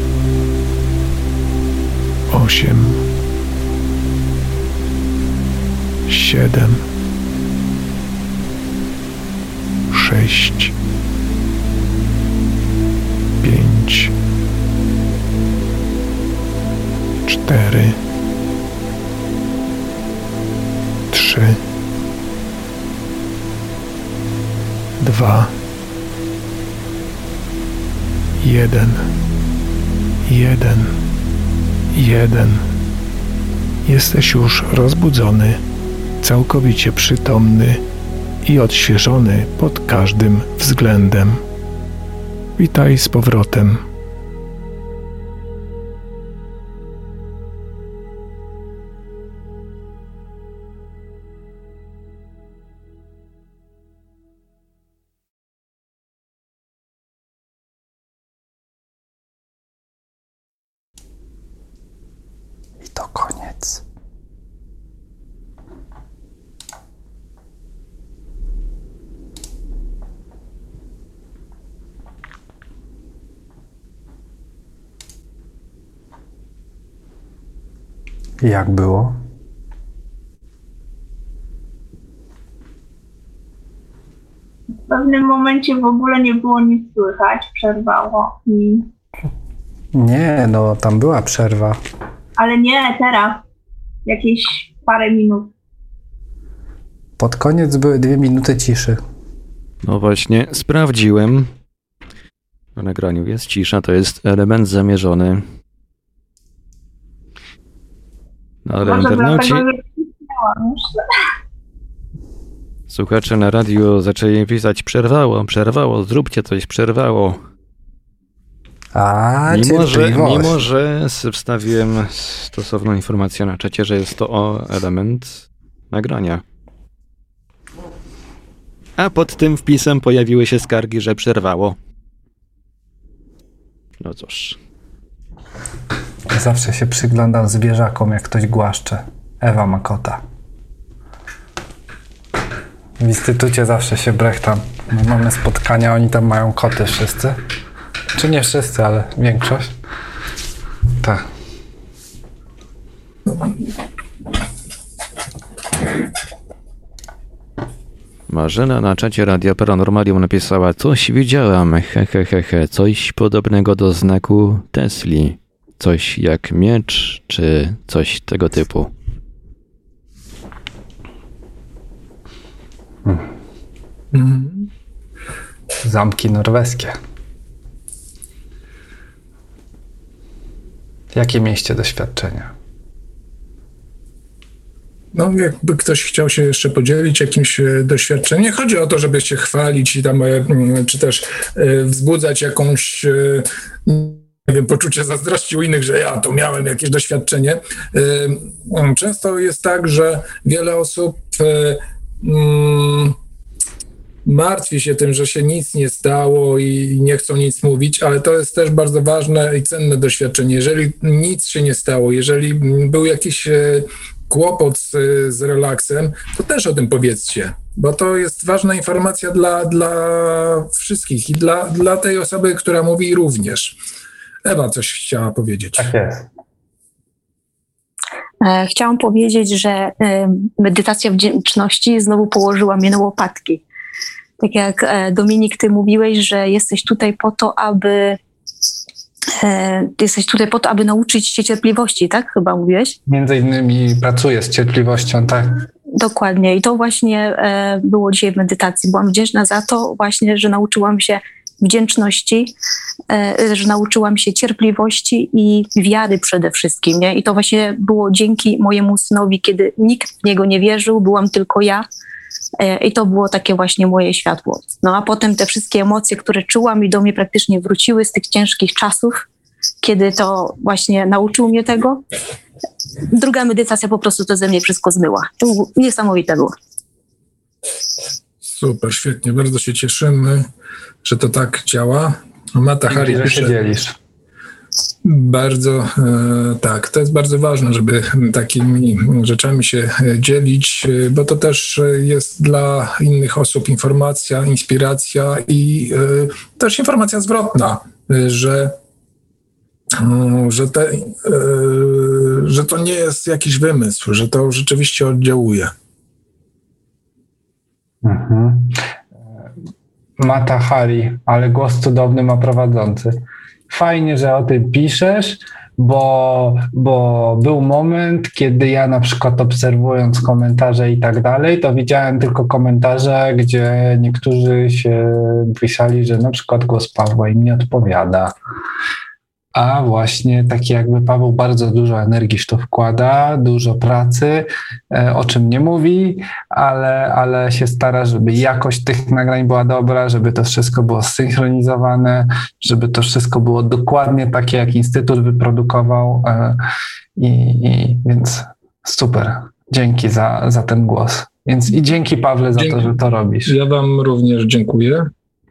S10: 8, 7, 6, 5, 4, 3, 2, 1, 1, 1. Jesteś już rozbudzony, całkowicie przytomny i odświeżony pod każdym względem. Witaj z powrotem.
S3: I to koniec. Jak było?
S11: W pewnym momencie w ogóle nie było nic słychać, przerwało.
S3: Nie, no tam była przerwa.
S11: Ale nie, teraz. Jakieś parę minut.
S3: Pod koniec były 2 minuty ciszy.
S4: No właśnie, sprawdziłem. Na nagraniu jest cisza, to jest element zamierzony. No, ale internauci... Słuchacze na radiu zaczęli pisać przerwało, zróbcie coś, przerwało. Mimo że wstawiłem stosowną informację na czacie, że jest to element nagrania. A pod tym wpisem pojawiły się skargi, że przerwało. No cóż.
S3: Zawsze się przyglądam zwierzakom, jak ktoś głaszcze. Ewa ma kota. W instytucie zawsze się brechtam. Mamy spotkania, oni tam mają koty wszyscy. Czy nie wszyscy, ale większość. Tak.
S4: Marzena na czacie Radia Paranormalium napisała: coś widziałam, coś podobnego do znaku Tesli. Coś jak miecz, czy coś tego typu.
S3: Zamki norweskie. Jakie mieliście doświadczenia?
S2: No, jakby ktoś chciał się jeszcze podzielić jakimś doświadczeniem, nie chodzi o to, żeby się chwalić i tam, czy też wzbudzać jakąś, nie wiem, poczucie zazdrości u innych, że ja tu miałem jakieś doświadczenie. Często jest tak, że wiele osób martwi się tym, że się nic nie stało i nie chcą nic mówić, ale to jest też bardzo ważne i cenne doświadczenie. Jeżeli nic się nie stało, jeżeli był jakiś kłopot z relaksem, to też o tym powiedzcie, bo to jest ważna informacja dla wszystkich i dla tej osoby, która mówi również. Ewa coś chciała powiedzieć.
S3: Tak jest.
S12: Chciałam powiedzieć, że medytacja wdzięczności znowu położyła mnie na łopatki. Tak jak Dominik, ty mówiłeś, że jesteś tutaj po to, aby Ty jesteś tutaj po to, aby nauczyć się cierpliwości, tak? Chyba mówiłeś?
S3: Między innymi pracuję z cierpliwością, tak.
S12: Dokładnie. I to właśnie było dzisiaj w medytacji. Byłam wdzięczna za to właśnie, że nauczyłam się wdzięczności, że nauczyłam się cierpliwości i wiary przede wszystkim. Nie? I to właśnie było dzięki mojemu synowi, kiedy nikt w niego nie wierzył, byłam tylko ja. I to było takie właśnie moje światło. No a potem te wszystkie emocje, które czułam i do mnie praktycznie wróciły z tych ciężkich czasów, kiedy to właśnie nauczył mnie tego. Druga medytacja po prostu to ze mnie wszystko zmyła. To niesamowite było.
S2: Super, świetnie. Bardzo się cieszymy, że to tak działa. Mata Hari
S3: że się dzielisz.
S2: Bardzo, tak, to jest bardzo ważne, żeby takimi rzeczami się dzielić, bo to też jest dla innych osób informacja, inspiracja i też informacja zwrotna, że to nie jest jakiś wymysł, że to rzeczywiście oddziałuje.
S3: Mhm. Mata Hari, ale głos cudowny ma prowadzący. Fajnie, że o tym piszesz, bo był moment, kiedy ja na przykład obserwując komentarze i tak dalej, to widziałem tylko komentarze, gdzie niektórzy się pisali, że na przykład głos Pawła im nie odpowiada. A właśnie taki jakby Paweł bardzo dużo energii w to wkłada, dużo pracy, o czym nie mówi, ale się stara, żeby jakość tych nagrań była dobra, żeby to wszystko było zsynchronizowane, żeby to wszystko było dokładnie takie, jak Instytut wyprodukował. Więc super. Dzięki za ten głos. Więc i dzięki Pawle za to, że to robisz.
S2: Ja wam również dziękuję.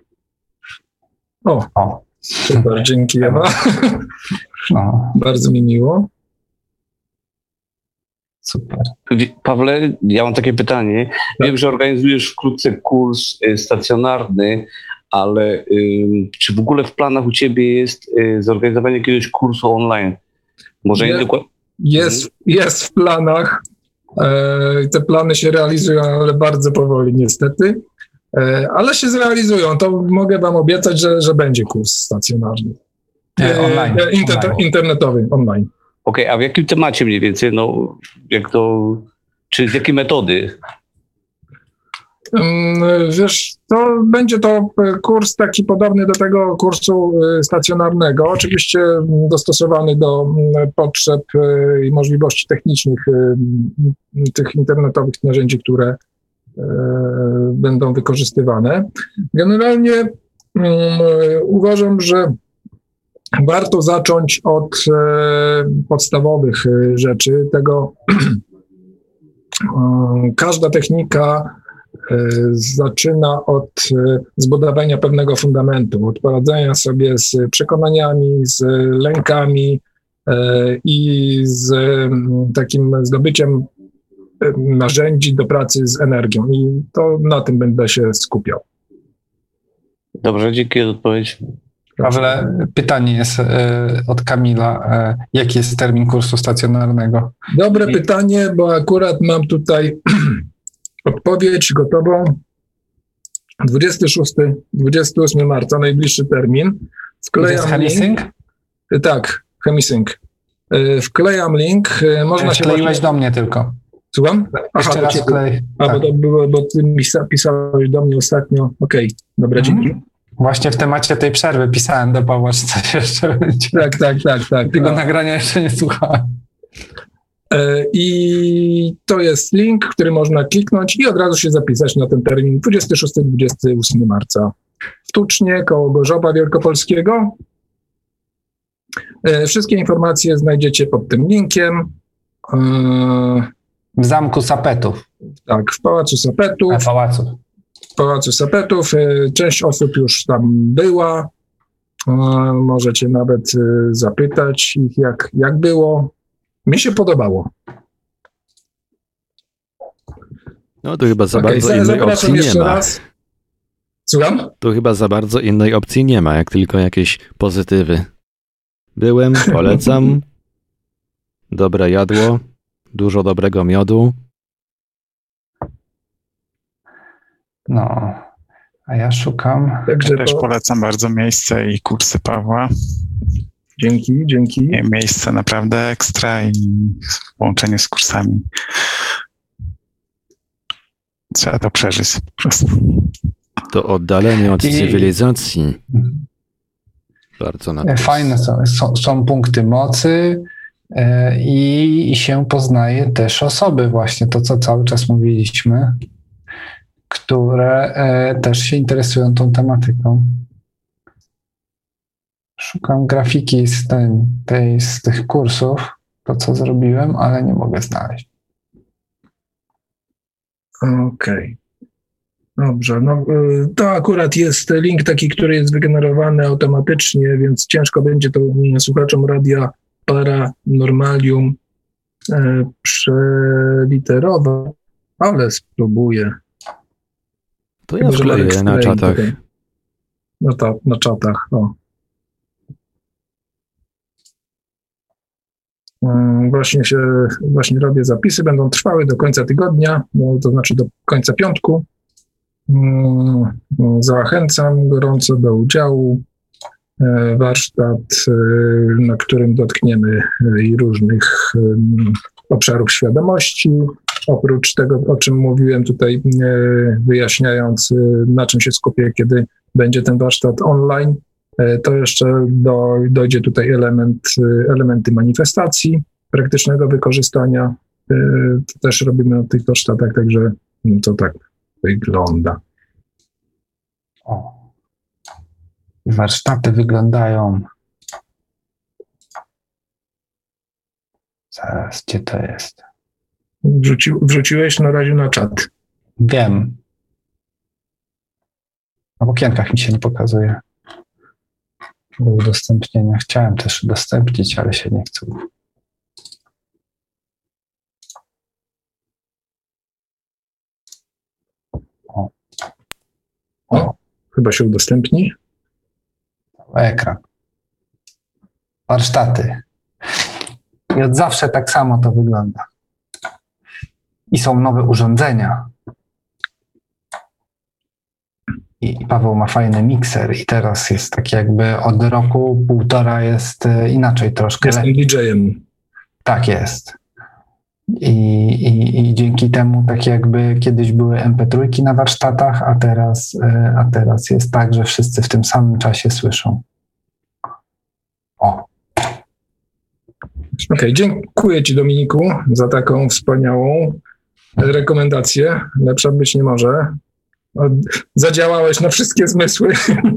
S2: O. Super, dzięki Ewa.
S3: No.
S2: Bardzo mi miło.
S3: Super.
S13: Pawle, ja mam takie pytanie. Wiem, że organizujesz wkrótce kurs stacjonarny, ale czy w ogóle w planach u ciebie jest zorganizowanie jakiegoś kursu online? Może
S2: jest w planach. Te plany się realizują, ale bardzo powoli niestety. Ale się zrealizują. To mogę wam obiecać, że będzie kurs stacjonarny.
S3: Online.
S2: Internetowy, online.
S13: Okej, a w jakim temacie mniej więcej? Czy z jakiej metody?
S2: Wiesz, to będzie to kurs taki podobny do tego kursu stacjonarnego, oczywiście dostosowany do potrzeb i możliwości technicznych tych internetowych narzędzi, które będą wykorzystywane. Generalnie uważam, że warto zacząć od podstawowych rzeczy. Każda technika zaczyna od zbudowania pewnego fundamentu, od poradzenia sobie z przekonaniami, z lękami i z takim zdobyciem narzędzi do pracy z energią. I to na tym będę się skupiał.
S13: Dobrze, dzięki za odpowiedź.
S3: Pawle, pytanie jest od Kamila. Jaki jest termin kursu stacjonarnego?
S2: Dobre pytanie, bo akurat mam tutaj odpowiedź gotową. 26-28 marca, najbliższy termin.
S3: Wklejam Hemisync?
S2: Tak, Hemisync. Wklejam link. Można się
S3: wkleiłeś do mnie tylko.
S2: Słucham?
S3: Jeszcze raz wklej.
S2: Tak. Bo ty pisałeś do mnie ostatnio. Okej, dobra, dzięki.
S3: Właśnie w temacie tej przerwy pisałem do Pawła, czy coś jeszcze będzie.
S2: Tak.
S3: Tego nagrania jeszcze nie słuchałem.
S2: I to jest link, który można kliknąć i od razu się zapisać na ten termin 26-28 marca. W Tucznie, koło Gorzowa Wielkopolskiego. Wszystkie informacje znajdziecie pod tym linkiem.
S3: W Zamku Sapetów.
S2: Tak, w Pałacu Sapetów. W Pałacu Sapetów. Część osób już tam była. Możecie nawet zapytać ich, jak było. Mi się podobało.
S4: No to chyba za bardzo innej opcji nie ma.
S2: Raz. Słucham?
S4: Tu chyba za bardzo innej opcji nie ma, jak tylko jakieś pozytywy. Byłem, polecam. Dobre jadło, dużo dobrego miodu.
S3: No, a ja szukam.
S14: Także też polecam bardzo miejsce i kursy Pawła.
S2: Dzięki.
S14: Miejsce naprawdę ekstra i połączenie z kursami. Trzeba to przeżyć po prostu.
S4: To oddalenie od cywilizacji. Bardzo na
S3: fajne są punkty mocy i się poznaje też osoby, właśnie to, co cały czas mówiliśmy, które też się interesują tą tematyką. Szukam grafiki z tych kursów, to co zrobiłem, ale nie mogę znaleźć.
S2: Okej. Dobrze, no to akurat jest link taki, który jest wygenerowany automatycznie, więc ciężko będzie to słuchaczom Radia Paranormalium przeliterować, ale spróbuję.
S4: To ja wkleję na czatach.
S2: Na czatach, o. Właśnie robię zapisy, będą trwały do końca tygodnia, to znaczy do końca piątku. Zachęcam gorąco do udziału. Warsztat, na którym dotkniemy i różnych obszarów świadomości. Oprócz tego, o czym mówiłem tutaj, wyjaśniając, na czym się skupię, kiedy będzie ten warsztat online, to jeszcze dojdzie tutaj elementy manifestacji, praktycznego wykorzystania. To też robimy na tych warsztatach, także to tak wygląda.
S3: O. Warsztaty wyglądają. Zaraz, gdzie to jest?
S2: Wrzuciłeś na razie na czat.
S3: Wiem. A w okienkach mi się nie pokazuje. Do udostępnienia. Chciałem też udostępnić, ale się nie chce.
S2: O, chyba się udostępni.
S3: Ekran. Warsztaty. I od zawsze tak samo to wygląda. I są nowe urządzenia. I Paweł ma fajny mikser i teraz jest tak jakby od roku, półtora jest inaczej troszkę.
S2: Jestem DJ-em.
S3: Tak jest. I dzięki temu tak jakby kiedyś były MP3 na warsztatach, a teraz jest tak, że wszyscy w tym samym czasie słyszą. O.
S2: Okej, dziękuję Ci, Dominiku, za taką wspaniałą rekomendację. Lepsza być nie może. Zadziałałeś na wszystkie zmysły.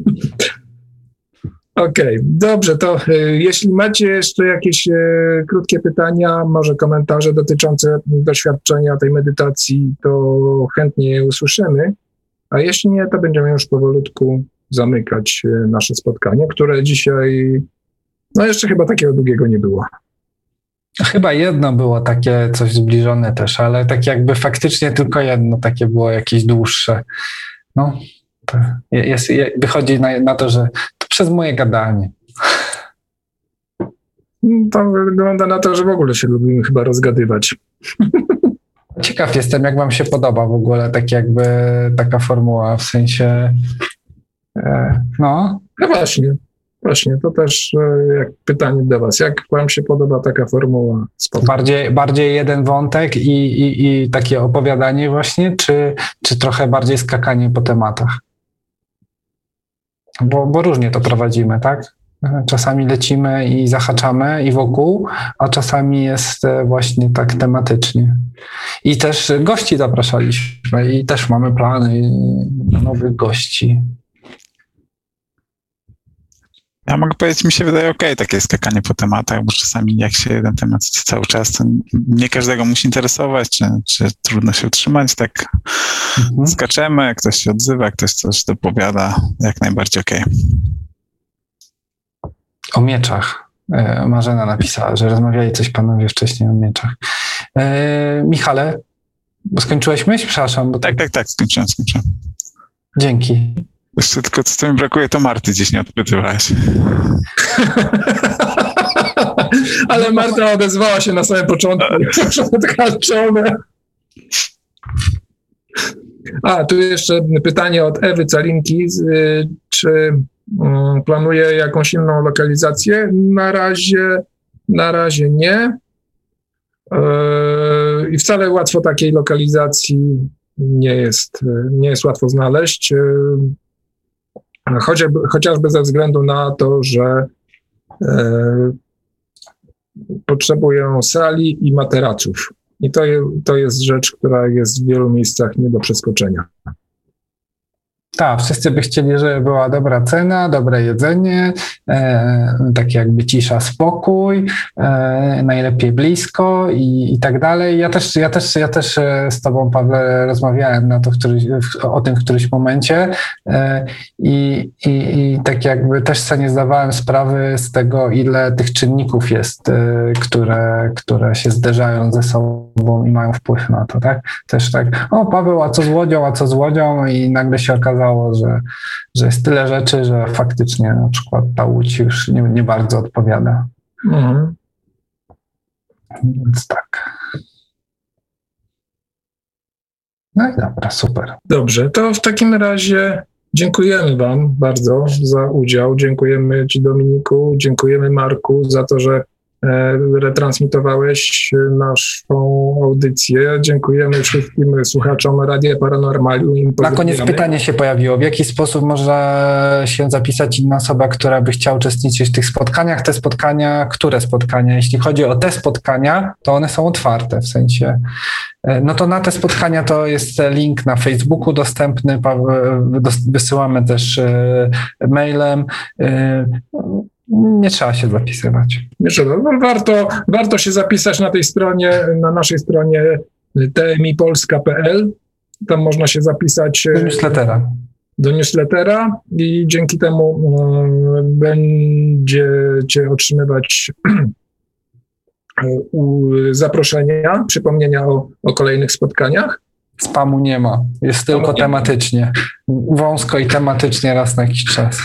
S2: Okej, dobrze, to jeśli macie jeszcze jakieś krótkie pytania, może komentarze dotyczące doświadczenia tej medytacji, to chętnie je usłyszymy, a jeśli nie, to będziemy już powolutku zamykać nasze spotkanie, które dzisiaj, no jeszcze chyba takiego długiego nie było.
S3: Chyba jedno było takie coś zbliżone też, ale tak jakby faktycznie tylko jedno takie było jakieś dłuższe. No, to wychodzi na to, że to przez moje gadanie.
S2: To wygląda na to, że w ogóle się lubimy chyba rozgadywać.
S3: Ciekaw jestem, jak wam się podoba w ogóle tak jakby taka formuła, w sensie no.
S2: No właśnie, to też jak pytanie do was. Jak wam się podoba taka formuła?
S3: Bardziej jeden wątek i takie opowiadanie właśnie, czy trochę bardziej skakanie po tematach? Bo różnie to prowadzimy, tak? Czasami lecimy i zahaczamy i wokół, a czasami jest właśnie tak tematycznie. I też gości zapraszaliśmy i też mamy plany na nowych gości.
S14: Ja mogę powiedzieć, mi się wydaje okej, takie skakanie po tematach, bo czasami jak się jeden temat cały czas, to nie każdego musi interesować, czy trudno się utrzymać, tak skaczemy, ktoś się odzywa, ktoś coś dopowiada, jak najbardziej okej.
S3: O mieczach. Marzena napisała, że rozmawiali coś panowie wcześniej o mieczach. Michale, bo skończyłeś myśl? Przepraszam. Bo
S14: tak, skończyłem.
S3: Dzięki.
S14: Jeszcze tylko co mi brakuje, to Marty gdzieś nie odpytywałeś.
S2: Ale Marta odezwała się na samym początku. Odhaczone. A, tu jeszcze pytanie od Ewy Calinki. Czy planuje jakąś inną lokalizację? Na razie nie. I wcale łatwo takiej lokalizacji nie jest łatwo znaleźć. Chociażby ze względu na to, że potrzebują sali i materaców. I to jest rzecz, która jest w wielu miejscach nie do przeskoczenia.
S3: Tak, wszyscy by chcieli, żeby była dobra cena, dobre jedzenie, takie jakby cisza, spokój, najlepiej blisko i tak dalej. Ja też z tobą, Pawle, rozmawiałem o tym w którymś momencie i tak jakby też sobie nie zdawałem sprawy z tego, ile tych czynników jest, które się zderzają ze sobą i mają wpływ na to, tak? Też tak, Paweł, a co z Łodzią? I nagle się okazało, że jest tyle rzeczy, że faktycznie na przykład ta Łódź już nie bardzo odpowiada.
S2: Mhm.
S3: Więc tak. No i dobra, super.
S2: Dobrze, to w takim razie dziękujemy Wam bardzo za udział. Dziękujemy Ci, Dominiku, dziękujemy Marku za to, że retransmitowałeś naszą audycję. Dziękujemy wszystkim słuchaczom Radia Paranormalium.
S3: Na koniec pytanie się pojawiło. W jaki sposób może się zapisać inna osoba, która by chciała uczestniczyć w tych spotkaniach? Które spotkania? Jeśli chodzi o te spotkania, to one są otwarte, w sensie no to na te spotkania to jest link na Facebooku dostępny, wysyłamy też mailem. Nie trzeba się zapisywać.
S2: Warto się zapisać na tej stronie, na naszej stronie tmipolska.pl. Tam można się zapisać do newslettera i dzięki temu będziecie otrzymywać zaproszenia, przypomnienia o kolejnych spotkaniach.
S3: Spamu nie ma, jest tylko tematycznie. Wąsko i tematycznie raz na jakiś czas.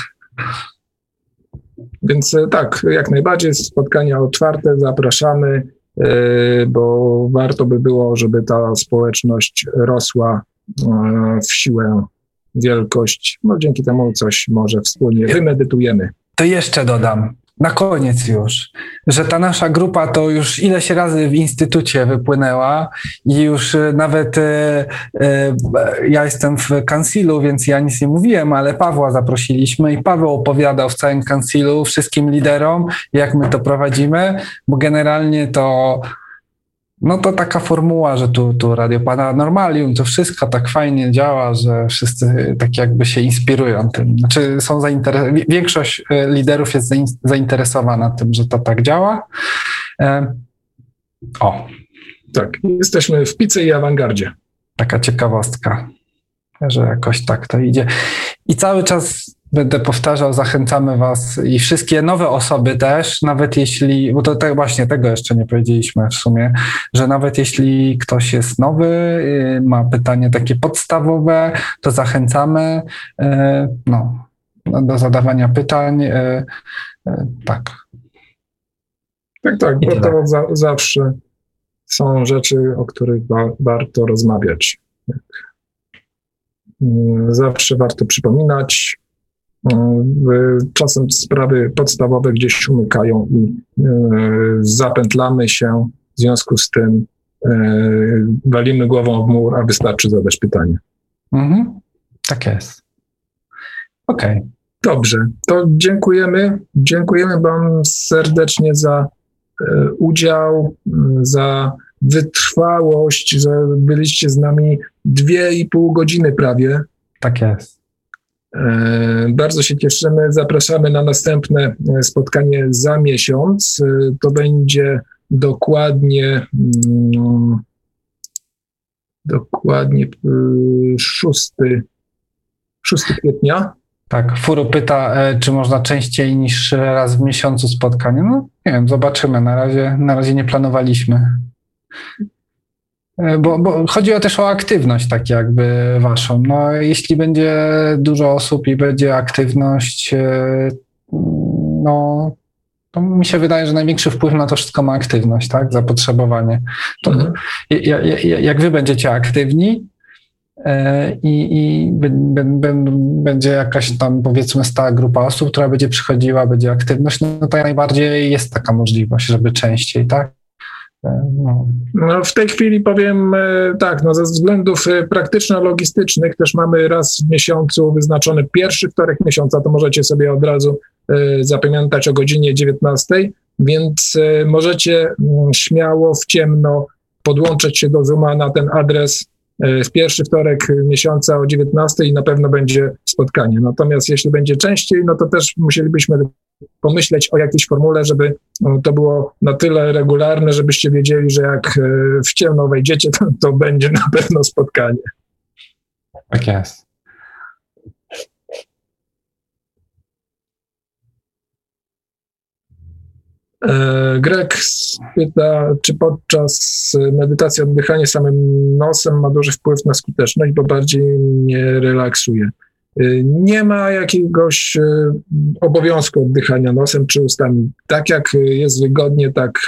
S2: Więc tak, jak najbardziej spotkania otwarte, zapraszamy, bo warto by było, żeby ta społeczność rosła w siłę, wielkość. No dzięki temu coś może wspólnie wymedytujemy.
S3: To jeszcze dodam, na koniec już, że ta nasza grupa to już ileś razy w instytucie wypłynęła i już nawet ja jestem w kansilu, więc ja nic nie mówiłem, ale Pawła zaprosiliśmy i Paweł opowiadał w całym kansilu wszystkim liderom, jak my to prowadzimy, bo generalnie to to taka formuła, że tu Radio Paranormalium, to wszystko tak fajnie działa, że wszyscy tak jakby się inspirują tym. Znaczy większość liderów jest zainteresowana tym, że to tak działa.
S2: Tak, jesteśmy w picy i awangardzie.
S3: Taka ciekawostka, że jakoś tak to idzie. I cały czas będę powtarzał, zachęcamy Was i wszystkie nowe osoby też, nawet jeśli, bo to właśnie tego jeszcze nie powiedzieliśmy w sumie, że nawet jeśli ktoś jest nowy, ma pytanie takie podstawowe, to zachęcamy do zadawania pytań. Tak.
S2: Tak, bo to zawsze są rzeczy, o których warto rozmawiać. Zawsze warto przypominać. Czasem sprawy podstawowe gdzieś umykają i zapętlamy się, w związku z tym walimy głową w mur, a wystarczy zadać pytanie.
S3: Tak jest. Okej.
S2: Dobrze, to dziękujemy. Dziękujemy Wam serdecznie za udział, za wytrwałość, że byliście z nami 2,5 godziny prawie.
S3: Tak jest.
S2: Bardzo się cieszymy. Zapraszamy na następne spotkanie za miesiąc. To będzie dokładnie 6 kwietnia.
S3: Tak, Furu pyta, czy można częściej niż raz w miesiącu spotkanie. No nie wiem, zobaczymy. Na razie nie planowaliśmy. Bo chodzi też o aktywność tak jakby waszą. No, jeśli będzie dużo osób i będzie aktywność, to mi się wydaje, że największy wpływ na to wszystko ma aktywność, tak? Zapotrzebowanie. To jak wy będziecie aktywni, i będzie jakaś tam, powiedzmy, stała grupa osób, która będzie przychodziła, będzie aktywność, no to jak najbardziej jest taka możliwość, żeby częściej, tak?
S2: No, w tej chwili powiem tak, no, ze względów praktyczno-logistycznych też mamy raz w miesiącu wyznaczony pierwszy wtorek miesiąca, to możecie sobie od razu zapamiętać o godzinie 19, więc możecie śmiało w ciemno podłączyć się do Zooma na ten adres w pierwszy wtorek miesiąca o 19 i na pewno będzie spotkanie. Natomiast jeśli będzie częściej, no to też musielibyśmy pomyśleć o jakiejś formule, żeby to było na tyle regularne, żebyście wiedzieli, że jak w ciemno wejdziecie, to będzie na pewno spotkanie.
S3: Tak jest.
S2: Greg pyta, czy podczas medytacji oddychanie samym nosem ma duży wpływ na skuteczność, bo bardziej mnie relaksuje. Nie ma jakiegoś obowiązku oddychania nosem czy ustami. Tak jak jest wygodnie, tak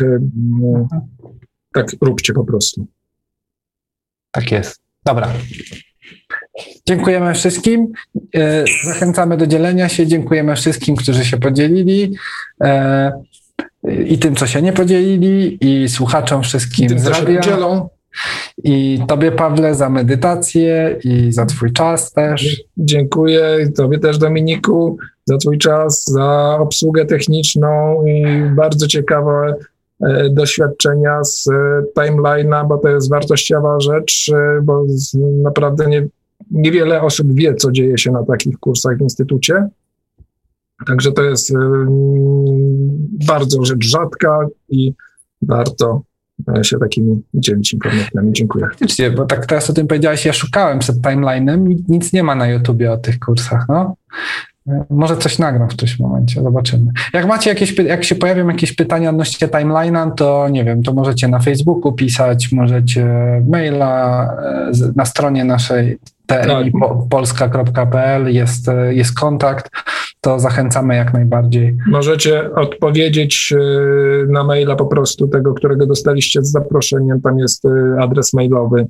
S2: róbcie po prostu.
S3: Tak jest. Dobra. Dziękujemy wszystkim. Zachęcamy do dzielenia się. Dziękujemy wszystkim, którzy się podzielili. I tym, co się nie podzielili, i słuchaczom wszystkim
S2: tym,
S3: z radia.
S2: Dzielą.
S3: I tobie, Pawle, za medytację i za twój czas też.
S2: Dziękuję tobie też, Dominiku, za twój czas, za obsługę techniczną i bardzo ciekawe doświadczenia z timeline'a, bo to jest wartościowa rzecz, bo naprawdę niewiele osób wie, co dzieje się na takich kursach w Instytucie. Także to jest bardzo rzecz rzadka i warto się takimi dzielić informacjami. Dziękuję.
S3: Faktycznie, bo tak teraz o tym powiedziałeś, ja szukałem przed timeline'em i nic nie ma na YouTubie o tych kursach, no. Może coś nagram w którymś momencie, zobaczymy. Jak macie jak się pojawią jakieś pytania odnośnie timeline'a, to nie wiem, to możecie na Facebooku pisać, możecie maila na stronie naszej tmipolska.pl jest kontakt, to zachęcamy jak najbardziej.
S2: Możecie odpowiedzieć na maila po prostu tego, którego dostaliście z zaproszeniem, tam jest adres mailowy.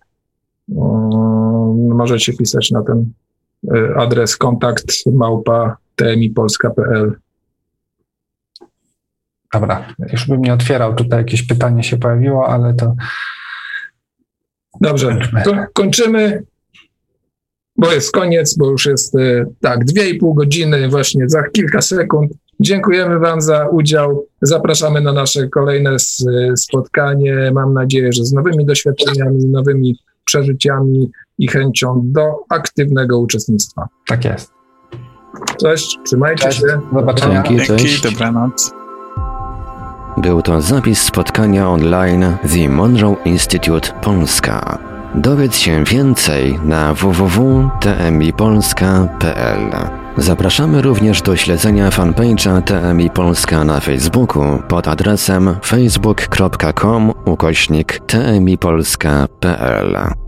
S2: Możecie pisać na ten adres kontakt@tmipolska.pl.
S3: Dobra, już bym nie otwierał, tutaj jakieś pytanie się pojawiło, ale to...
S2: Dobrze, to kończymy, bo jest koniec, bo już jest 2,5 godziny, właśnie za kilka sekund. Dziękujemy wam za udział, zapraszamy na nasze kolejne spotkanie, mam nadzieję, że z nowymi doświadczeniami, nowymi przeżyciami i chęcią do aktywnego uczestnictwa.
S3: Tak jest.
S2: Cześć, trzymajcie się.
S3: Do zobaczenia.
S14: Dzięki, dobranoc.
S1: Był to zapis spotkania online The Monroe Institute Polska. Dowiedz się więcej na www.tmipolska.pl. Zapraszamy również do śledzenia fanpage'a TMI Polska na Facebooku pod adresem facebook.com/tmipolska.pl.